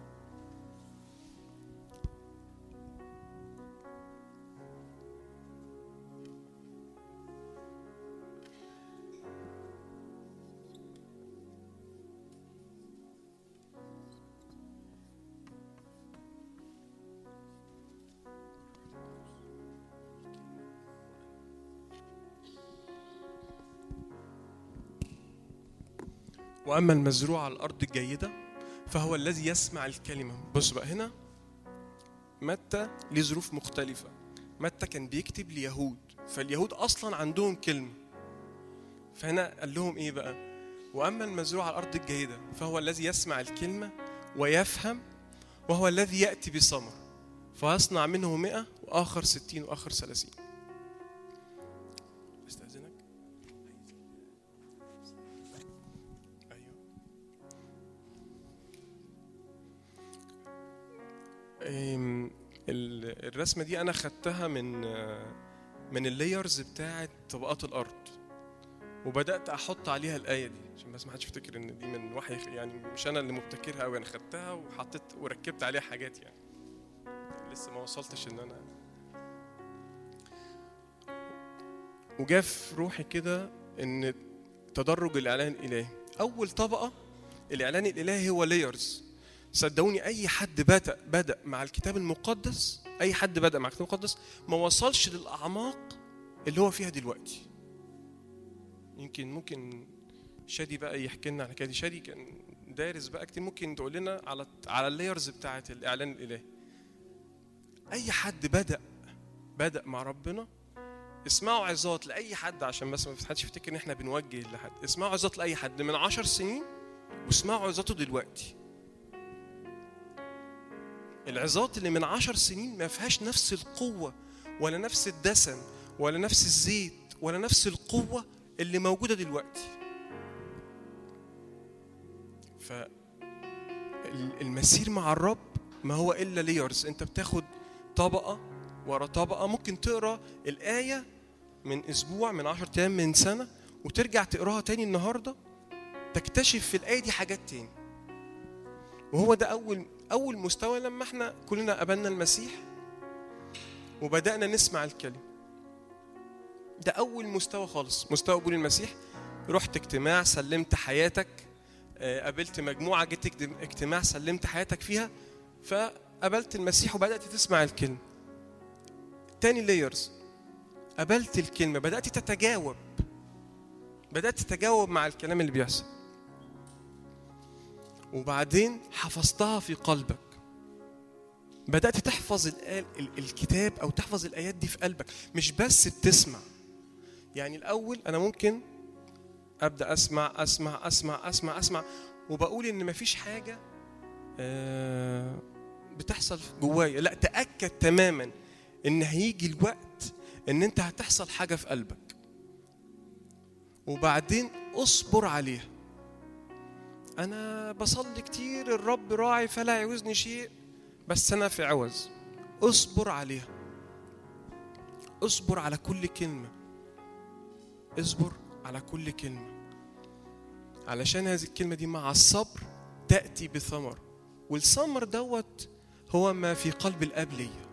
وأما المزروع على الأرض الجيدة فهو الذي يسمع الكلمة. بص بقى هنا متى ليه ظروف مختلفة. متى كان بيكتب ليهود، فاليهود أصلا عندهم كلمة، فهنا قال لهم إيه بقى؟ وأما المزروع على الأرض الجيدة فهو الذي يسمع الكلمة ويفهم، وهو الذي يأتي بثمر فيصنع منه 100 وآخر 60 وآخر 30. استأذنك. الرسمة دي أنا خدتها من اللايرز بتاعة طبقات الأرض، وبدأت أحط عليها الآية دي عشان بس ما حدش يفتكر إن دي من وحي، يعني مش أنا اللي مبتكرها أوي، أنا خدتها وحطيت وركبت عليها حاجات، يعني لسه ما وصلتش إن أنا. وجاء في روحي كده إن تدرج الإعلان الإلهي، أول طبقة الإعلان الإلهي هو لايرز. صدقوني أي حد بدأ مع الكتاب المقدس، أي حد بدأ مع الكتاب المقدس ما وصلش للأعماق اللي هو فيها دلوقتي. ممكن شادي بقى يحكي لنا على كده. شادي كان دارس بقى كتير، ممكن تقول لنا على اللايرز بتاعة الإعلان الإلهي. أي حد بدأ مع ربنا، اسمعوا عظات لأي حد عشان بس ما حدش يفتكر إن إحنا بنوجه لحد. اسمعوا عظات لأي حد من 10 سنين واسمعوا عظاته دلوقتي. العظات اللي من 10 سنين ما فيهاش نفس القوة ولا نفس الدسم ولا نفس الزيت ولا نفس القوة اللي موجودة دلوقتي. فالمسير مع الرب ما هو إلا ليرز. أنت بتاخد طبقة ورا طبقة. ممكن تقرأ الآية من أسبوع، من 10 أيام، من سنة، وترجع تقراها تاني النهاردة، تكتشف في الآية دي حاجات تاني. وهو ده أول مستوى لما احنا كلنا قبلنا المسيح وبدأنا نسمع الكلمة. ده أول مستوى خالص، مستوى قبول المسيح. رحت اجتماع سلمت حياتك، قابلت مجموعة، جيت اجتماع سلمت حياتك فيها، فقابلت المسيح وبدأت تسمع الكلمة. تاني لايرز، قابلت الكلمة، بدأت تتجاوب مع الكلام اللي بيحصل، وبعدين حفظتها في قلبك. بدأت تحفظ الكتاب أو تحفظ الآيات دي في قلبك، مش بس بتسمع. يعني الأول أنا ممكن أبدأ أسمع وبقول إن مفيش حاجة بتحصل جوايا. لا، تأكد تماما إن هيجي الوقت إن أنت هتحصل حاجة في قلبك، وبعدين أصبر عليها. أنا بصلي كتير، الرب راعي فلا يعوزني شيء، بس أنا في عوز. أصبر عليها، أصبر على كل كلمة، اصبر على كل كلمة، علشان هذه الكلمة دي مع الصبر تأتي بثمر. والثمر دوت هو ما في قلب الآب ليا.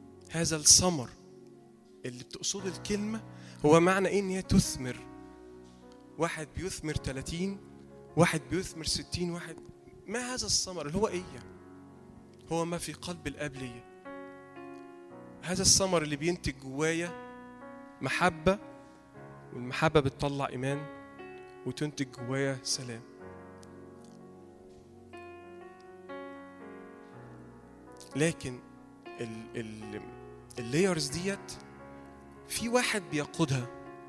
هذا الثمر اللي بتقصد الكلمة هو معنى إيه؟ إن هي تثمر واحد بيثمر 30، واحد بيثمر 60، واحد. ما هذا الثمر اللي هو ايه؟ هو ما في قلب الاب ليا. هذا الثمر اللي بينتج جوايا محبة، والمحبة بتطلع إيمان وتنتج جوايا سلام. لكن اللايرز ديت في واحد بيقودها،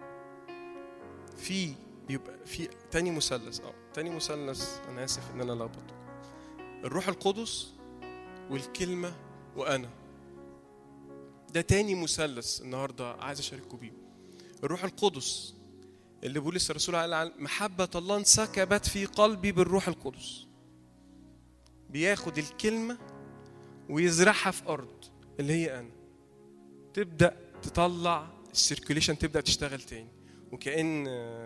في بيبقى في تاني مثلث أنا آسف إن أنا لخبطت. الروح القدس والكلمة وأنا، ده تاني مثلث النهارده عايز أشارككم بيه. الروح القدس اللي بولس الرسول قال محبة الله انسكبت في قلبي بالروح القدس، بياخد الكلمة ويزرعها في أرض اللي هي أنا، تبدأ تطلع السيركوليشن، تبدأ تشتغل تاني، وكأن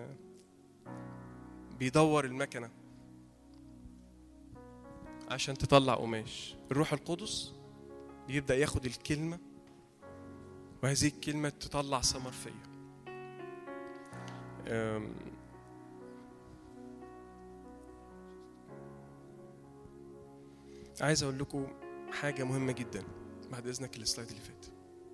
بيدور المكنة عشان تطلع قماش. الروح القدس بيبدأ ياخد الكلمة، وهذه الكلمة تطلع ثمر فيا. عايز أقول لكم حاجة مهمة جدا بعد إذنك. السلايد اللي فات،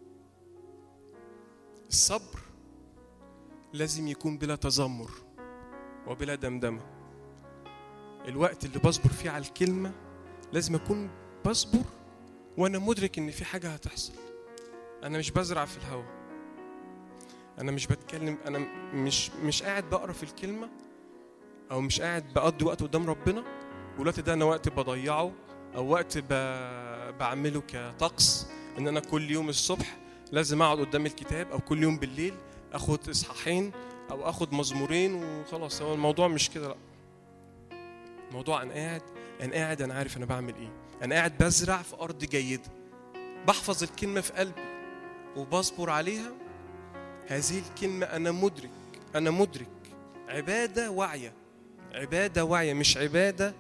الصبر لازم يكون بلا تذمر وبلا دمدمة. الوقت اللي بصبر فيه على الكلمة لازم أكون بصبر وأنا مدرك إن في حاجة هتحصل. أنا مش بزرع في الهواء، أنا مش بتكلم، أنا مش قاعد بقرأ في الكلمة، أو مش قاعد بقضي وقت قدام ربنا والوقت ده أنا وقت بضيعه، أو وقت بعمله كطقس إن أنا كل يوم الصبح لازم أقعد قدام الكتاب، أو كل يوم بالليل أخد إصحاحين أو أخد مزمورين وخلاص. هو الموضوع مش كده، لأ. الموضوع أنا قاعد أنا عارف أنا بعمل إيه. أنا قاعد بزرع في أرض جيدة، بحفظ الكلمة في قلبي وبصبر عليها. هذه الكلمة أنا مدرك عبادة واعية، مش عبادة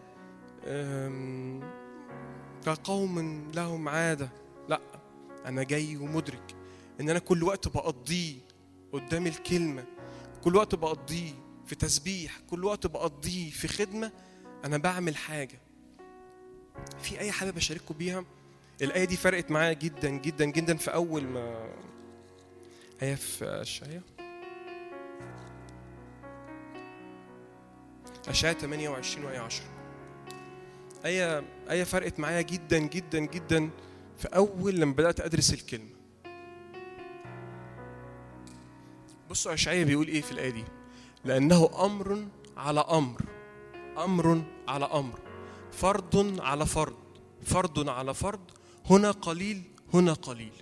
كقوم لهم عادة. لا، أنا جاي ومدرك إن أنا كل وقت بقضيه قدام الكلمة، كل وقت بقضيه في تسبيح، كل وقت بقضيه في خدمة، أنا بعمل حاجة. في آية حابب أشارككم بيها. الآية دي فرقت معايا جدا جدا جدا. في أول ما آية في أشعياء 28 وآية 10. آية فرقت معايا جدا جدا جدا في أول لما بدأت أدرس الكلمة. بصوا أشعياء بيقول إيه في الآية دي: لأنه أمر على أمر، فرض على فرض، هنا قليل هنا قليل.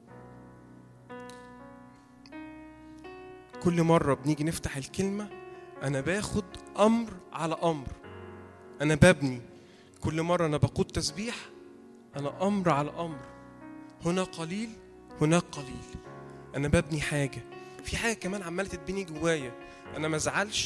كل مرة بنيجي نفتح الكلمة أنا باخد أمر على أمر، أنا ببني. كل مرة أنا بقود تسبيح أنا أمر على أمر، هنا قليل هناك قليل. أنا ببني حاجة، في حاجة كمان عمالة تتبني جوايا. أنا ما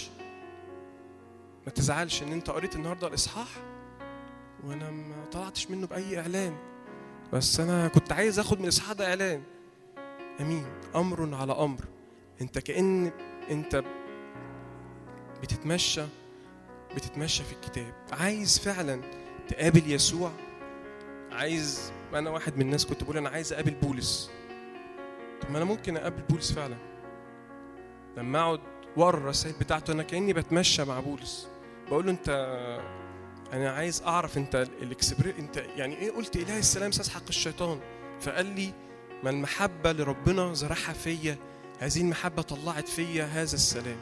تزعلش إن أنت قريت النهاردة الإصحاح وأنا ما طلعتش منه بأي إعلان، بس أنا كنت عايز أخد من الإصحاح ده إعلان. أمين. أمر على أمر. أنت كأن أنت بتتمشى في الكتاب، عايز فعلا تقابل يسوع. أنا واحد من الناس كنت بقول أنا عايز أقابل بولس. طب ما أنا ممكن أقابل بولس فعلا لما أقعد وأقرأ الرسائل بتاعته. أنا كأني بتمشى مع بولس، بقول له أنا عايز أعرف أنت أنت يعني إيه قلت إله السلام سأسحق الشيطان. فقال لي ما المحبة لربنا زرعها فيا، هذه المحبة طلعت فيا هذا السلام.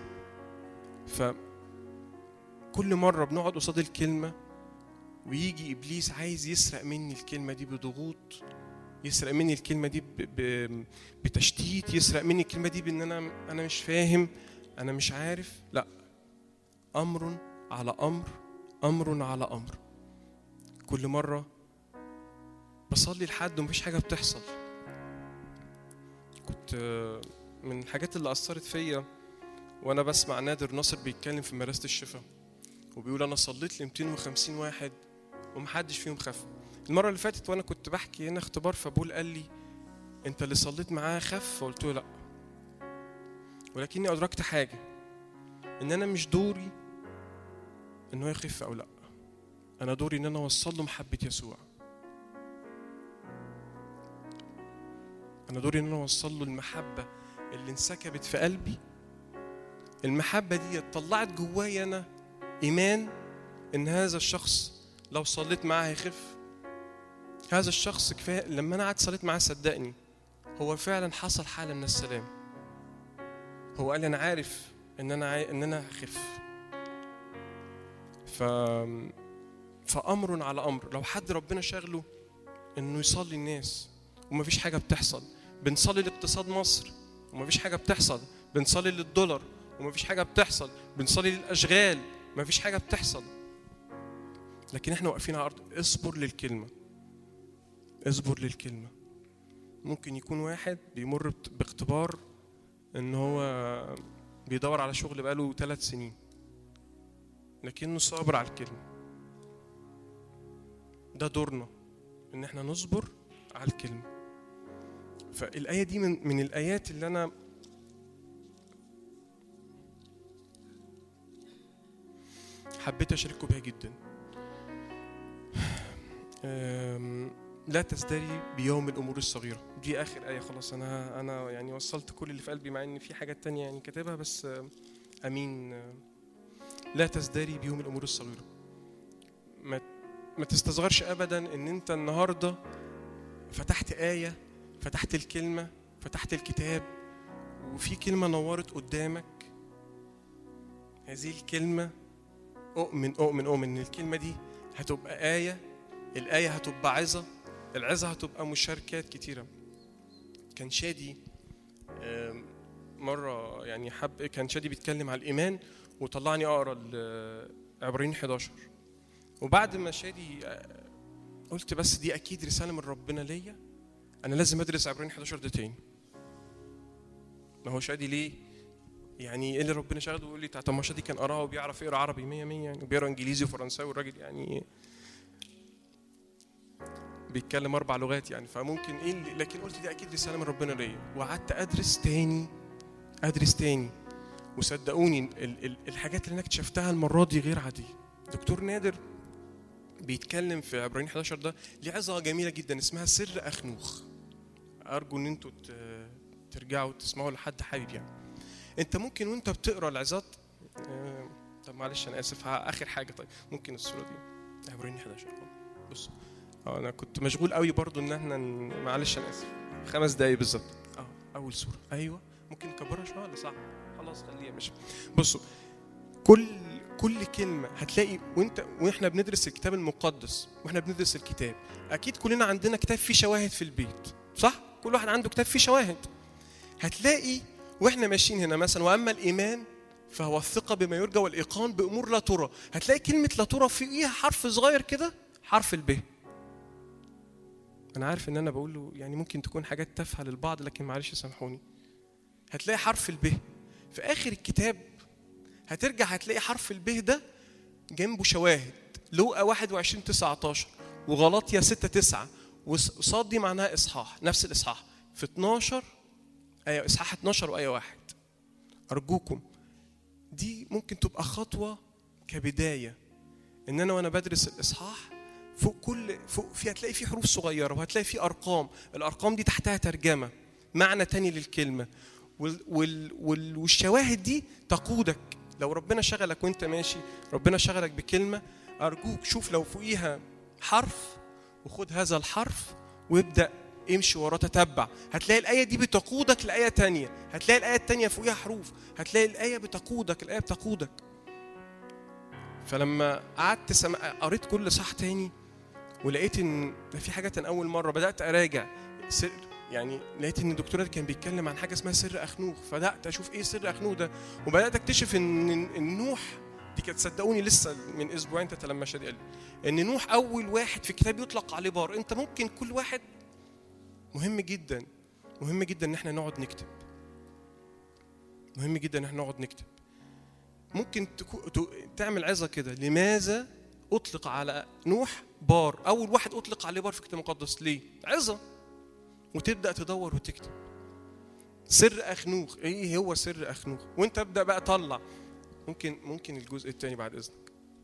فكل مرة بنقعد قصاد الكلمة ويجي إبليس عايز يسرق مني الكلمة دي بضغوط، يسرق مني الكلمة دي بتشتيت، يسرق مني الكلمة دي بأن أنا مش فاهم، أنا مش عارف. لا، أمر على أمر. كل مرة بصلي لحد ومفيش حاجة بتحصل. كنت من الحاجات اللي أثرت فيا وأنا بسمع نادر ناصر بيتكلم في مدرسة الشفاء، وبيقول أنا صليت ل 250 واحد ومحدش فيهم خف. المرة اللي فاتت وأنا كنت بحكي هنا اختبار، فبول قال لي أنت اللي صليت معاه خف؟ فقلت له لأ، ولكني أدركت حاجة، ان انا مش دوري انه يخف او لا، انا دوري ان انا اوصل له محبة يسوع. انا دوري ان انا اوصل له المحبة اللي انسكبت في قلبي. المحبة دي طلعت جوايا انا ايمان ان هذا الشخص لو صليت معاه هيخف. هذا الشخص كفاية لما انا قعدت صليت معاه صدقني هو فعلا حصل حالة من السلام. هو قال انا عارف ان انا هخف. فامر على امر. لو حد ربنا شغله انه يصلي الناس ومفيش حاجة بتحصل، بنصلي لاقتصاد مصر ومفيش حاجة بتحصل، بنصلي للدولار ومفيش حاجة بتحصل، بنصلي للأشغال مفيش حاجة بتحصل، لكن احنا واقفين على الأرض. اصبر للكلمة، اصبر للكلمة. ممكن يكون واحد بيمر باختبار ان هو بيدور على شغل بقاله 3 سنين لكنه صابر على الكلمة. ده دورنا ان احنا نصبر على الكلمة. فالآية دي من الآيات اللي أنا حبيت أشارككم بها جدا. لا تزدري بيوم الأمور الصغيرة. دي آخر آية خلاص. أنا يعني وصلت كل اللي في قلبي، مع إن في حاجات تانية يعني كاتبها، بس أمين. لا تزدري بيوم الأمور الصغيرة. ما تستصغرش أبدا إن أنت النهاردة فتحت آية، فتحت الكلمة، فتحت الكتاب، وفي كلمة نورت قدامك. هذه الكلمة أؤمن إن الكلمة دي هتبقى آية، الآية هتبقى عظة، العظة هتبقى مشاركات كتيرة. كان شادي مرة يعني كان شادي بيتكلم على الإيمان وطلعني أقرأ عبرانيين 11، وبعد ما شادي قلت بس دي أكيد رسالة من ربنا ليا، أنا لازم أدرس عبرانيين 11 ده تاني. ما هو شادي ليه؟ يعني إيه اللي ربنا شغله ويقول لي طب ما شادي كان قراها وبيعرف يقرا عربي 100 يعني، وبيقرا إنجليزي وفرنساوي، والراجل يعني بيتكلم 4 لغات يعني، فممكن إيه لكن قلت دي أكيد رسالة من ربنا ليا، وقعدت أدرس تاني. وصدقوني الحاجات اللي أنا اكتشفتها المرة دي غير عادية. دكتور نادر بيتكلم في عبرانيين 11 ده ليه عظة جميلة جدا اسمها سر أخنوخ. أرجو إن أنتوا ترجعوا تسمعوا لحد حبيب يعني. أنت ممكن وأنت بتقرأ العظات طب معلش أنا آسف آخر حاجة. طيب ممكن الصورة دي عبرانيين 11. بص أنا كنت مشغول قوي برضو إن احنا معلش أنا آسف 5 دقايق بالظبط. أول صورة أيوة ممكن نكبرها شوية ولا صعب؟ خلاص خليها ماشي. بصوا كل كلمة هتلاقي واحنا بندرس الكتاب المقدس، واحنا بندرس الكتاب اكيد كلنا عندنا كتاب فيه شواهد في البيت، صح؟ كل واحد عنده كتاب فيه شواهد. هتلاقي واحنا ماشيين هنا مثلا واما الايمان فهو الثقة بما يرجى والايقان بامور لا ترى، هتلاقي كلمة لا ترى فيها حرف صغير كده، حرف الب. انا عارف ان انا بقول له يعني ممكن تكون حاجات تافهة للبعض، لكن معلش سامحوني. هتلاقي حرف الب في اخر الكتاب، هترجع هتلاقي حرف الب ده جنبه شواهد. لوقا 21:19 وغلاطيا 6:9 وصاد دي معناها اصحاح، نفس الاصحاح في 12 ايه، اصحاح 12 وايه 1. ارجوكم دي ممكن تبقى خطوه كبدايه، ان انا وانا بدرس الاصحاح فوق في هتلاقي في حروف صغيره وهتلاقي في ارقام، الارقام دي تحتها ترجمه معنى تاني للكلمه، والشواهد دي تقودك. لو ربنا شغلك وانت ماشي، ربنا شغلك بكلمة، أرجوك شوف لو فوقيها حرف وخد هذا الحرف وابدأ امشي وراه، تتبع. هتلاقي الآية دي بتقودك لآية تانية، هتلاقي الآية التانية فوقيها حروف، هتلاقي الآية بتقودك، الآية بتقودك. فلما قعدت قريت كل صح تاني ولقيت ان في حاجات أنا أول مرة بدأت أراجع يعني لقيت ان الدكتور كان بيتكلم عن حاجه اسمها سر اخنوخ، فبدات اشوف ايه سر اخنوخ ده، وبدات اكتشف ان نوح دي كانت صدقوني لسه من اسبوعين 3 لما شادي قال ان نوح اول واحد في الكتاب يطلق عليه بار. انت ممكن كل واحد مهم جدا ان احنا نقعد نكتب، مهم جدا ان احنا نقعد نكتب. ممكن تعمل عظه كده، لماذا اطلق على نوح بار؟ اول واحد اطلق عليه بار في الكتاب المقدس ليه؟ عظه. وتبدأ تدور وتكتب سر أخنوخ. ايه هو سر أخنوخ؟ وانت ابدأ بقى طلع ممكن الجزء الثاني بعد اذنك.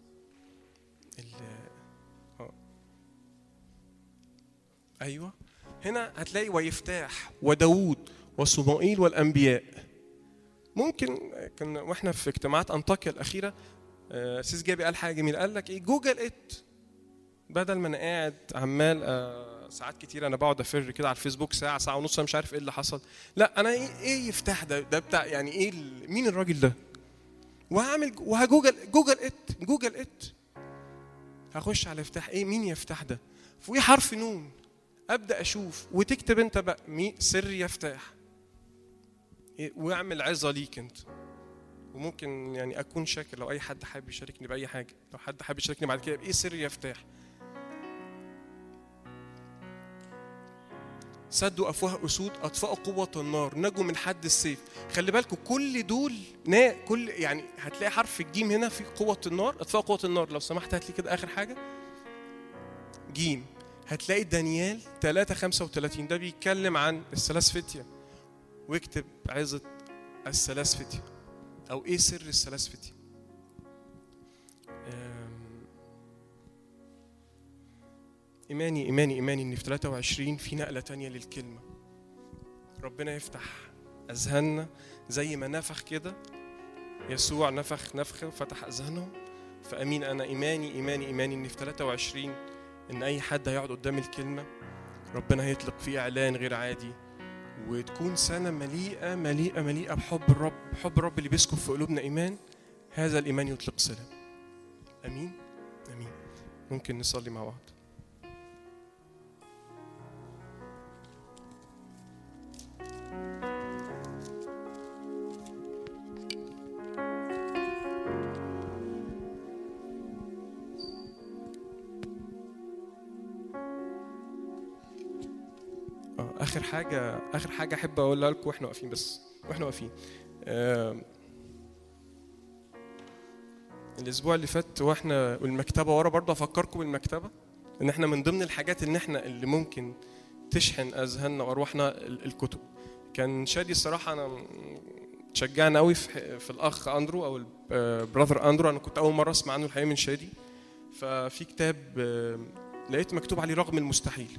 ايوه هنا هتلاقي ويفتاح وداود وصموئيل والانبياء. ممكن كنا واحنا في اجتماعات انطاكيا الاخيره سيس جابي قال حاجه جميله، قال لك ايه؟ جوجل ات. بدل ما انا قاعد عمال ساعات كتير انا بقعد افر كده على الفيسبوك ساعه ونص، انا مش عارف ايه اللي حصل. لا انا ايه يفتح ده بتاع يعني ايه؟ مين الراجل ده؟ وهعمل جوجل ات هخش على يفتح ايه؟ مين يفتح ده؟ في حرف نون ابدا اشوف، وتكتب انت بقى سر يفتح واعمل عظه ليك انت. وممكن يعني اكون شاكر لو اي حد حابب يشاركني باي حاجه، لو حد حابب يشاركني بعد كده بايه سر يفتح. سدوا افواه اسود، اطفأوا قوه النار، نجوا من حد السيف. خلي بالكم كل دول كل يعني هتلاقي حرف الجيم هنا في قوه النار، اطفأوا قوه النار. لو سمحت هات لي كده اخر حاجه جيم. هتلاقي دانيال 3:35 ده بيتكلم عن الثلاث فتية، واكتب عظة الثلاث فتية او ايه سر الثلاث فتية. إيماني إن في 23 في نقلة تانية للكلمة. ربنا يفتح أذهاننا زي ما نفخ كده يسوع نفخة وفتح أذهانهم. فأمين أنا إيماني إن في 23 إن أي حد هيقعد قدام الكلمة ربنا هيطلق فيه إعلان غير عادي، وتكون سنة مليئة بحب الرب، حب الرب اللي بيسكب في قلوبنا إيمان. هذا الإيمان يطلق سلام. أمين. ممكن نصلي مع بعض. آخر حاجة أحب أقولها لكم وإحنا واقفين الأسبوع اللي فات وإحنا والمكتبة ورا برضه أفكركم بالمكتبة إن إحنا من ضمن الحاجات اللي ممكن تشحن أذهاننا وأرواحنا الكتب. كان شادي الصراحة أنا تشجعنا قوي في الأخ أندرو أو البراذر أندرو. أنا كنت أول مرة أسمع عنه الحقيقة من شادي. ففي كتاب لقيت مكتوب عليه رغم المستحيل.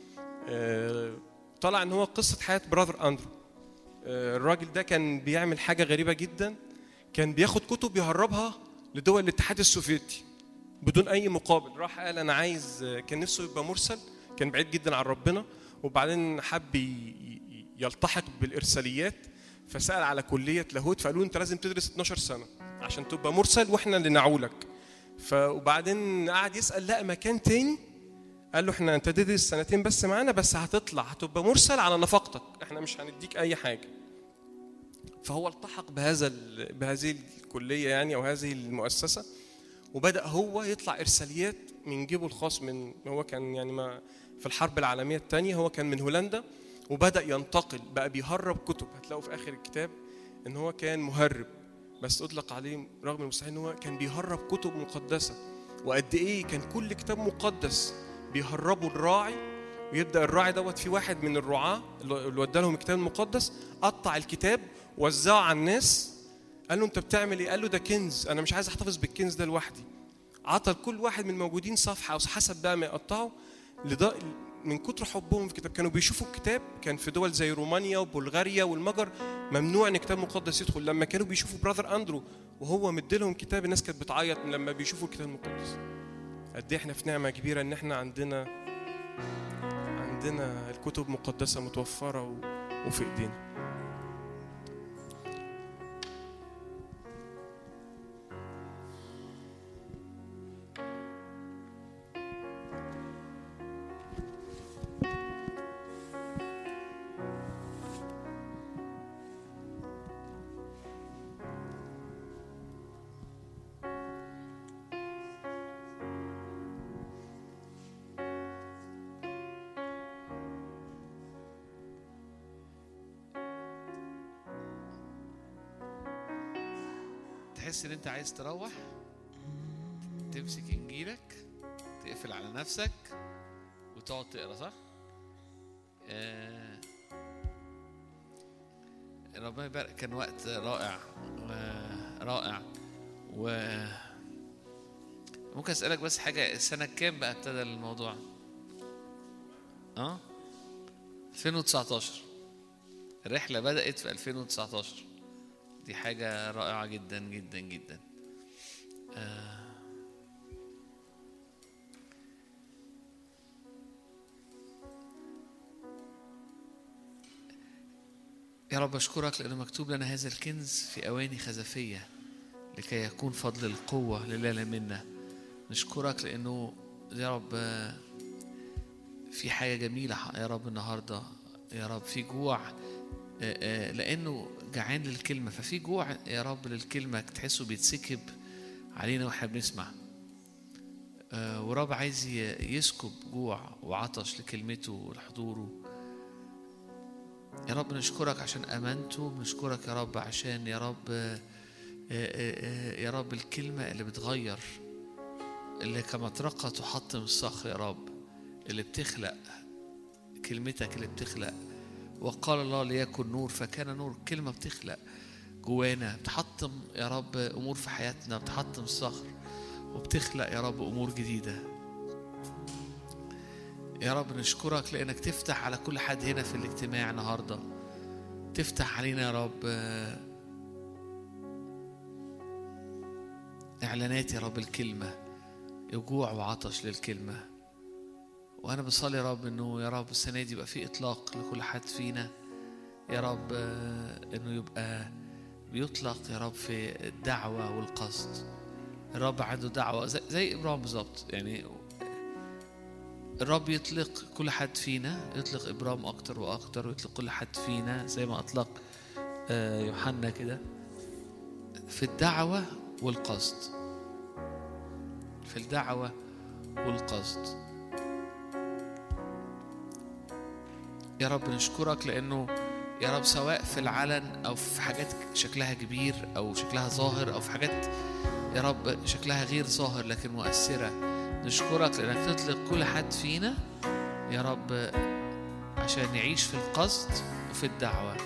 طلع ان هو قصه حياه براذر اندرو. الراجل ده كان بيعمل حاجه غريبه جدا، كان بياخد كتب يهربها لدول الاتحاد السوفيتي بدون اي مقابل. راح قال انا عايز، كان نفسه يبقى مرسل، كان بعيد جدا عن ربنا، وبعدين حب يلتحق بالارساليات، فسال على كليه لاهوت، فقالوا له انت لازم تدرس 12 سنه عشان تبقى مرسل واحنا اللي نعولك. وبعدين قعد يسال لقى مكان تاني قال له انت تدرس 2 سنين بس معانا، بس هتبقى مرسل على نفقتك، احنا مش هنديك اي حاجه. فهو التحق بهذه الكليه يعني او هذه المؤسسه، وبدا هو يطلع ارساليات من جيبه الخاص. من هو كان يعني ما في الحرب العالميه الثانيه، هو كان من هولندا وبدا ينتقل بقى بيهرب كتب. هتلاقوا في اخر الكتاب ان هو كان مهرب، بس اطلق عليه رغم المستحيل ان هو كان بيهرب كتب مقدسه. وقد ايه كان كل كتاب مقدس بيهربوا الراعي، ويبدا الراعي دوت في واحد من الرعاة اللي ودى لهم الكتاب المقدس قطع الكتاب وزعه على الناس. قال له انت بتعمل ايه؟ قال له ده كنز، انا مش عايز احتفظ بالكنز ده لوحدي. عطى لكل واحد من الموجودين صفحه او حسب بقى ما يقطعوا. من كتر حبهم في الكتاب كانوا بيشوفوا الكتاب. كان في دول زي رومانيا وبلغاريا والمجر ممنوع ان كتاب مقدس يدخل. لما كانوا بيشوفوا براذر اندرو وهو مديلهم كتاب، الناس كانت بتعيط لما بيشوفوا الكتاب المقدس. قد ايه احنا في نعمه كبيره ان احنا عندنا الكتب مقدسه متوفره وفي ايدينا. تحس ان انت عايز تروح تمسك انجيلك تقفل على نفسك وتقعد تقرا، صح؟ ربنا يبارك. كان وقت رائع. ممكن أسألك بس حاجة، السنة كام بقى ابتدى الموضوع؟ 2019. الرحلة بدأت في 2019. دي حاجة رائعة جدا جدا جدا. يا رب أشكرك لأنه مكتوب لنا هذا الكنز في أواني خزفية لكي يكون فضل القوة لله لا منا. نشكرك لأنه يا رب في حاجة جميلة يا رب النهاردة. يا رب في جوع، لأنه جعان للكلمة، ففي جوع يا رب للكلمة تحسه بيتسكب علينا وإحنا بنسمع. ورب عايز يسكب جوع وعطش لكلمته ولحضوره. يا رب نشكرك عشان أمانته، نشكرك يا رب عشان يا رب الكلمة اللي بتغير، اللي كمطرقة تحطم الصخر يا رب، اللي بتخلق كلمتك اللي بتخلق. وقال الله ليكن نور فكان نور. كلمة بتخلق جوانا، بتحطم يا رب أمور في حياتنا، بتحطم الصخر وبتخلق يا رب أمور جديدة. يا رب نشكرك لأنك تفتح على كل حد هنا في الاجتماع النهاردة، تفتح علينا يا رب إعلانات يا رب الكلمة، جوع وعطش للكلمة. وأنا بصلي يا رب إنه يا رب السنة دي يبقى في إطلاق لكل حد فينا يا رب، إنه يبقى بيطلق يا رب في الدعوة والقصد. الرب عنده دعوة زي إبراهيم بالظبط، يعني الرب يطلق كل حد فينا، يطلق إبراهيم أكتر وأكتر، ويطلق كل حد فينا زي ما أطلق يوحنا كده في الدعوة والقصد، في الدعوة والقصد. يا رب نشكرك لأنه يا رب سواء في العلن أو في حاجات شكلها كبير أو شكلها ظاهر أو في حاجات يا رب شكلها غير ظاهر لكن مؤثرة، نشكرك لأنك تطلق كل حد فينا يا رب عشان نعيش في القصد وفي الدعوة.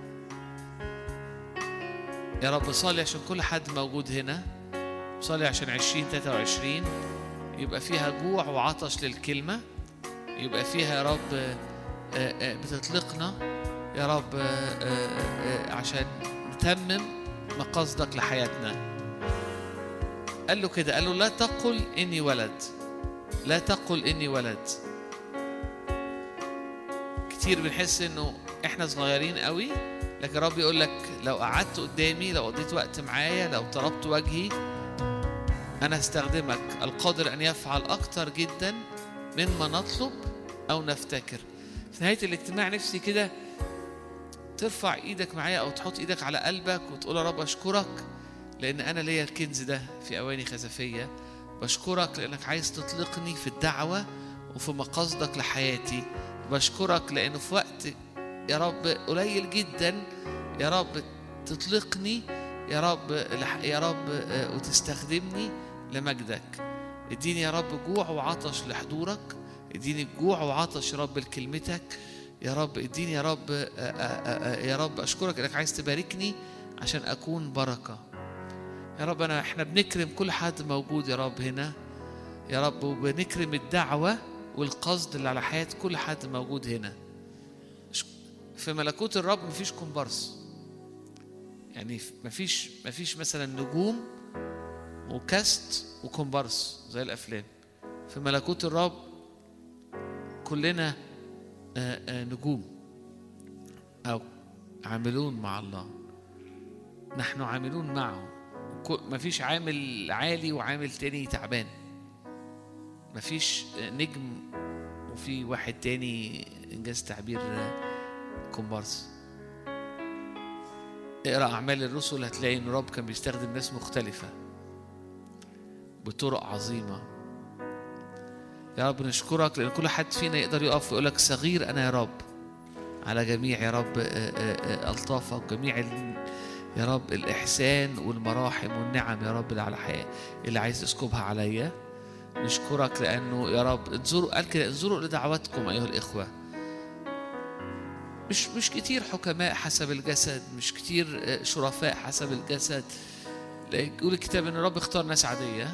يا رب صلي عشان كل حد موجود هنا، صلي عشان 2023 يبقى فيها جوع وعطش للكلمة، يبقى فيها يا رب بتطلقنا يا رب عشان نتمم مقاصدك لحياتنا. قال له كده، قال له لا تقل إني ولد، لا تقل إني ولد. كتير بنحس إنه إحنا صغيرين قوي، لكن رب يقول لك لو قعدت قدامي، لو قضيت وقت معايا، لو طلبت وجهي، أنا هستخدمك القادر أن يفعل أكتر جدا مما نطلب أو نفتكر. في نهاية الاجتماع نفسي كده ترفع إيدك معايا أو تحط إيدك على قلبك وتقول يا رب أشكرك لأن أنا ليا الكنز ده في أواني خزفية. بشكرك لأنك عايز تطلقني في الدعوة وفي مقاصدك لحياتي. بشكرك لأنه في وقت يا رب قليل جدا يا رب تطلقني يا رب وتستخدمني لمجدك. اديني يا رب جوع وعطش لحضورك، اديني جوع وعطش يا رب لكلمتك يا رب، اديني يا رب أشكرك انك عايز تباركني عشان اكون بركة يا رب. احنا بنكرم كل حد موجود يا رب هنا يا رب، وبنكرم الدعوة والقصد اللي على حياة كل حد موجود هنا. في ملكوت الرب مفيش كومبارس، يعني مفيش مثلا نجوم وكاست وكومبارس زي الافلام. في ملكوت الرب كلنا نجوم أو عاملون مع الله، نحن عاملون معه. مفيش عامل عالي وعامل تاني تعبان، مفيش نجم وفي واحد تاني إنجاز تعبير كومبارس. اقرأ أعمال الرسل هتلاقي إن الرب كان بيستخدم ناس مختلفة بطرق عظيمة. يا رب نشكرك لأن كل حد فينا يقدر يقف ويقول لك صغير أنا يا رب على جميع يا رب ألطافك، جميع يا رب الإحسان والمراحم والنعم يا رب اللي على حياة اللي عايز تسكبها عليا. نشكرك لأنه يا رب انظروا، قال كده انظروا لدعواتكم أيها الإخوة. مش كتير حكماء حسب الجسد، مش كتير شرفاء حسب الجسد، يقول الكتاب إن الرب اختار ناس عادية،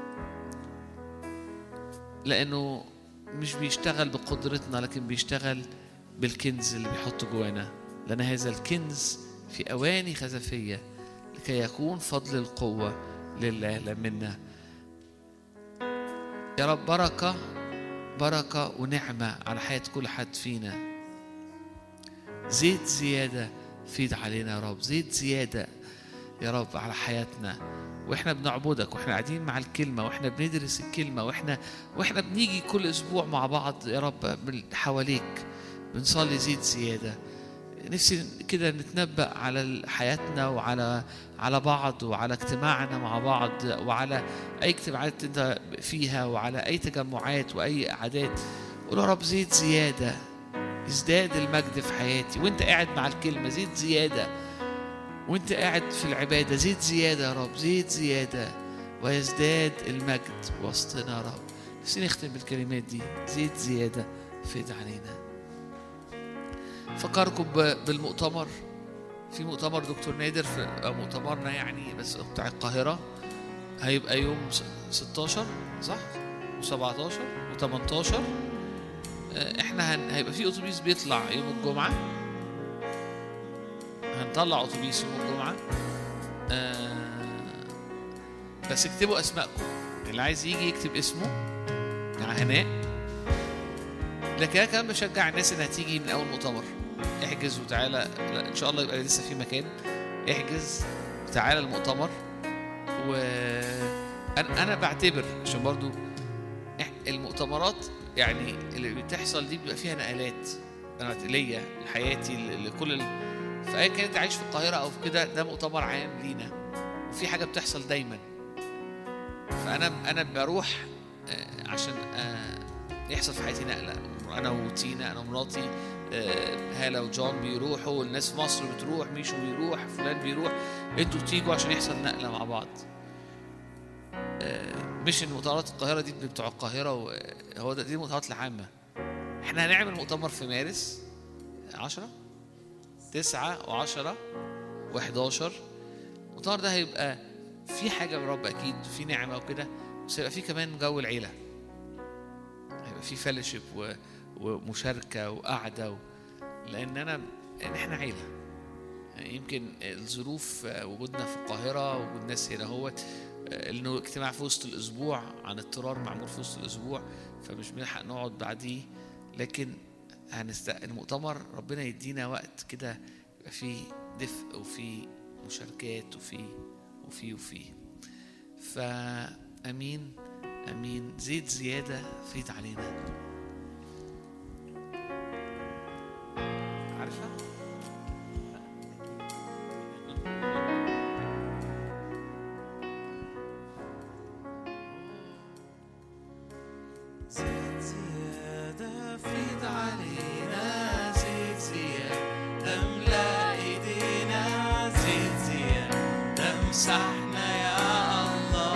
لأنه مش بيشتغل بقدرتنا لكن بيشتغل بالكنز اللي بيحطه جوانا. لأن هذا الكنز في أواني خزفية لكي يكون فضل القوة لله لا منا. يا رب بركة بركة ونعمة على حياة كل حد فينا. زيت زيادة فيض علينا يا رب، زيت زيادة يا رب على حياتنا، واحنا بنعبدك واحنا قاعدين مع الكلمة واحنا بندرس الكلمة واحنا بنيجي كل اسبوع مع بعض يا رب حواليك بنصلي زيت زيادة. نفسي كده نتنبأ على حياتنا وعلى بعض وعلى اجتماعنا مع بعض وعلى أي اجتماعات أنت فيها وعلى أي تجمعات وأي قعدات. قول يا رب زيت زيادة، ازداد المجد في حياتي وانت قاعد مع الكلمة، زيت زيادة وانت قاعد في العبادة، زيت زيادة يا رب، زيت زيادة ويزداد المجد وسطنا يا رب. نفسي نختم بالكلمات دي، زيت زيادة فيض علينا. فكركم بالمؤتمر، في مؤتمر دكتور نادر أو مؤتمرنا يعني بس بتاع القاهرة هيبقى يوم 16 صح و17 و18. احنا هيبقى في اتوبيس بيطلع يوم الجمعة، هنطلع اتوبيس يوم الجمعة. بس اكتبوا اسماءكم، اللي عايز يجي يكتب اسمه مع هناء. لكن انا كمان بشجع الناس انها تيجي من اول مؤتمر. احجز وتعالى، ان شاء الله يبقى لسه في مكان. احجز وتعالى المؤتمر. وانا بعتبر عشان برضو المؤتمرات يعني اللي بتحصل دي بيبقى فيها نقلات انا ليا لحياتي لكل فايا كانت عايش في القاهره او في كده، ده مؤتمر عام لينا وفي حاجه بتحصل دايما. فانا بروح عشان يحصل في حياتي نقله. انا وتينا، انا ومراتي هالة وجون بيروحوا، الناس في مصر بتروح، ميشو بيروح، فلان بيروح، انتوا تيجوا عشان يحصل نقله مع بعض. مش المؤتمرات القاهره دي بتوع القاهره هو دي المؤتمرات العامه. احنا هنعمل مؤتمر في مارس 10 9 و10 و11. المؤتمر ده هيبقى في حاجه من رب اكيد، في نعمه وكده، بس هيبقى في كمان جو العيله، هيبقى في فيلوشيب ومشاركه وقعده لان احنا عيله. يعني يمكن الظروف وجودنا في القاهره وجود الناس هنا هوت انه اجتماع في وسط الاسبوع عن اضطرار معمول في وسط الاسبوع، فمش بنلحق نقعد بعديه. لكن المؤتمر ربنا يدينا وقت كده يبقى فيه دفء وفيه مشاركات وفيه فامين امين. زيت زياده فيض علينا. عارفه زيت زيادة فيض علينا، زيت زيادة املأ ايدينا، زيت زيادة امسحنا يا الله.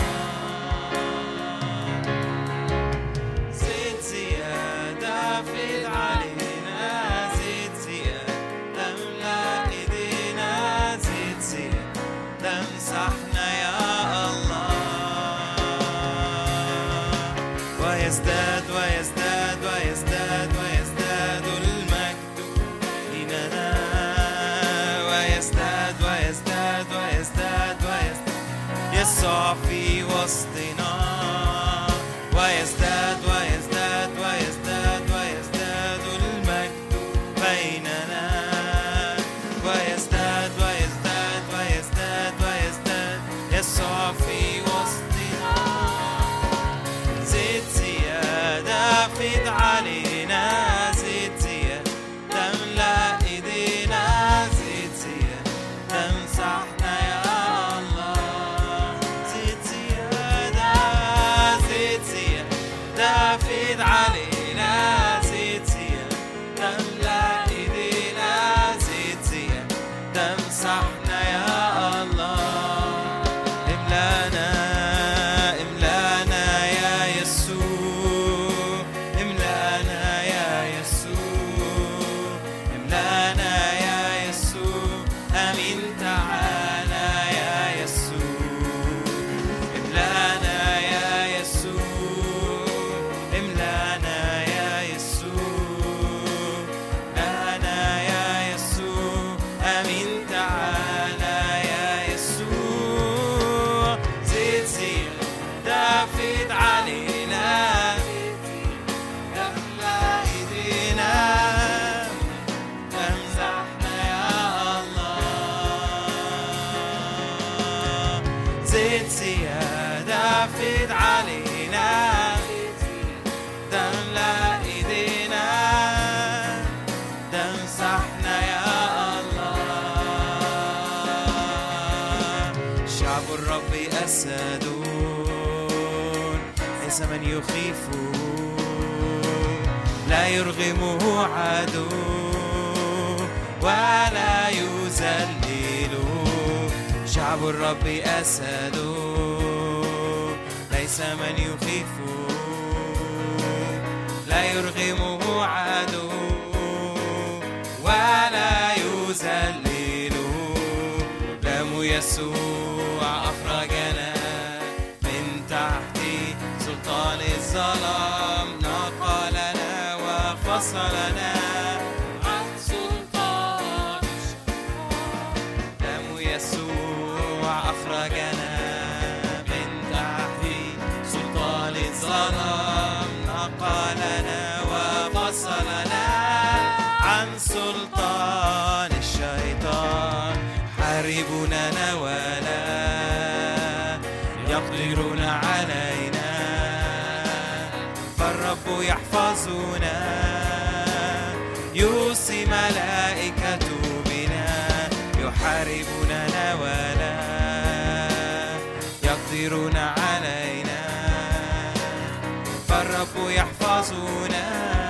زيت زيادة فيض علينا، زيت زيادة املأ ايدينا، زيت زيادة امسحنا يا الله. ويزداد ويزداد ويزداد ويزداد المجد حيننا، ويزداد ويزداد ويزداد ويزداد يسوع في وسطنا، ويزداد ويزداد ويزداد ويزداد المجد بيننا، ويزداد ويزداد ويزداد ويزداد يسوع في وسطنا. زيت زيادة فيض علينا، زيت زيادة تملأ ايدينا، زيت زيادة تمسحنا يا الله. زيت زيادة زيت زيادة فيض علينا تملأ ايدينا تمسحنا يا الله شعب الرب أسدون ليس من يخيفه لا يرغمه عدو ولا يذلله شعب الرب أسد ليس من يخيفه لا يرغمه عدو ولا يذلله دم يسوع أخرجنا من تحت سلطان الظلام نقلنا وفصلنا عن سلطان الشيطان دم يسوع أخرجنا من تحت سلطان الظلام نقلنا وفصلنا عن سلطان الشيطان حاربوننا ولا يقدرون علينا فالرب يحفظنا يوصي ملائكته بنا يحاربوننا ولا يقدرون علينا فالرب يحفظنا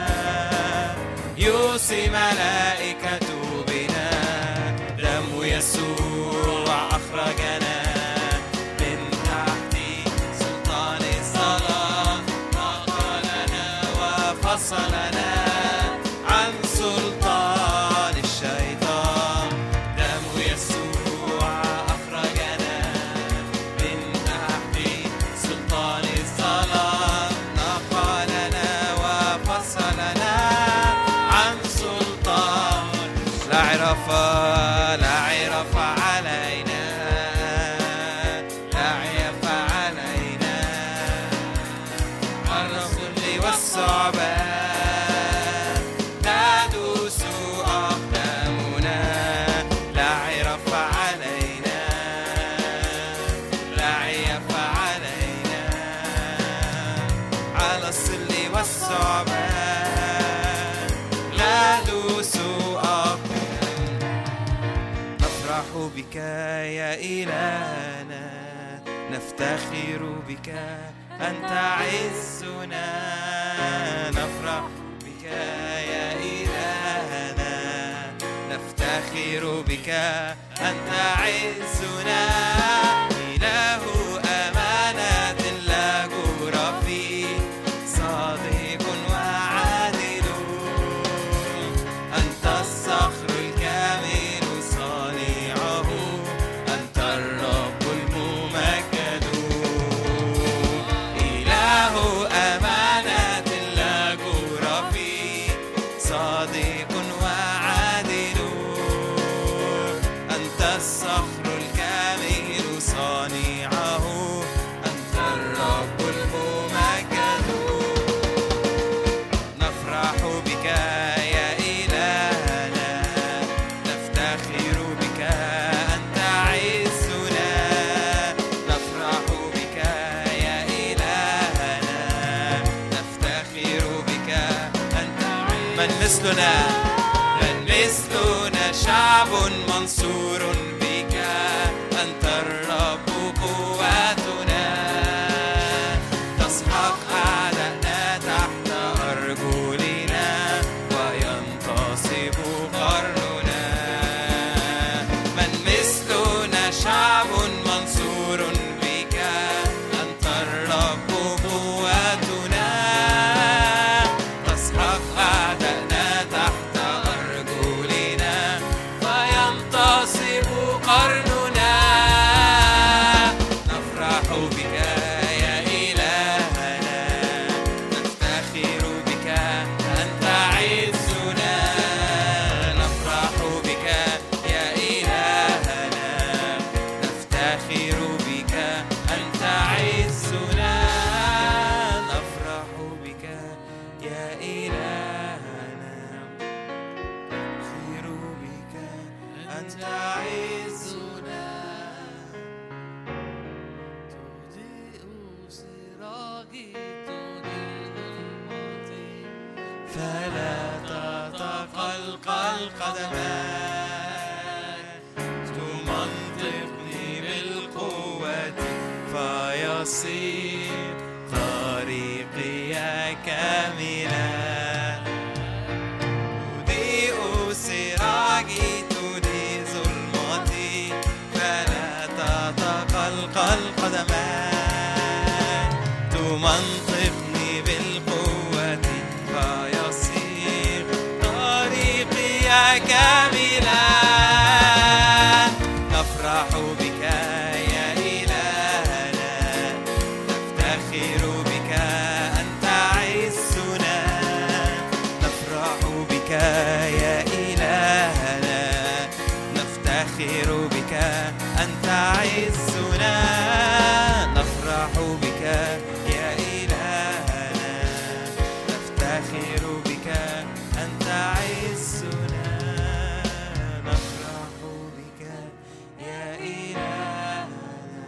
يوصي ملائكته بنا دم يسوع أخرجنا من تحت سلطان الظلام نقلنا وفصلنا عن سلطان الشيطان دم يسوع أخرجنا من تحت سلطان الظلام نقلنا وفصلنا عن سلطان لا عرف علينا لا عيف علينا الرسل والصعبان تدوس أقدامنا لا عرف علينا لا عيف علينا على الصل والصعبان لا دوس نفرح بك يا إلهنا نفتخر بك أنت عزنا نفرح بك يا إلهنا نفتخر بك أنت عزنا إله أمانة لا جور فيه صادق وعادل أنت الصخر الكامل صانعه أنت الرب الممجد إله أمانة لا جور فيه صادق وعادل أنت الصخر الكامل صانعه أنت الرب الممجد نفرح بك يا إلهنا نفتخر بك أنت عزنا نفرح بك يا إلهنا نفتخر بك أنت عزنا من مثلنا شعب منصور بك أنت الرب قوتنا تسحق أعداءنا تحت أرجلنا وينتصب قرننا من مثلنا شعب منصور بك أنت الرب قوتنا تسحق أعداءنا تحت أرجلنا وينتصب قرننا نفرح بك يا إلهنا نفتخر بك أنت عزنا نفرح بك يا إلهنا نفتخر بك أنت عزنا نفرح بك يا إلهنا نفتخر بك أنت عزنا فلا تتقلقل قدماي تمنطقني بالقوة فيصير طريقي كاملا تضيء سراجي تضيء ظلمتي فلا تتقلقل قدماي تمنطقني بالقوة فيصير طريقي كاملا نفرح بك يا إلهنا نفتخر بك أنت عزنا نفرح بك يا إلهنا نفتخر بك أنت عزنا نفرح بك يا إلهنا نفتخر بك أنت عزنا نفرح بك يا إلهنا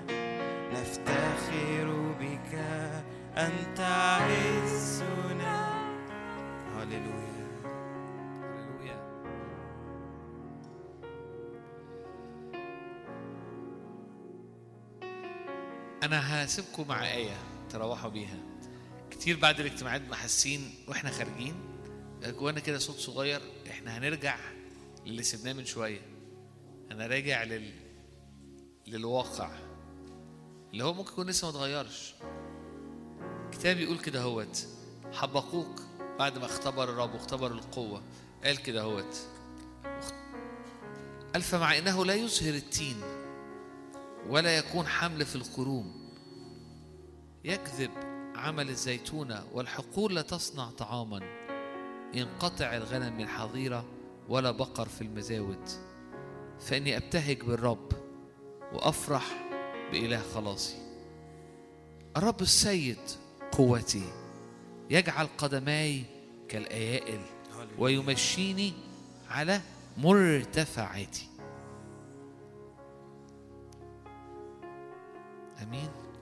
نفتخر بك أنت عزنا. هللويا هللويا. أنا هسيبكم مع آية تروحوا بيها. كتير بعد الاجتماعات محسين وإحنا خارجين جوانا كده صوت صغير، إحنا هنرجع للي سيبناه من شوية. أنا راجع للواقع اللي هو ممكن يكون لسه ما اتغيرش. كتاب يقول كده هوت حبقوق بعد ما اختبر الرب واختبر القوة قال كده هوت قال فمع إنه لا يزهر التين ولا يكون حمل في الكروم يكذب عمل الزيتونة والحقول لا تصنع طعاما ينقطع الغنم من الحظيرة ولا بقر في المزاود فإني أبتهج بالرب وأفرح بإله خلاصي. الرب السيد قوتي يجعل قدماي كالأيائل ويمشيني على مرتفعاتي. آمين.